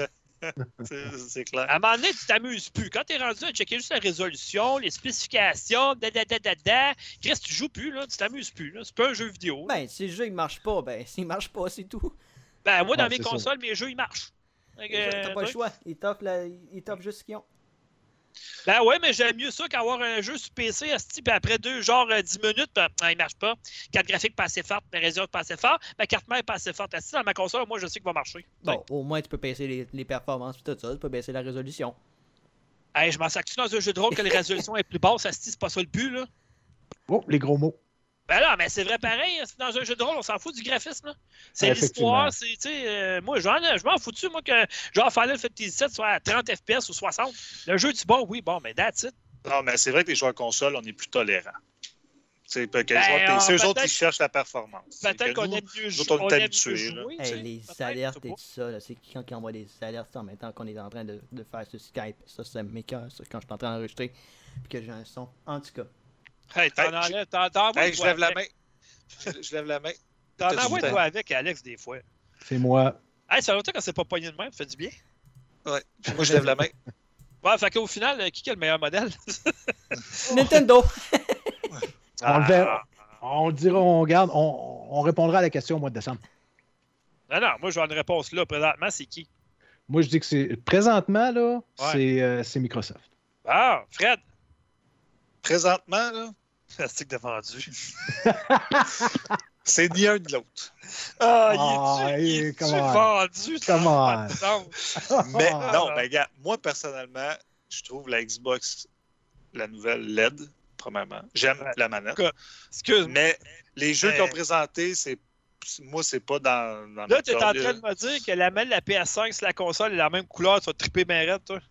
C'est c'est clair. À un moment donné, tu t'amuses plus. Quand t'es rendu à checker juste la résolution, les spécifications, da da da da da, Chris, tu joues plus, là, tu t'amuses plus. Là. C'est pas un jeu vidéo. Ben, si le jeu il marche pas, ben, s'il marche pas, c'est tout. Ben, moi, dans Ouais, mes c'est ça. consoles, mes jeux, ils marchent. Fait que, T'as pas euh, le choix. Ils t'offrent la... ils t'offrent juste ce qu'ils ont. Ben ouais, mais j'aime mieux ça qu'avoir un jeu sur P C, asti, puis après deux, genre euh, dix minutes, ben, ah, il marche pas. Carte graphique pas assez forte, mais résolution pas assez forte, ma carte mère pas assez forte. Asti, dans ma console, moi, je sais qu'il va marcher. Bon, au moins tu peux baisser les, les performances et tout ça, tu peux baisser la résolution. Hey, je m'en sacre-tu dans un jeu de rôle que la résolution est plus basse, asti, c'est pas ça le but, là. Oh, les gros mots. Ben là, mais c'est vrai pareil, c'est dans un jeu de rôle, on s'en fout du graphisme, là. C'est Effectivement. l'histoire, c'est, tu sais, euh, moi, j'en, je m'en fous-tu, moi, que genre Final Fantasy sept soit à trente F P S ou soixante. Le jeu, tu bon, oui, bon, mais that's it. Non, mais c'est vrai que les joueurs console, on est plus tolérants. C'est que les Ben, joueurs P C, euh, eux autres, peut-être- ils cherchent la performance. C'est Peut-être que qu'on nous, aime mieux nous jouer. autres, on on est aime mieux habitués, là. jouer, tu Hey, sais, les peut-être, alertes je et sais tout ça, là, c'est quand qui envoie des alertes en même temps qu'on est en train de, de faire sur Skype. Ça, c'est m'écoeure, ça, quand je suis en train d'enregistrer puis que j'ai un son. En tout cas. pas. Hey, t'en Hey, enlèves, t'en, t'en envoies Hey, je toi lève la avec. main. Je, je lève la main. T'en T'as envoies du toi temps. avec Alex des fois. C'est moi. Hey, ça fait longtemps qu'on s'est pas pogné de même, ça fait du bien. Ouais. Moi, je lève la main. Ouais, fait qu'au final, euh, qui a le meilleur modèle? Nintendo! On le verra. On le dira, on garde, on, on répondra à la question au mois de décembre. Non, non, moi, j'ai une réponse là. Présentement, c'est qui? Moi, je dis que c'est. Présentement, là, Ouais. c'est euh, c'est Microsoft. Ah, Fred! Présentement, là, Plastique de vendu. c'est ni un ni l'autre. Ah, Ah, il hey, est-tu come on. vendu? ça Come a pas on. de sens. Mais Ah. non, mais gars, moi, personnellement, je trouve la Xbox, la nouvelle L E D, premièrement. J'aime Ouais. la manette. Excuse-moi. Mais les jeux Mais- qu'ils ont présentés, c'est. Moi, c'est pas dans, dans Là, ma tu es en corde, train de me dire que la mêle de la P S cinq, si la console est la même couleur, tu vas triper bien raide, toi?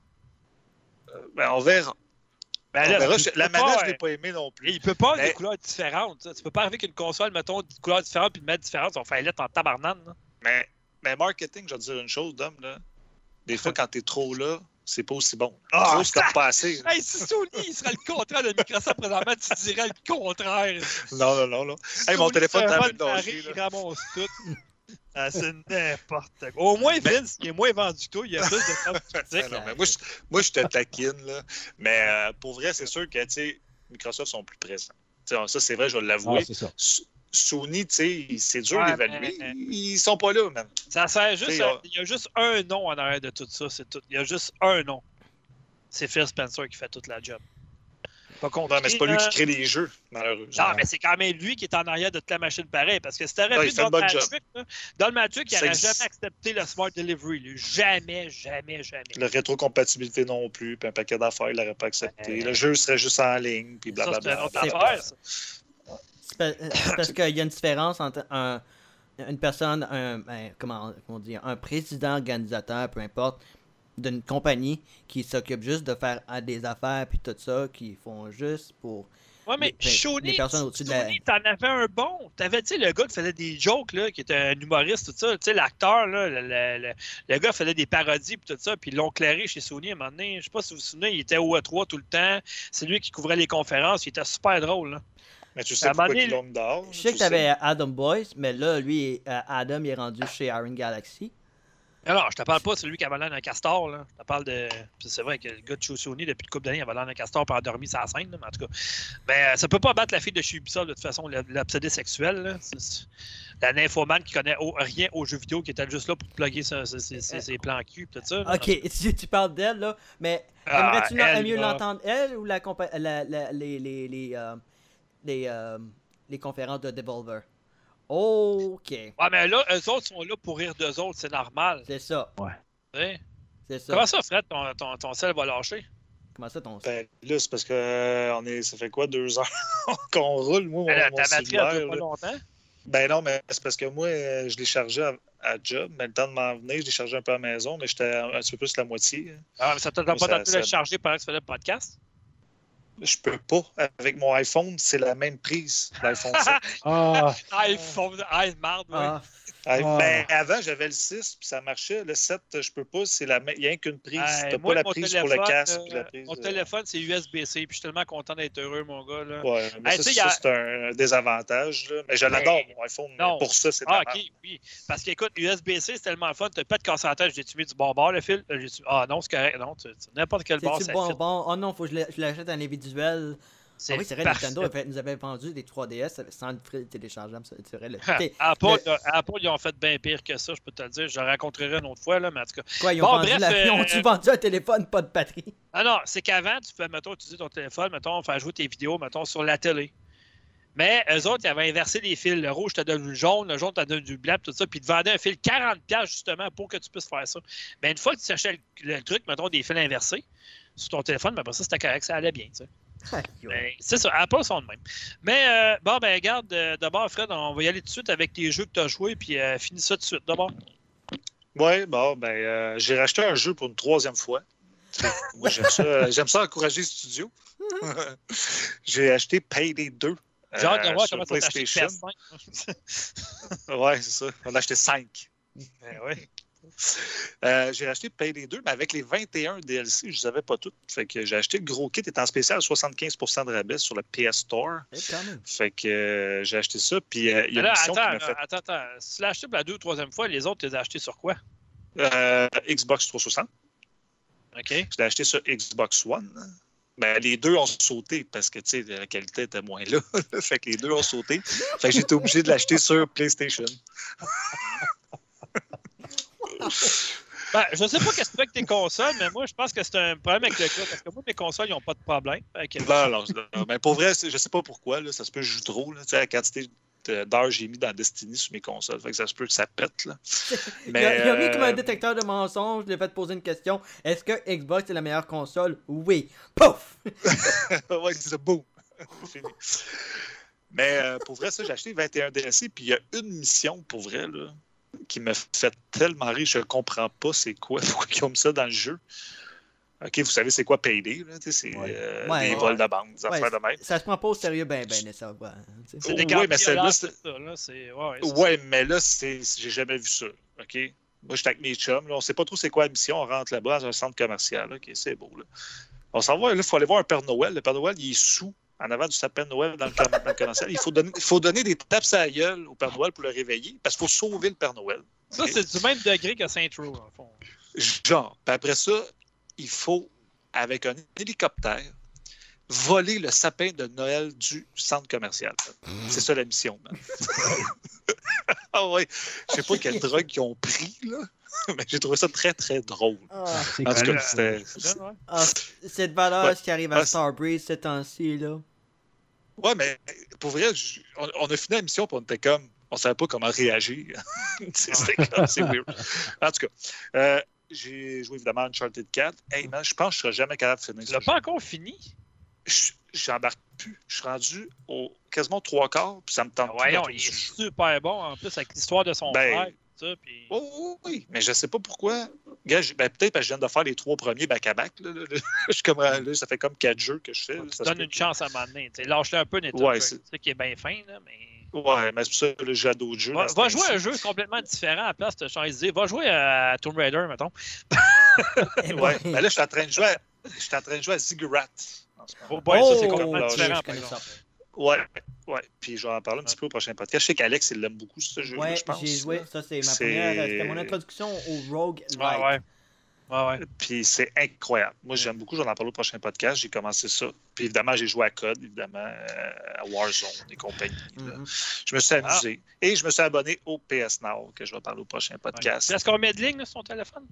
Ben, on verra. Ben On là, verra. tu Je- peux la pas, manette, je ouais. l'ai pas aimé non plus. Il peut pas avoir Mais- des couleurs différentes. Ça. Tu peux pas arriver avec une console, mettons, des couleurs différentes puis de mettre différentes. Ça va faire lettre en tabarnane. Là. Mais, mais marketing, je vais te dire une chose, Dom, là. Des fois, quand t'es trop là, c'est pas aussi bon. Ah, Trop, c'est comme pas assez. là. Hey, si Sony il serait le contraire de Microsoft présentement, tu dirais le contraire. Non, non, non, non. Hey, mon Sony téléphone fait t'a un envie run de lâcher, pareil, là. il ramasse tout. Ah, c'est n'importe quoi. Au moins, Vince, qui est moins vendu que toi, il y a plus de temps Ah, critique. non, mais moi, je, moi, je te taquine, là. Mais euh, pour vrai, c'est sûr que, tu sais, Microsoft sont plus présents. Tu sais, ça, c'est vrai, je vais Ah, l'avouer. c'est ça. S- Sony, tu sais, c'est dur Ouais, d'évaluer. mais- Ils sont pas là, man. Ça sert juste. T'sais, à- on- Il y a juste un nom en arrière de tout ça, c'est tout. Il y a juste un nom. C'est Phil Spencer qui fait toute la job. Pas compliqué. Non, mais c'est pas lui là. qui crée les jeux, malheureusement. Non, mais c'est quand même lui qui est en arrière de toute la machine pareil. Parce que si t'aurais Ouais, vu il fait Don une bonne Matrick, là, Don Matrick, il Ça n'aurait existe. jamais accepté le Smart Delivery. Lui. Jamais, jamais, jamais. La rétrocompatibilité non plus, puis un paquet d'affaires, il l'aurait pas accepté. Le jeu serait juste en ligne, puis Ça, c'est une blablabla. autre C'est- affaire, ça. C'est pa- c'est parce qu'il y a une différence entre un, une personne, un, un- comment, comment dire, un président organisateur, peu importe, d'une compagnie qui s'occupe juste de faire ah, des affaires puis tout ça, qui font juste pour... Ouais, mais les- Sony, les personnes au-dessus de la- Sony, t'en avais un bon. T'avais, tu sais, le gars qui faisait des jokes, là, qui était un humoriste, tout ça. Tu sais, l'acteur, là, le, le, le, le gars faisait des parodies, puis tout ça. Puis ils l'ont clairé chez Sony à un moment donné. Je sais pas si vous vous souvenez, il était au E trois tout le temps. C'est lui qui couvrait les conférences. Il était super drôle, là. Mais tu À sais un moment pourquoi donné, ils l'ont mis dehors. Je sais que tu t'avais Adam Boyce, mais là, lui, euh, Adam, il est rendu chez Iron Galaxy. Alors, je te parle pas de celui qui avait l'air d'un castor, là. Je te parle de. Puis c'est vrai que le gars de chez Sony, depuis une couple d'années, il avait l'air d'un castor pour endormi sa scène, là, mais en tout cas. Ben, ça peut pas battre la fille de chez Ubisoft, de toute façon, l'obsédé sexuel, là. C'est- c'est- La nymphomane qui connaît au- rien aux jeux vidéo, qui était juste là pour te plugger ses, ses- ses- ses- ses plans cul, tout ça. là. Ok, tu, tu parles d'elle, là, mais Ah, aimerais-tu la- elle, mieux là. l'entendre, elle, ou la, compa- la, la- les, les, les, euh, les, euh, les conférences de Devolver? Ok, Ouais, mais là, eux autres sont là pour rire d'eux autres, c'est normal. c'est ça, tu sais. c'est ça. Comment ça, Fred, ton, ton, ton sel va lâcher? Comment ça, ton... Ben, là, c'est parce que euh, on est, ça fait quoi, deux heures qu'on roule, moi, mon, Ben, mon ta batterie, elle cellulaire, dure pas là. longtemps. Ben non, mais c'est parce que moi, euh, je l'ai chargé à, à job, mais le temps de m'en venir, je l'ai chargé un peu à la maison, mais j'étais un petit peu plus la moitié. Ah, mais ça t'a Moi, pas ça- tenté ça- de le charger pendant que tu faisais le podcast? Je peux pas. Avec mon iPhone, c'est la même prise, l'iPhone sept. Ah, iPhone, ah, marde, ouais. Ah, Ah, Ah. ben, avant, j'avais le six, puis ça marchait. Le sept, je peux pas. C'est la... Il n'y a rien qu'une prise. Hey, T'as moi, pas la mon prise pour le téléphone, casque. euh, puis la prise, Mon euh, téléphone, c'est U S B C, puis je suis tellement content d'être heureux, mon gars. Là. Ouais, mais Hey, ça, tu sais, ça, y a- c'est un désavantage. Là. Mais je Ben, l'adore, mon iPhone. mais non. pour ça, c'est Ah, ta ok, oui. Parce qu'écoute, U S B C, c'est tellement le fun. Tu n'as pas de casse en tête. J'ai-tu mis du bon bord, le fil? Euh, j'ai-tu- Ah non, c'est correct. Non, tu- tu- n'importe quel bord, C'est-tu ça bon, fit. bon? Oh non, faut que je l'ai- je l'achète en individuel. C'est Ah oui, c'est vrai, parfait. Nintendo avait- nous avait vendu des trois D S sans frais téléchargeables. C'est c'est vrai. Le... Ha, T'sais, Apple, le- euh, Apple, ils ont fait bien pire que ça, je peux te le dire. Je le rencontrerai une autre fois, là, mais en tout cas. Quoi, ils ont, Bon, vendu bref, la... euh, ils ont-tu vendu un téléphone, pas de batterie? Ah non, c'est qu'avant, tu pouvais, mettons, utiliser ton téléphone, mettons, faire jouer tes vidéos, mettons, sur la télé. Mais eux autres, ils avaient inversé les fils. Le rouge te donne le jaune, le jaune te donne du blanc, tout ça. Puis ils te vendaient un fil quarante dollars justement pour que tu puisses faire ça. Mais une fois que tu achètes le, le truc, mettons, des fils inversés sur ton téléphone, ben après ça, c'était correct, ça allait bien, tu sais. Ben, c'est ça, Apple sont de même. Mais euh, bon, ben regarde, euh, d'abord, Fred, on va y aller tout de suite avec tes jeux que tu as joués, puis euh, finis ça tout de suite, d'abord. Oui, bon, ben, euh, j'ai racheté un jeu pour une troisième fois. Moi, j'aime ça, j'aime ça encourager les studios. J'ai acheté Payday deux. J'ai hâte de euh, voir sur comment ça t'achète P PlayStation. S cinq. Ouais, c'est ça. On a acheté cinq. Ben ouais. Euh, j'ai acheté Payday deux, mais avec les vingt et un D L C, je ne les avais pas toutes. Fait que j'ai acheté le gros kit, est en spécial à soixante-quinze pour cent de rabais sur le P S Store. Eh, quand même. Fait que euh, j'ai acheté ça, puis euh, il y Mais a une là, mission qui attends, m'a fait attends, attends. Si tu l'as acheté pour la deux ou troisième fois, les autres, tu les as achetés sur quoi? euh, Xbox trois cent soixante. OK. Je l'ai acheté sur Xbox One. Ben, les deux ont sauté parce que tu sais, la qualité était moins là. Fait que les deux ont sauté. Fait que j'étais obligé de l'acheter sur PlayStation. Ben, je sais pas qu'est-ce que tu fais avec tes consoles, mais moi, je pense que c'est un problème avec le cas. Parce que moi, mes consoles, ils n'ont pas de problème. Fait que- Non, alors, ben, pour vrai, c'est- je sais pas pourquoi. Là, ça se peut que je joue trop. Là, tu sais, la quantité de- d'heures que j'ai mis dans Destiny sur mes consoles. Fait que ça se peut que ça pète. Là. Il, a, il a mis euh, comme un détecteur de mensonges, je lui ai fait poser une question. Est-ce que Xbox est la meilleure console? Oui. Pouf! ouais, c'est ça, boum. Fini. Mais euh, pour vrai, ça, j'ai acheté vingt et un D L C, puis il y a une mission, pour vrai, là, qui me fait tellement rire, je ne comprends pas c'est quoi, pourquoi ils ont mis ça dans le jeu. OK, vous savez c'est quoi Payday, là, tu sais, c'est Ouais. euh, Ouais, des ouais. vols de banque, des Ouais, affaires de même. Ça se prend pas au sérieux, ben, ben, ça va. tu sais. C'est des Oui, gardes mais celle-là, violents, c'est- tout ça, là, c'est- ouais, ouais, c'est Ouais, mais là, c'est... j'ai jamais vu ça. OK? Moi, j'étais avec mes chums. Là, on sait pas trop c'est quoi la mission. On rentre là-bas dans un centre commercial. OK, c'est beau. Là. On s'en va. Là, il faut aller voir un Père Noël. Le Père Noël, il est sous, en avant du sapin de Noël dans le, com- dans le commercial. Il faut donner, il faut donner des tapes à la gueule au Père Noël pour le réveiller parce qu'il faut sauver le Père Noël. Ça, OK? c'est du même degré que Saint-Row, en fond. Genre. Puis après ça, il faut, avec un hélicoptère, voler le sapin de Noël du centre commercial. C'est ça la mission. man. Ah ouais. Je sais pas quelle drogue ils ont pris, là. Mais j'ai trouvé ça très, très drôle. Ah, C'est En tout cool. cas, c'était. Ouais. ah, cette valeur, Ouais. ce qui arrive à Ouais, Starbreeze ces temps-ci, là. Ouais, mais pour vrai, je- on, on a fini la mission et on était comme. On savait pas comment réagir. C'était comme- c'est weird. En tout cas, euh, j'ai joué évidemment à Uncharted quatre. Hey, man, je pense que je serai jamais capable de finir Tu ce l'as jeu. pas encore fini? Je- J'embarque plus. Je suis rendu au quasiment trois quarts, puis ça me tente Ah, plus voyons, d'entrer il est dessus. super bon, en plus, avec l'histoire de son Ben, frère, tout ça, puis... Oh, oui, oui, mais je sais pas pourquoi. Gars, j'ai- ben, peut-être parce que je viens de faire les trois premiers back-à-back. Là, là, là. Je suis comme, là, ça fait comme quatre jeux que je fais. là, Tu ça se donnes peut une que- chance à un moment donné. tu sais, Lâche-le un peu, Nathan. Ouais, Drake, c'est- tu sais qu'il est bien fin, là, mais... Ouais, mais c'est pour ça que j'ai à d'autres jeux. Va, dans ce va jouer à temps-ci. un jeu complètement différent à la place de changer d'idée. Va jouer à Tomb Raider, mettons. Eh Ouais, ben, mais là, je suis en train de jouer à, je suis en train de jouer à Ziggurat. en ce moment. Oh boy, ça, c'est Oh, complètement là, différent, je par connais exemple. ça. Ouais, ouais. Puis je vais en parler un petit peu au prochain podcast. Je sais qu'Alex, il l'aime beaucoup, ce jeu-là, Ouais, je pense. j'ai joué, ça c'est ma C'est- première, euh, c'était mon introduction au Rogue Ouais, ouais. Ouais, ouais. Puis c'est incroyable. Moi, j'aime beaucoup. Je vais en parler au prochain podcast. J'ai commencé ça. Puis évidemment, j'ai joué à Code, évidemment, euh, à Warzone et compagnie. là. Je me suis amusé. Et je me suis abonné au P S Now, que je vais parler au prochain podcast. Est-ce qu'on met de ligne là, sur ton téléphone?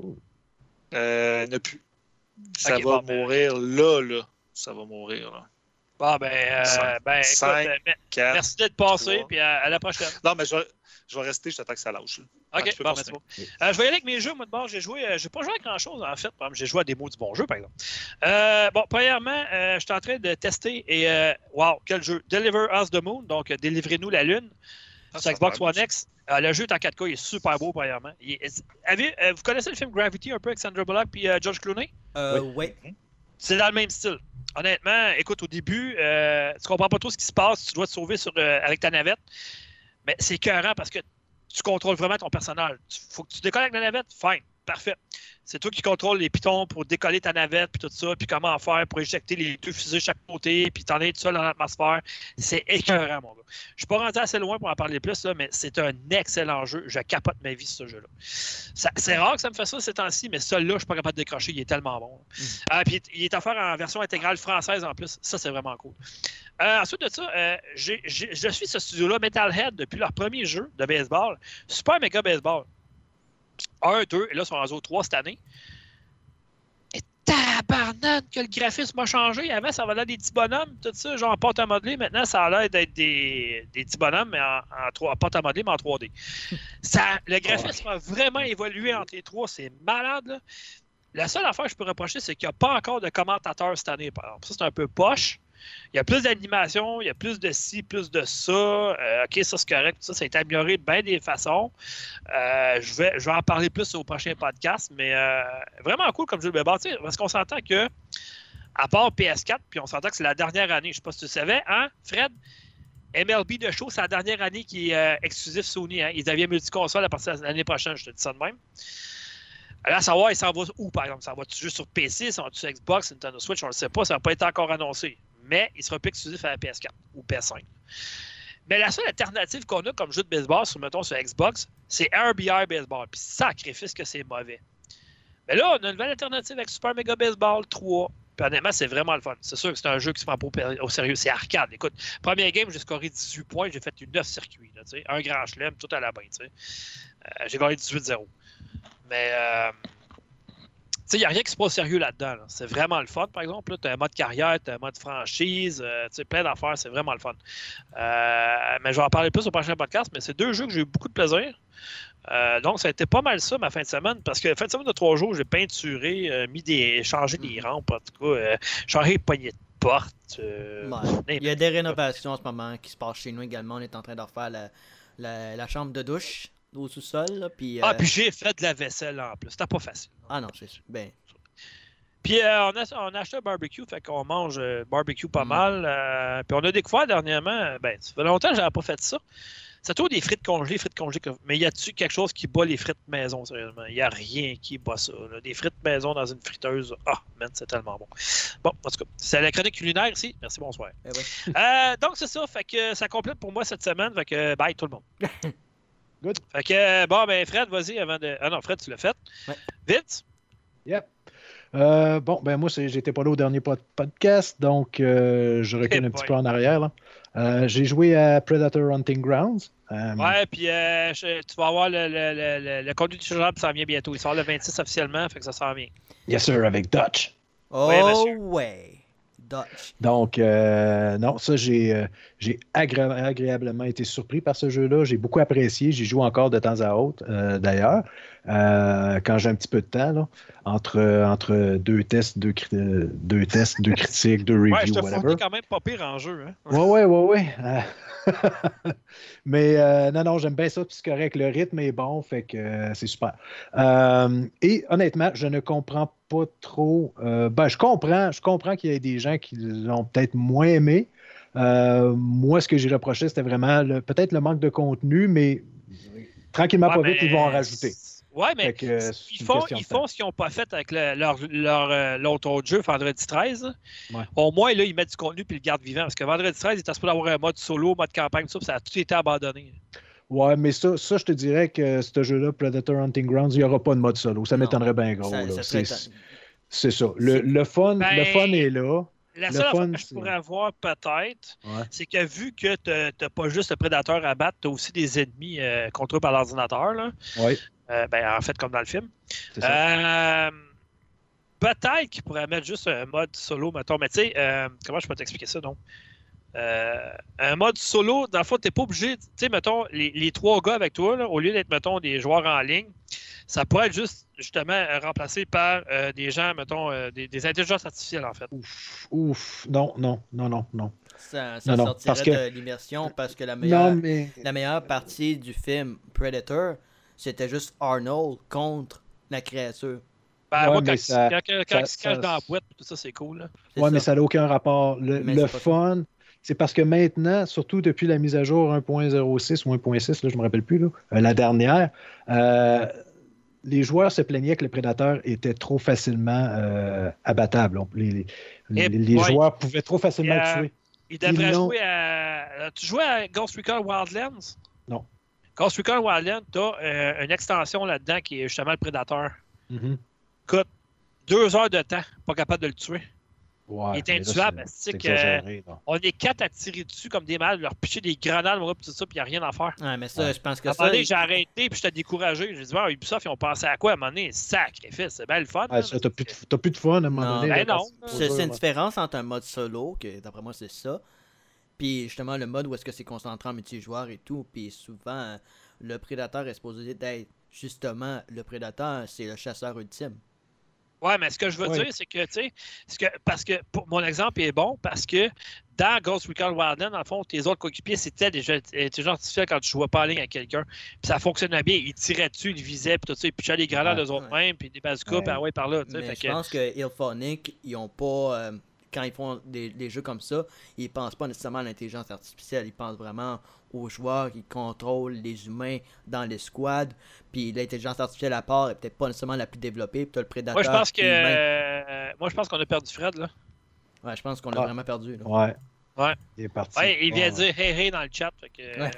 Euh, ne plus. Ça Ok, va bon, ben- mourir là, là. Ça va mourir là. Bon, ben, euh, Cinq, ben écoute, cinq, euh, me- quatre. merci d'être passé, trois. puis à, à la prochaine. Non, mais je vais, je vais rester, je t'attends que ça lâche. là. Ah, OK, tu peux bon, continuer. merci beaucoup. Euh, je vais y aller avec mes jeux, moi, de bord. J'ai joué, euh, j'ai pas joué à grand-chose, en fait. Par exemple, j'ai joué à des mots du bon jeu, par exemple. Euh, bon, premièrement, euh, je suis en train de tester, et euh, wow, quel jeu. Deliver Us the Moon, donc euh, délivrez-nous la Lune. Ah, Sur ça Xbox va One bien, X. Euh, le jeu est en quatre K, il est super beau, premièrement. Il est- avez- euh, vous connaissez le film Gravity un peu avec Sandra Bullock puis euh, George Clooney? Euh, ouais. C'est dans le même style. Honnêtement, écoute, au début, euh, tu comprends pas trop ce qui se passe, tu dois te sauver sur, euh, avec ta navette. Mais c'est écœurant parce que tu contrôles vraiment ton personnage. Il faut que tu décolles avec la navette, fine, parfait. C'est toi qui contrôles les pitons pour décoller ta navette, puis tout ça, puis comment faire pour éjecter les deux fusées de chaque côté, puis t'en es tout seul dans l'atmosphère. C'est écœurant, mon gars. Je suis pas rendu assez loin pour en parler plus, là, mais c'est un excellent jeu. Je capote ma vie, ce jeu-là. Ça, c'est rare que ça me fasse ça ces temps-ci, mais celui-là, je suis pas capable de décrocher. Il est tellement bon. Mm. Euh, puis il est offert en version intégrale française en plus. Ça, c'est vraiment cool. Euh, ensuite de ça, euh, j'ai, j'ai, je suis ce studio-là, Metalhead, depuis leur premier jeu de baseball. Super Mega Baseball. un, deux, et là, ils sont rendus au trois cette année. Et tabarnane que le graphisme a changé. Avant, ça avait l'air des petits bonhommes, tout ça, genre en pâte à modeler. Maintenant, ça a l'air d'être des, des petits bonhommes, mais en, en, trois, en pâte à modeler, mais en trois D. Ça, le graphisme a vraiment évolué entre les trois. C'est malade, là. La seule affaire que je peux reprocher, c'est qu'il n'y a pas encore de commentateurs cette année, par exemple. Ça, c'est un peu poche. Il y a plus d'animation, il y a plus de ci, plus de ça. Euh, OK, ça, c'est correct. Ça, ça a été amélioré de bien des façons. Euh, je, vais, je vais en parler plus au prochain podcast, mais euh, vraiment cool comme jeu de baseball. Parce qu'on s'entend que, à part P S quatre, puis on s'entend que c'est la dernière année. Je ne sais pas si tu le savais, hein, Fred? M L B de show, c'est la dernière année qui est euh, exclusif Sony. Hein. Ils deviennent multi-console à partir de l'année prochaine, je te dis ça de même. Alors, à savoir, il s'en va où, par exemple? Ça va-tu juste sur P C, ça va-tu sur Xbox, Nintendo Switch? On ne le sait pas, ça n'a pas été encore annoncé. Mais il sera plus exclusif à la P S quatre ou P S cinq. Mais la seule alternative qu'on a comme jeu de baseball, sur, mettons, sur Xbox, c'est R B I Baseball. Puis sacrifice que c'est mauvais. Mais là, on a une nouvelle alternative avec Super Mega Baseball trois. Puis honnêtement, c'est vraiment le fun. C'est sûr que c'est un jeu qui se prend pas au sérieux. C'est arcade. Écoute, premier game, j'ai scoré dix-huit points. J'ai fait neuf circuits. Là, un grand chelem, tout à la main. Euh, j'ai gagné dix-huit zéro. Mais... Euh, il n'y a rien qui se passe sérieux là-dedans. Là. C'est vraiment le fun, par exemple. Tu as un mode carrière, tu as un mode franchise, euh, plein d'affaires, c'est vraiment le fun. Euh, mais je vais en parler plus au prochain podcast, mais c'est deux jeux que j'ai eu beaucoup de plaisir. Euh, donc, ça a été pas mal ça, ma fin de semaine, parce que fin de semaine de trois jours, j'ai peinturé, euh, mis des, changé des rampes, en tout cas, euh, changé les poignées de porte. Euh, ouais. Il y a des rénovations en ce moment qui se passent chez nous également. On est en train de refaire la, la, la chambre de douche au sous-sol. Là, puis, ah, euh... puis j'ai fait de la vaisselle en plus. C'était pas facile. Ah non, c'est sûr. Ben... Puis euh, on, a, on a acheté un barbecue, fait qu'on mange euh, barbecue pas mm. mal. Euh, puis on a découvert dernièrement, ben, ça fait longtemps que j'avais pas fait ça. C'est toujours des frites congelées, frites congelées. Mais y a-tu quelque chose qui bat les frites maison, sérieusement? Il n'y a rien qui bat ça. Là. Des frites maison dans une friteuse. Ah, man, c'est tellement bon. Bon, en tout cas, c'est la chronique culinaire ici. Merci, bonsoir. Eh ouais. euh, donc, c'est ça. Fait que ça complète pour moi cette semaine. Fait que bye tout le monde. Good. Fait que, bon, ben, Fred, vas-y avant de. Ah non, Fred, tu l'as fait. Ouais. Vite. Yep. Euh, bon, ben moi, c'est, j'étais pas là au dernier pod- podcast, donc euh, je recule hey un boy. petit peu en arrière. Là. Euh, j'ai joué à Predator Hunting Grounds. Euh, ouais, puis euh, je, tu vas avoir le, le, le, le contenu du changeable, ça vient bientôt. Il sort le vingt-six officiellement, fait que ça s'en vient. Yes, sir, avec Dutch. Oh, ouais. ouais. Dutch. Donc, euh, non, ça, j'ai, euh, j'ai agré- agréablement été surpris par ce jeu-là. J'ai beaucoup apprécié. J'y joue encore de temps à autre, euh, d'ailleurs, euh, quand j'ai un petit peu de temps, là, entre, entre deux tests, deux, cri- deux tests, deux critiques, deux reviews, ouais, je te whatever. fournis quand même pas pire en jeu. Hein? Ouais, ouais, ouais, ouais. Mais euh, non, non, j'aime bien ça, puis c'est correct. Le rythme est bon, fait que euh, c'est super. Euh, et honnêtement, je ne comprends pas trop. Euh, ben, je comprends, je comprends qu'il y ait des gens qui l'ont peut-être moins aimé. Euh, moi, ce que j'ai reproché, c'était vraiment le, peut-être le manque de contenu, mais tranquillement, ouais, pas mais... vite, ils vont en rajouter. Oui, mais que, euh, ils font, ils font ce qu'ils n'ont pas fait avec le, leur, leur, euh, l'autre autre jeu, Vendredi treize. Ouais. Au moins, là, ils mettent du contenu et ils le gardent vivant. Parce que Vendredi treize, il était supposé avoir un mode solo, mode campagne, tout ça, ça a tout été abandonné. Ouais, mais ça, ça, je te dirais que ce jeu-là, Predator Hunting Grounds, il n'y aura pas de mode solo. Ça non. m'étonnerait bien gros. Ça, là. Ça c'est, c'est ça. Le, le, fun, ben... le fun est là. La seule affaire que je pourrais avoir peut-être, ouais. c'est que vu que tu n'as pas juste le prédateur à battre, tu as aussi des ennemis euh, contrôlés par l'ordinateur. Là. Oui. Euh, ben, en fait, comme dans le film. Euh, peut-être qu'ils pourraient mettre juste un mode solo, mettons. Mais tu sais, euh, comment je peux t'expliquer ça, donc? Euh, un mode solo, dans le fond, tu n'es pas obligé. Tu sais, mettons, les, les trois gars avec toi, là, au lieu d'être, mettons, des joueurs en ligne, ça pourrait être juste, justement, remplacé par euh, des gens, mettons, euh, des, des intelligences artificielles, en fait. Ouf, ouf. Non, non, non, non, non. Ça, ça non, sortirait non, que... de l'immersion parce que la meilleure, non, mais... la meilleure partie du film Predator, c'était juste Arnold contre la créature. Ben, ouais, moi, quand, ça, quand, quand, quand ça, il se cache ça, dans la boîte, tout ça, c'est cool. Là. Ouais, mais ça n'a aucun rapport. Le, le fun, c'est parce que maintenant, surtout depuis la mise à jour un point zéro six ou un point six, là, je ne me rappelle plus, là, euh, la dernière, euh, les joueurs se plaignaient que le prédateur était trop facilement euh, abattable. On- Les, les, Et- les- les ouais. joueurs pouvaient trop facilement Et, le euh, tuer. Il devrait Ils l'ont- jouer à. Tu jouais à Ghost Recon Wildlands? Non. Ghost Recon Wildlands, tu as une extension là-dedans qui est justement le prédateur. Mhm. Écoute, deux heures de temps, pas capable de le tuer. Ouais, Il est mais là, intuable, c'est- c'est c'est que- exagéré, non. On est quatre à tirer dessus comme des malades, leur picher des grenades, moi, pis tout ça, puis il n'y a rien à faire. Ouais, mais ça, Ouais. je pense que À un ça. moment donné, il- j'ai arrêté, puis j'étais découragé. J'ai dit, ouais, Ubisoft, ils ont pensé à quoi à un moment donné? Sacrifice, c'est bien le fun. Ah, hein, ça, mais t'as plus, de- t'as plus de fun à un moment Non. donné. Ben là, non. parce- C'est- C'est faut c'est dire, une là. différence entre un mode solo, que d'après moi c'est ça, puis justement le mode où est-ce que c'est concentré en multijoueur et tout, puis souvent le prédateur est supposé d'être justement le prédateur, c'est le chasseur ultime. Ouais, mais ce que je veux Ouais. dire, c'est que, tu sais, c'est que, parce que pour, mon exemple est bon, parce que dans Ghost Recon Wildlands, dans le fond, tes autres coéquipiers, c'était déjà intelligence artificielle quand tu jouais pas en ligne à quelqu'un. Puis ça fonctionnait bien. Ils tiraient dessus, ils visaient, puis tout ça, ils pitchaient des grenades Ouais. eux autres Ouais. mêmes, puis des bazookas, Ouais. puis ah ouais, par là. Tu sais, Mais fait je que- pense que Ilphonic, ils ont pas. euh, quand ils font des, des jeux comme ça, ils pensent pas nécessairement à l'intelligence artificielle, ils pensent vraiment aux joueurs qui contrôlent les humains dans les squads, puis l'intelligence artificielle à part est peut-être pas nécessairement la plus développée, puis t'as le prédateur. Moi, je pense que. humain. euh, moi, je pense qu'on a perdu Fred, là. Ouais, je pense qu'on l'a Ouais. vraiment perdu. Là. Ouais. Ouais. Il est parti. Ouais, il vient Ouais. dire hey hey dans le chat. Fait que, Ouais.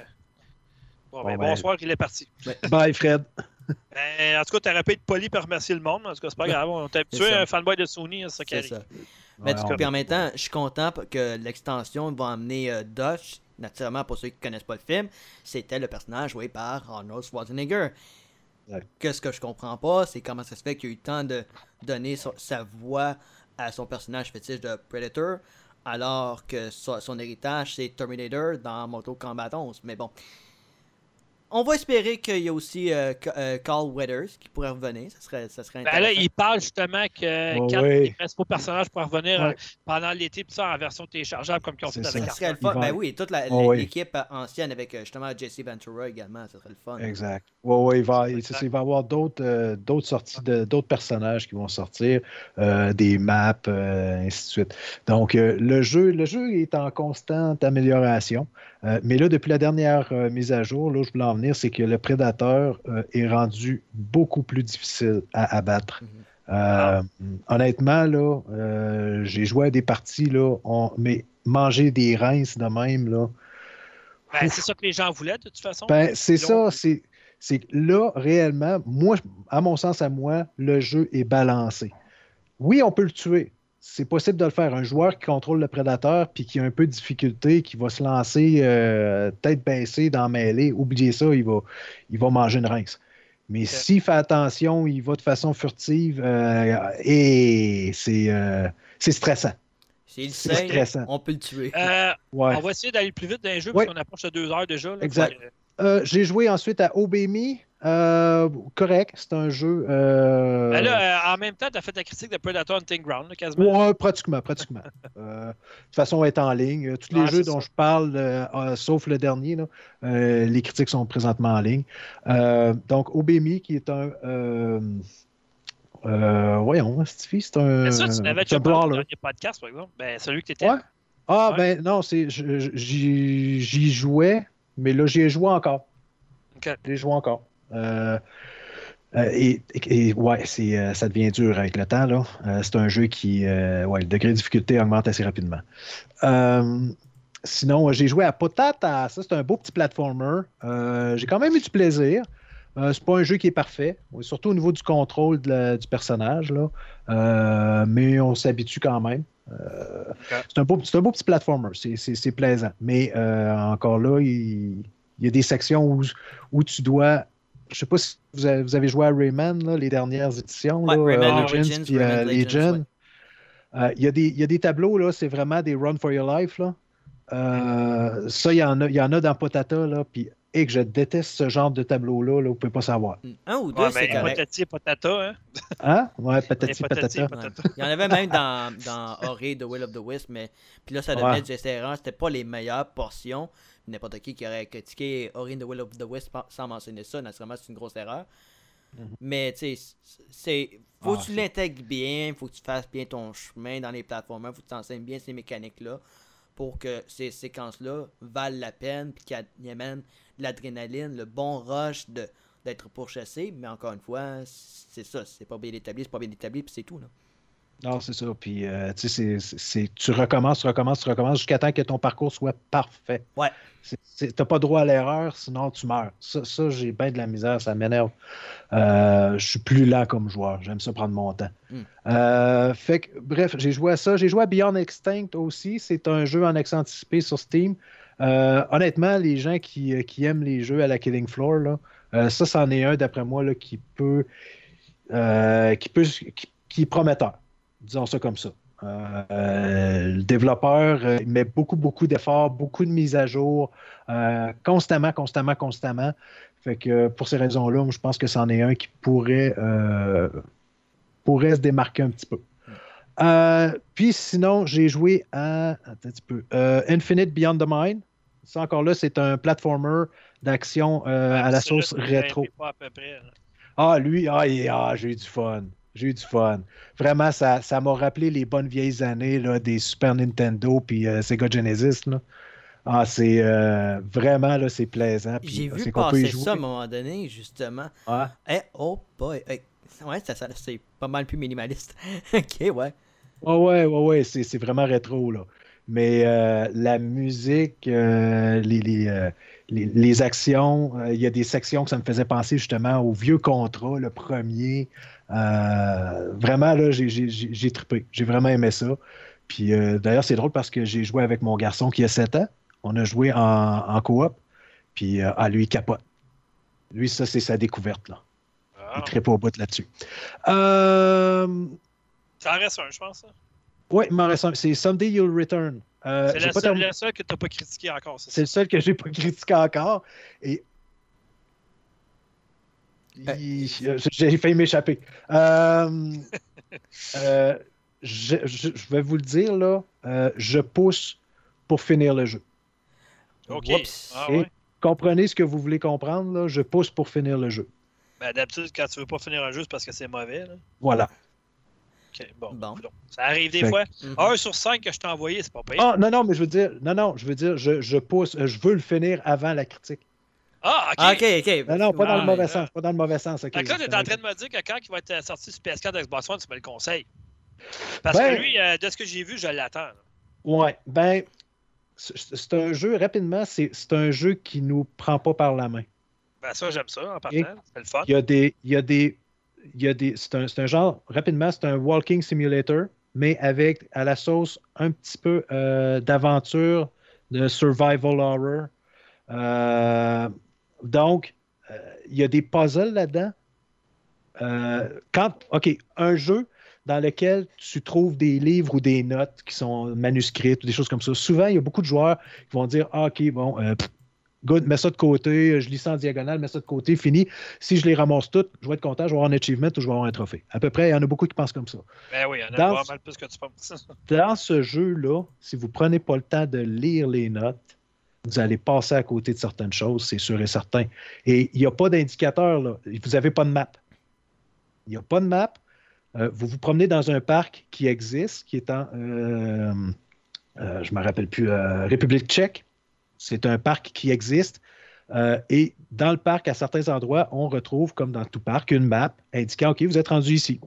Bon, Bon, ben, ben- bonsoir, il est parti. Bye, Fred. Ben, en tout cas, t'aurais pu être poli pour remercier le monde. En tout cas, c'est pas grave. On t'a C'est habitué ça. un fanboy de Sony, c'est ça qui C'est arrive. ça. Mais Ouais, du coup, on- puis en même temps, je suis content que l'extension va amener euh, Dutch, naturellement pour ceux qui connaissent pas le film, c'était le personnage joué par Arnold Schwarzenegger. Ouais. Qu'est-ce que je comprends pas, c'est comment ça se fait qu'il a eu le temps de donner son- sa voix à son personnage fétiche de Predator, alors que son, son héritage c'est Terminator dans Mortal Kombat onze. Mais bon. On va espérer qu'il y a aussi euh, Ca- euh, Carl Weathers qui pourrait revenir. Ça serait, ça serait Ben là, intéressant. il parle justement que Ouais, quatre ouais. des principaux personnages pourraient revenir Ouais. euh, pendant l'été, puis ça en version téléchargeable, comme qu'ils ont C'est fait ça. avec Ça serait le Arthur. fun. Il va- Ben oui, toute la- Oh, la- oui. l'équipe euh, ancienne avec euh, justement Jesse Ventura également, ça serait le fun. Exact. Ouais, ouais, il va, il, Exact. c'est ça, il va y avoir d'autres, euh, d'autres sorties, de, d'autres personnages qui vont sortir, euh, des maps, euh, ainsi de suite. Donc, euh, le jeu, le jeu est en constante amélioration. Euh, mais là, depuis la dernière euh, mise à jour, là où je voulais en venir, c'est que le prédateur euh, est rendu beaucoup plus difficile à abattre. Mhm. Euh, Honnêtement, là, euh, j'ai joué à des parties, là, on, mais manger des rinces de même, là. Ben, c'est ça que les gens voulaient, de toute façon. Ben, c'est Ils l'ont- ça, c'est, c'est que là, réellement, moi, à mon sens, à moi, le jeu est balancé. Oui, on peut le tuer. C'est possible de le faire. Un joueur qui contrôle le prédateur puis qui a un peu de difficulté, qui va se lancer euh, tête baissée dans la mêlée, oubliez ça, il va, il va manger une rince. Mais Ok. s'il fait attention, il va de façon furtive euh, et c'est, euh, c'est stressant. S'il c'est saigne, stressant. on peut le tuer. Euh, Ouais. On va essayer d'aller plus vite dans les jeux, Ouais. parce qu'on approche de deux heures déjà. là. Exact. Fait que, Euh, j'ai joué ensuite à Obey Me. Euh, correct, c'est un jeu. euh, ben là, euh, en même temps, tu as fait la critique de Predator Hunting Ground, là, quasiment. Ouais, pratiquement, pratiquement. Euh, de toute façon, elle est en ligne. Euh, Tous les Ouais, jeux c'est dont ça. je parle, euh, euh, sauf le dernier, là, euh, les critiques sont présentement en ligne. Euh, donc, Obey Me, qui est un. Euh, euh, voyons, Stevie, c'est un. Mais ça, tu l'avais c'est déjà un parlé dans le brawler. dernier podcast, par exemple. Ben, celui que tu étais. Ouais. Ah, Ouais. ben non, c'est, je- je- j'y, j'y jouais, mais là, j'y ai joué encore. Ok. J'y joué encore. Euh, euh, et, et- et ouais, c'est, euh, ça devient dur avec le temps, là. Euh, c'est un jeu qui. euh, ouais, le degré de difficulté augmente assez rapidement. Euh, sinon, euh, j'ai joué à Potata. Ça, c'est un beau petit platformer. Euh, j'ai quand même eu du plaisir. Euh, c'est pas un jeu qui est parfait, surtout au niveau du contrôle de la- du personnage, là. Euh, mais on s'habitue quand même. Euh, c'est, un beau, c'est un beau petit platformer, c'est, c'est, c'est plaisant. Mais euh, encore là, il, il y a des sections où, où tu dois. Je sais pas si vous avez, vous avez joué à Rayman, là, les dernières éditions, Ouais, là, Rayman euh, Origins, Legends, puis, Rayman euh, Legends, Legion. ouais. Euh, Il y, a des- il y a des tableaux, là, c'est vraiment des run for your life. Là. Euh, ça, il y, en a, il y en a dans Potata, là, puis et que je déteste ce genre de tableau-là, là, vous pouvez pas savoir. Un ou deux, Ouais, c'est mais correct. patati et patata, hein. Hein? Ouais, Les patati patati et patata. Ouais. patata. Il y en avait même dans, dans Ori, The Will of the Wisp, mais puis là, ça devenait Ouais. du S R un, c'était pas les meilleures portions. N'importe qui qui aurait critiqué Ori, The Will of the Wisp sans mentionner ça, naturellement, c'est une grosse erreur. Mhm. Mais tu sais, c'est. Faut Ah, que tu c'est- l'intègres bien, faut que tu fasses bien ton chemin dans les plateformes, faut que tu enseignes bien ces mécaniques-là pour que ces séquences-là valent la peine puis qu'elles y amènent de l'adrénaline, le bon rush de, d'être pourchassé. Mais encore une fois, c'est ça. C'est pas bien établi, c'est pas bien établi, puis c'est tout. Là. Non, c'est ça. Puis, euh, tu sais, c'est, c'est, tu recommences, tu recommences, tu recommences jusqu'à temps que ton parcours soit parfait. Ouais. C'est, c'est, t'as pas droit à l'erreur, sinon tu meurs. Ça, ça j'ai bien de la misère, ça m'énerve. Euh, je suis plus lent comme joueur. J'aime ça prendre mon temps. Mm. Euh, fait que, bref, j'ai joué à ça. J'ai joué à Beyond Extinct aussi. C'est un jeu en accès anticipé sur Steam. Euh, honnêtement, les gens qui, qui aiment les jeux à la Killing Floor, là, euh, ça, c'en est un, d'après moi, là, qui peut... Euh, qui peut... Qui, qui est prometteur. Disons ça comme ça. Euh, le développeur euh, met beaucoup, beaucoup d'efforts, beaucoup de mises à jour, euh, constamment, constamment, constamment. Fait que pour ces raisons-là, moi, je pense que c'en est un qui pourrait, euh, pourrait se démarquer un petit peu. Euh, puis sinon, j'ai joué à attends un petit peu, euh, Infinite Beyond the Mind. Ça, encore là, c'est un platformer d'action euh, Ouais, à la c'est sauce là, c'est rétro. pas à peu près, là. Ah, lui, ah, il- ah, j'ai eu du fun. J'ai eu du fun. Vraiment, ça, ça m'a rappelé les bonnes vieilles années là, des Super Nintendo puis euh, Sega Genesis. Là. Ah, c'est euh, vraiment, là, c'est plaisant. Puis, J'ai vu c'est qu'on peut y passer jouer. ça à un moment donné, justement. Ouais. Eh, oh boy. Eh, ouais, ça, ça, c'est pas mal plus minimaliste. Ok, ouais. Ouais, ouais, ouais, ouais, c'est, c'est vraiment rétro, là. Mais euh, la musique, euh, les, les, euh, les, les actions, euh, il y a des sections que ça me faisait penser justement au vieux contrat, le premier. Euh, vraiment, là, j'ai, j'ai, j'ai j'ai trippé. J'ai vraiment aimé ça. Puis euh, d'ailleurs, c'est drôle parce que j'ai joué avec mon garçon qui a sept ans. On a joué en, en coop. Puis, euh, ah, lui, il capote. Lui, ça, c'est sa découverte, là. Ah. Il trippe au bout là-dessus. Euh... Ça en reste un, je pense. Ça. Oui, il m'en reste un. C'est Someday You'll Return. Euh, c'est j'ai le pas seul, terminé- le seul que tu n'as pas critiqué encore. C'est C'est le ça. seul que j'ai pas critiqué encore. Et. Euh. Il- J'ai failli m'échapper. Euh, euh, je, je- je vais vous le dire, là. euh, je pousse pour finir le jeu. OK. Whoops. Ah, Et ouais. comprenez ce que vous voulez comprendre, là. Je pousse pour finir le jeu. Ben, d'habitude, quand tu veux pas finir un jeu, c'est parce que c'est mauvais. Là. Voilà. OK, bon. Bon. coudonc. Ça arrive des Fait- fois. Mhm. un sur cinq que je t'ai envoyé, c'est pas pire. Ah, non, non, mais je veux dire, non, non, je veux dire, je, je pousse, euh, je veux le finir avant la critique. Ah, OK. Ah, ok, ok. Non, non, pas dans Ah, le mauvais là. sens, pas dans le mauvais sens. ok, Fait que là, tu es en c'est train de me dire que quand il va être sorti sur P S quatre Xbox One, tu me le conseilles. Parce Ben- que lui, euh, de ce que j'ai vu, je l'attends. là. Ouais, ben, c'est c'est un jeu, rapidement, c'est c'est un jeu qui nous prend pas par la main. Ben, ça, j'aime ça en partant. Et- C'est le fun. Il y a des. Il y a des, il y a des c'est un, c'est un genre, rapidement, c'est un walking simulator, mais avec à la sauce un petit peu euh, d'aventure, de survival horror. Euh, donc, euh, il y a des puzzles là-dedans. Euh, quand, OK, un jeu dans lequel tu trouves des livres ou des notes qui sont manuscrites ou des choses comme ça. Souvent, il y a beaucoup de joueurs qui vont dire ah, OK, bon, euh, pff, good, mets ça de côté, je lis ça en diagonale, mets ça de côté, fini. Si je les ramasse toutes, je vais être content, je vais avoir un achievement ou je vais avoir un trophée. À peu près, il y en a beaucoup qui pensent comme ça. Ben oui, il y en a Dans pas ce- mal plus que tu penses. Dans ce jeu-là, si vous ne prenez pas le temps de lire les notes, vous allez passer à côté de certaines choses, c'est sûr et certain. Et il n'y a pas d'indicateur, là. Vous n'avez pas de map. Il n'y a pas de map. Euh, vous vous promenez dans un parc qui existe, qui est en, euh, euh, je ne me rappelle plus, euh, République tchèque. C'est un parc qui existe. Euh, et dans le parc, à certains endroits, on retrouve, comme dans tout parc, une map indiquant, OK, vous êtes rendu ici.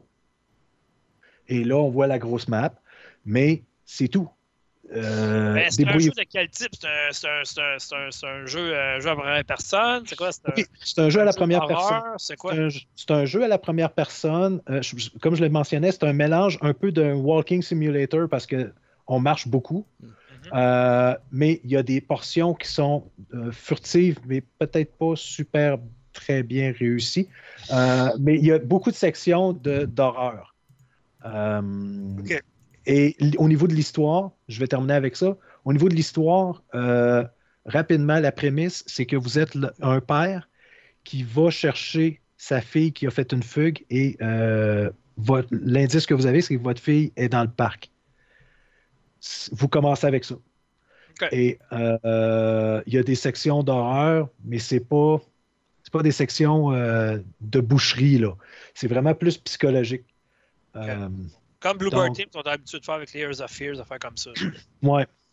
Et là, on voit la grosse map, mais c'est tout. Euh, Ben, c'est un débrouillez- jeu de quel type? C'est un, c'est un, c'est un, c'est un, c'est un jeu, euh, jeu à première personne? C'est quoi? C'est un, Oui, c'est un jeu à la jeu première d'horreur? personne. C'est quoi? C'est un, c'est un jeu à la première personne. Euh, je- je- comme je le mentionnais, c'est un mélange un peu d'un walking simulator parce qu'on marche beaucoup. Mhm. Euh, mais il y a des portions qui sont euh, furtives, mais peut-être pas super très bien réussies. Euh, mais il y a beaucoup de sections de- d'horreur. Euh, Ok. Et l- au niveau de l'histoire, je vais terminer avec ça. Au niveau de l'histoire, euh, rapidement, la prémisse, c'est que vous êtes le- un père qui va chercher sa fille qui a fait une fugue et euh, votre- l'indice que vous avez, c'est que votre fille est dans le parc. S- Vous commencez avec ça. Ok. Et euh, il y a des sections d'horreur, mais c'est pas, c'est pas des sections euh, de boucherie, là. C'est vraiment plus psychologique. Euh, Comme Bluebird donc- Team, ils sont habitués de faire avec les Layers of Fears, de faire comme ça. Ouais.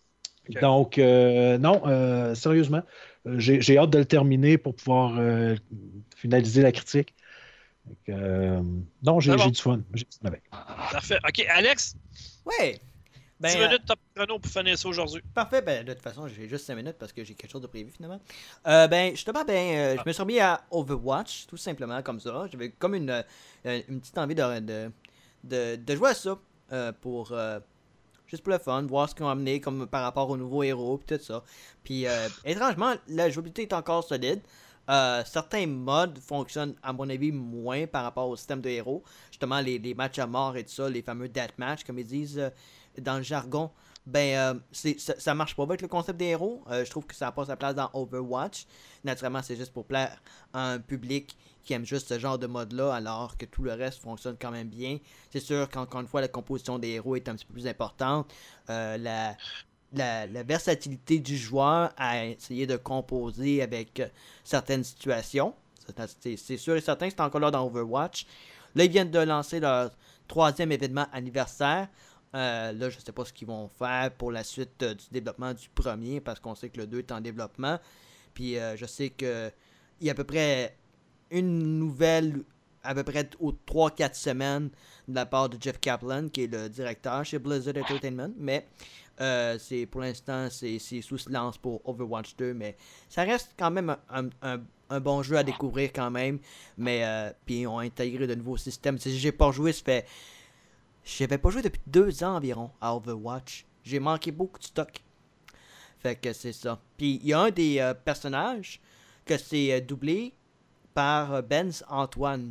Ok. Donc, euh, non, euh, sérieusement, euh, j'ai j'ai hâte de le terminer pour pouvoir euh, finaliser la critique. Donc, euh, non, j'ai C'est j'ai bon. du fun. J'ai du fun avec. Parfait. OK, Alex, Ouais. Ben, dix euh, minutes top chrono pour finir ça aujourd'hui. parfait. Ben, de toute façon, j'ai juste cinq minutes parce que j'ai quelque chose de prévu finalement. Euh, ben, justement, ben, euh, je me suis remis à Overwatch, tout simplement comme ça. J'avais comme une, euh, une petite envie de, de, de, de jouer à ça euh, pour. euh, Juste pour le fun, voir ce qu'ils ont amené comme par rapport aux nouveaux héros et tout ça. Puis euh, étrangement, la jouabilité est encore solide. Euh, certains modes fonctionnent à mon avis moins par rapport au système de héros. Justement, les, les matchs à mort et tout ça, les fameux deathmatch comme ils disent euh, dans le jargon. Ben, euh, c'est, ça, ça marche pas avec le concept des héros. Euh, je trouve que ça n'a pas sa place dans Overwatch. Naturellement, c'est juste pour plaire à un public qui aime juste ce genre de mode-là, alors que tout le reste fonctionne quand même bien. C'est sûr qu'encore une fois, la composition des héros est un petit peu plus importante. Euh, la, la, la versatilité du joueur à essayer de composer avec euh, certaines situations. C'est, c'est, c'est sûr et certain que c'est encore là dans Overwatch. Là, ils viennent de lancer leur troisième événement anniversaire. Euh, là, je sais pas ce qu'ils vont faire pour la suite euh, du développement du premier, parce qu'on sait que le deux est en développement. Puis euh, je sais que il y a à peu près une nouvelle à peu près aux trois quatre semaines de la part de Jeff Kaplan, qui est le directeur chez Blizzard Entertainment. Mais euh, c'est pour l'instant, c'est, c'est sous silence pour Overwatch deux. Mais ça reste quand même un, un, un bon jeu à découvrir quand même. Mais euh, puis ils ont intégré de nouveaux systèmes. Si j'ai pas joué, ça fait. J'avais pas joué depuis deux ans environ à Overwatch. J'ai manqué beaucoup de stock. Fait que c'est ça. Puis il y a un des euh, personnages que c'est euh, doublé par euh, Benz Antoine.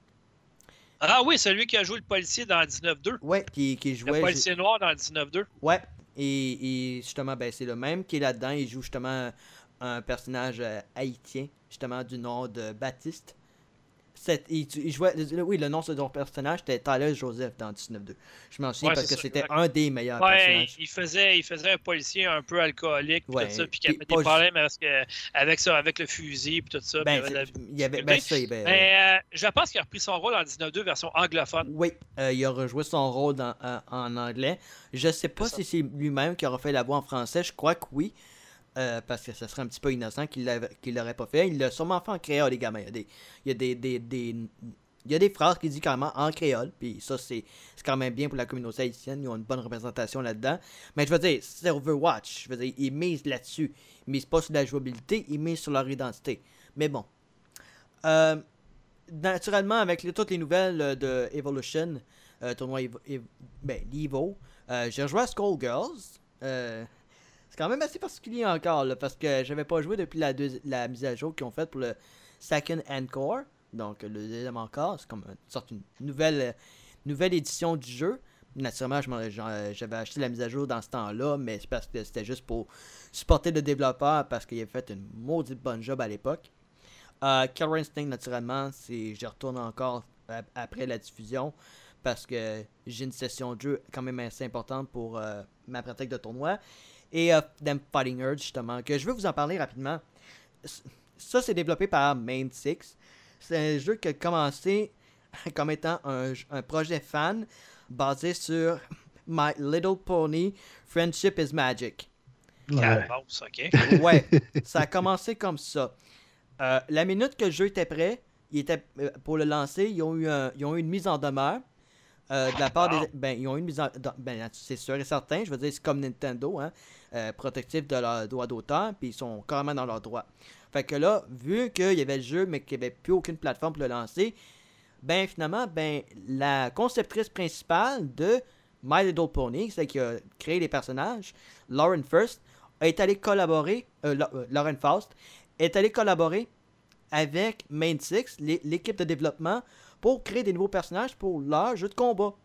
Ah oui, celui qui a joué le policier dans dix-neuf deux. Ouais, qui, qui Le jouait. policier noir dans dix-neuf deux. Ouais. Et, et justement, ben c'est le même qui est là-dedans. Il joue justement un personnage euh, haïtien, justement du nom de Baptiste. C'est, il, il jouait, oui, le nom de son personnage c'était Tyler Joseph dans dix-neuf deux. Je m'en souviens Ouais, parce c'est que ça, c'était exact. un des meilleurs Ouais, personnages. il faisait, il faisait un policier un peu alcoolique, puis Ouais, tout ça, puis qui puis avait pas des problèmes avec, euh, avec ça, avec le fusil, puis tout ça. Ben, puis il y avait c'est- de la- il y avait, ben, ça, il- ben, Mais euh, je pense qu'il a repris son rôle en dix-neuf deux version anglophone. oui, euh, il a rejoué son rôle dans- en, en anglais. Je sais pas C'est si c'est lui-même qui aura fait la voix en français. Je crois que oui. Euh, parce que ce serait un petit peu innocent qu'il l'avait- qu'il l'aurait pas fait. Il l'a sûrement fait en créole, les gamins. Il y a des, il y a des, des, des- il y a des phrases qu'il dit carrément en créole. Puis ça, c'est c'est quand même bien pour la communauté haïtienne. Ils ont une bonne représentation là-dedans. Mais je veux dire, c'est Overwatch. Je veux dire, ils misent là-dessus. Ils misent pas sur la jouabilité, ils misent sur leur identité. Mais bon. Euh, naturellement, avec les- toutes les nouvelles euh, de Evolution, euh, tournoi Evo, Ev- ben, l'Evo, euh, j'ai rejoué à Skullgirls. Euh, c'est quand même assez particulier encore, là, parce que j'avais pas joué depuis la, deux- la mise à jour qu'ils ont faite pour le Second Encore. Donc, le deuxième encore, c'est comme une sorte de nouvelle, euh, nouvelle édition du jeu. Naturellement, je m'en- j'en- j'avais acheté la mise à jour dans ce temps-là, mais c'est parce que c'était juste pour supporter le développeur, parce qu'il avait fait une maudite bonne job à l'époque. Euh, Killer Instinct, naturellement, c'est, j'y retourne encore euh, après la diffusion, parce que j'ai une session de jeu quand même assez importante pour euh, ma pratique de tournoi. Et euh, Them Fighting Urge, justement, que je vais vous en parler rapidement. Ça, c'est développé par Main Six. C'est un jeu qui a commencé comme étant un, un projet fan basé sur My Little Pony Friendship is Magic. Ouais. Calvasse, ok. Ouais, ça a commencé comme ça. Euh, la minute que le jeu était prêt, il était, euh, pour le lancer, ils ont eu, un- ils ont eu une mise en demeure. Euh, de la part des. Ben, ils ont eu une mise en. dans- Ben, c'est sûr et certain, je veux dire, c'est comme Nintendo, hein, euh, protectif de leurs droits d'auteur, puis ils sont carrément dans leurs droits. Fait que là, vu qu'il y avait le jeu, mais qu'il n'y avait plus aucune plateforme pour le lancer, ben finalement, ben, la conceptrice principale de My Little Pony, celle qui a créé les personnages, Lauren First, est allée collaborer, euh, La- euh, Lauren Faust, est allée collaborer avec Main Six, l'é- l'équipe de développement, pour créer des nouveaux personnages pour leur jeu de combat.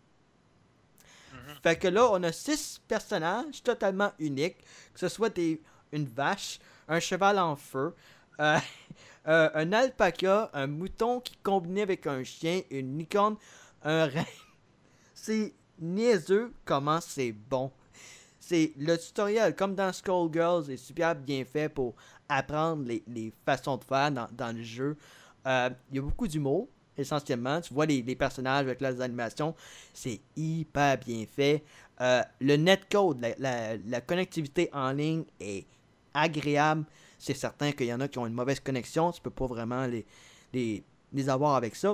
Fait que là, on a six personnages totalement uniques, que ce soit des, une vache, un cheval en feu, euh, euh, un alpaca, un mouton qui combiné avec un chien, une licorne, un rein. C'est niaiseux comment c'est bon. C'est le tutoriel, comme dans Skullgirls, est super bien fait pour apprendre les, les façons de faire dans, dans le jeu. Euh, Il y a beaucoup d'humour. essentiellement. Tu vois les, les personnages avec leurs animations. C'est hyper bien fait. Euh, le netcode, la, la, la connectivité en ligne est agréable. C'est certain qu'il y en a qui ont une mauvaise connexion. Tu peux pas vraiment les, les, les avoir avec ça.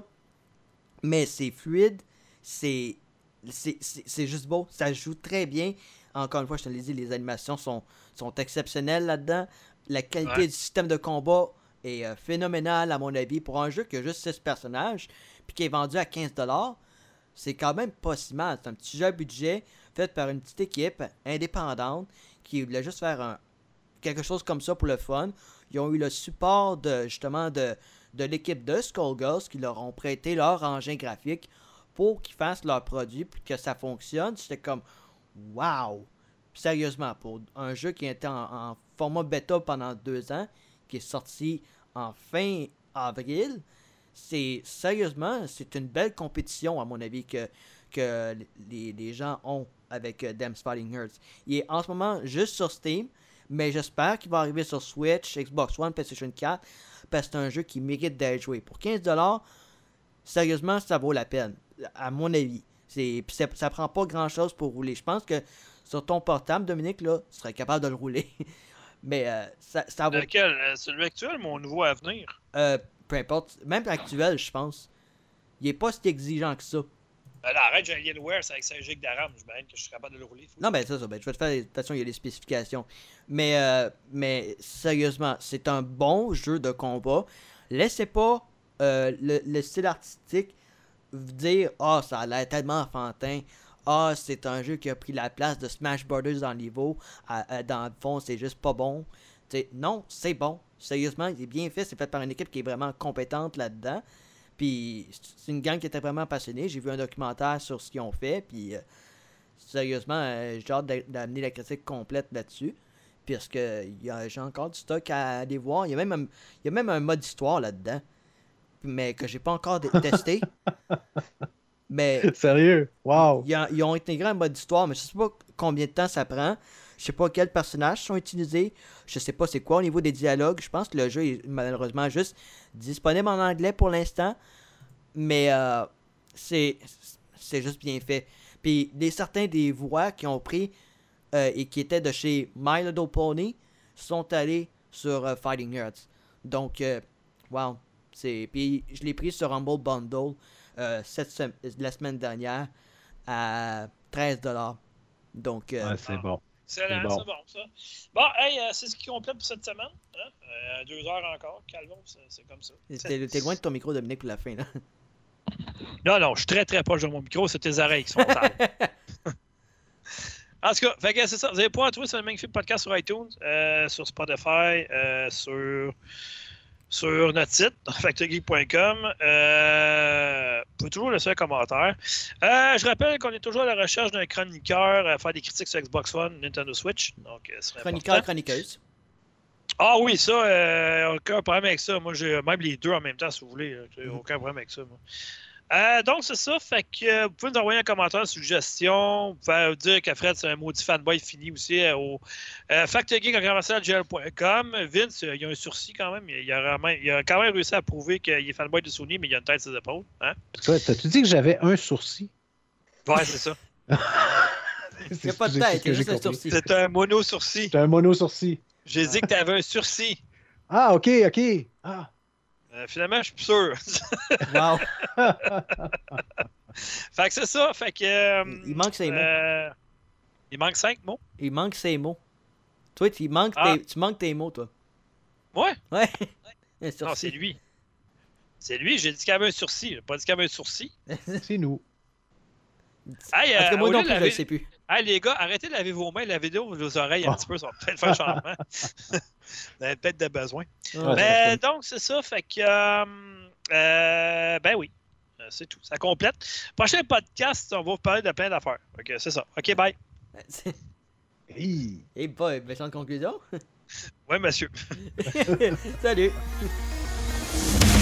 Mais c'est fluide. C'est, c'est, c'est, c'est juste beau. Ça joue très bien. Encore une fois, je te l'ai dit, les animations sont, sont exceptionnelles là-dedans. La qualité Ouais. du système de combat est euh, phénoménale, à mon avis. Pour un jeu qui a juste six personnages, puis qui est vendu à quinze dollars, c'est quand même pas si mal. C'est un petit jeu à budget fait par une petite équipe indépendante qui voulait juste faire un, quelque chose comme ça pour le fun. Ils ont eu le support de justement de, de l'équipe de Skullgirls qui leur ont prêté leur engin graphique pour qu'ils fassent leur produit puis que ça fonctionne. C'était comme wow! Sérieusement, pour un jeu qui était en, en format bêta pendant deux ans, qui est sorti en fin avril, c'est sérieusement, c'est une belle compétition à mon avis que, que les, les gens ont avec uh, Damn Fighting Hearts. Il est en ce moment juste sur Steam, mais j'espère qu'il va arriver sur Switch, Xbox One, PlayStation quatre, parce que c'est un jeu qui mérite d'être joué. Pour quinze dollars, sérieusement, ça vaut la peine, à mon avis. C'est, pis ça, ça prend pas grand chose pour rouler. Je pense que sur ton portable, Dominique, là, tu serais capable de le rouler. Mais euh, ça, ça vaut. Lequel? Euh, Celui actuel, mon nouveau à venir? Euh, peu importe. Même actuel, je pense. Il est pas si exigeant que ça. Ben là, arrête, j'ai un Alienware, c'est avec cinq gigs de RAM. Je me que je suis capable de le rouler. Faut- Non, ben c'est ça. Ben, je vais te faire. De toute façon, il y a des spécifications. Mais, euh, mais sérieusement, c'est un bon jeu de combat. Laissez pas euh, le, le style artistique vous dire ah, oh, ça a l'air tellement enfantin. Ah, oh, c'est un jeu qui a pris la place de Smash Brothers dans le niveau. À, à, dans le fond, c'est juste pas bon. T'sais, non, c'est bon. Sérieusement, il est bien fait. C'est fait par une équipe qui est vraiment compétente là-dedans. Puis, c'est une gang qui était vraiment passionnée. J'ai vu un documentaire sur ce qu'ils ont fait. Puis, euh, sérieusement, euh, j'ai hâte d'amener la critique complète là-dessus. Parce que y a, j'ai encore du stock à aller voir. Il y a même un, il y a même un mode histoire là-dedans. Mais que j'ai pas encore de- testé. Mais Sérieux? Wow! ils, ont- ils ont intégré un mode histoire, mais je sais pas combien de temps ça prend. Je sais pas quels personnages sont utilisés. Je sais pas c'est quoi au niveau des dialogues. Je pense que le jeu est malheureusement juste disponible en anglais pour l'instant. Mais euh, c'est, c'est juste bien fait. Puis des, certains des voix qui ont pris euh, et qui étaient de chez My Little Pony sont allés sur euh, Fighting Hearts. Donc, euh, wow. C'est, puis je l'ai pris sur Humble Bundle euh, cette sem- la semaine dernière à treize dollars. Donc, euh, Ouais, c'est bon. Excellent, C'est bon. c'est bon, ça. Bon, hey, euh, c'est ce qui complète pour cette semaine. Hein? Euh, deux heures encore. Calvon, c'est, c'est comme ça. t'es, t'es loin de ton micro, Dominique, pour la fin. Là. Non, non, je suis très très proche de mon micro. C'est tes oreilles qui sont sales. En tout cas, fait que c'est ça. Vous allez pouvoir trouver ce magnifique podcast sur iTunes, euh, sur Spotify, euh, sur, sur notre site, factor geek point com. Euh, vous pouvez toujours laisser un commentaire. Euh, je rappelle qu'on est toujours à la recherche d'un chroniqueur à faire des critiques sur Xbox One, Nintendo Switch. Donc, euh, ce serait Chroniqueur, important. chroniqueuse. Ah oui, ça, euh, aucun problème avec ça. Moi, j'ai même les deux en même temps, si vous voulez. J'ai aucun problème avec ça, moi. Euh, donc, c'est ça. Fait que euh, vous pouvez nous envoyer un commentaire, une suggestion. Vous pouvez dire que Fred, c'est un maudit fanboy fini aussi euh, au euh, factorgeek point g l point com. Vince, euh, il a un sursis quand même. Il a, vraiment, il a quand même réussi à prouver qu'il est fanboy de Sony, mais il a une tête sur ses épaules. Hein? Toi, t'as-tu dit que j'avais un sourcil? Ouais, c'est ça. Il n'y a pas de C'est tête, ce que il y a j'ai juste un compris. sourcil. C'est un mono-sourcil. C'est un mono-sourcil. J'ai dit que tu avais un sursis. Ah, ok, ok. Ah. Euh, finalement, je suis plus sûr. Wow. Fait que c'est ça. Fait que. euh, Il manque ses mots. euh, il manque cinq mots. Il manque ses mots. Toi, tu manques, Ah. tes, tu manques tes mots, toi. Ouais. Ouais. Un Non, sourcil. c'est lui. C'est lui. J'ai dit qu'il avait un sourcil. J'ai pas dit qu'il avait un sourcil. C'est nous. Hey, En tout cas, euh, moi au non lieu plus, de je laver- ne sais plus. Hey, les gars, arrêtez de laver vos mains, lavez de vos oreilles un Oh. petit peu. Ça va peut-être faire changement. Vous avez peut-être de besoin. Ouais, Ben, donc, c'est ça. Fait que. euh, euh, ben oui. Euh, C'est tout. Ça complète. Prochain podcast, on va vous parler de plein d'affaires. Ok, c'est ça. Ok, bye. Hi. Et pas méchante conclusion. Ouais, monsieur. Salut.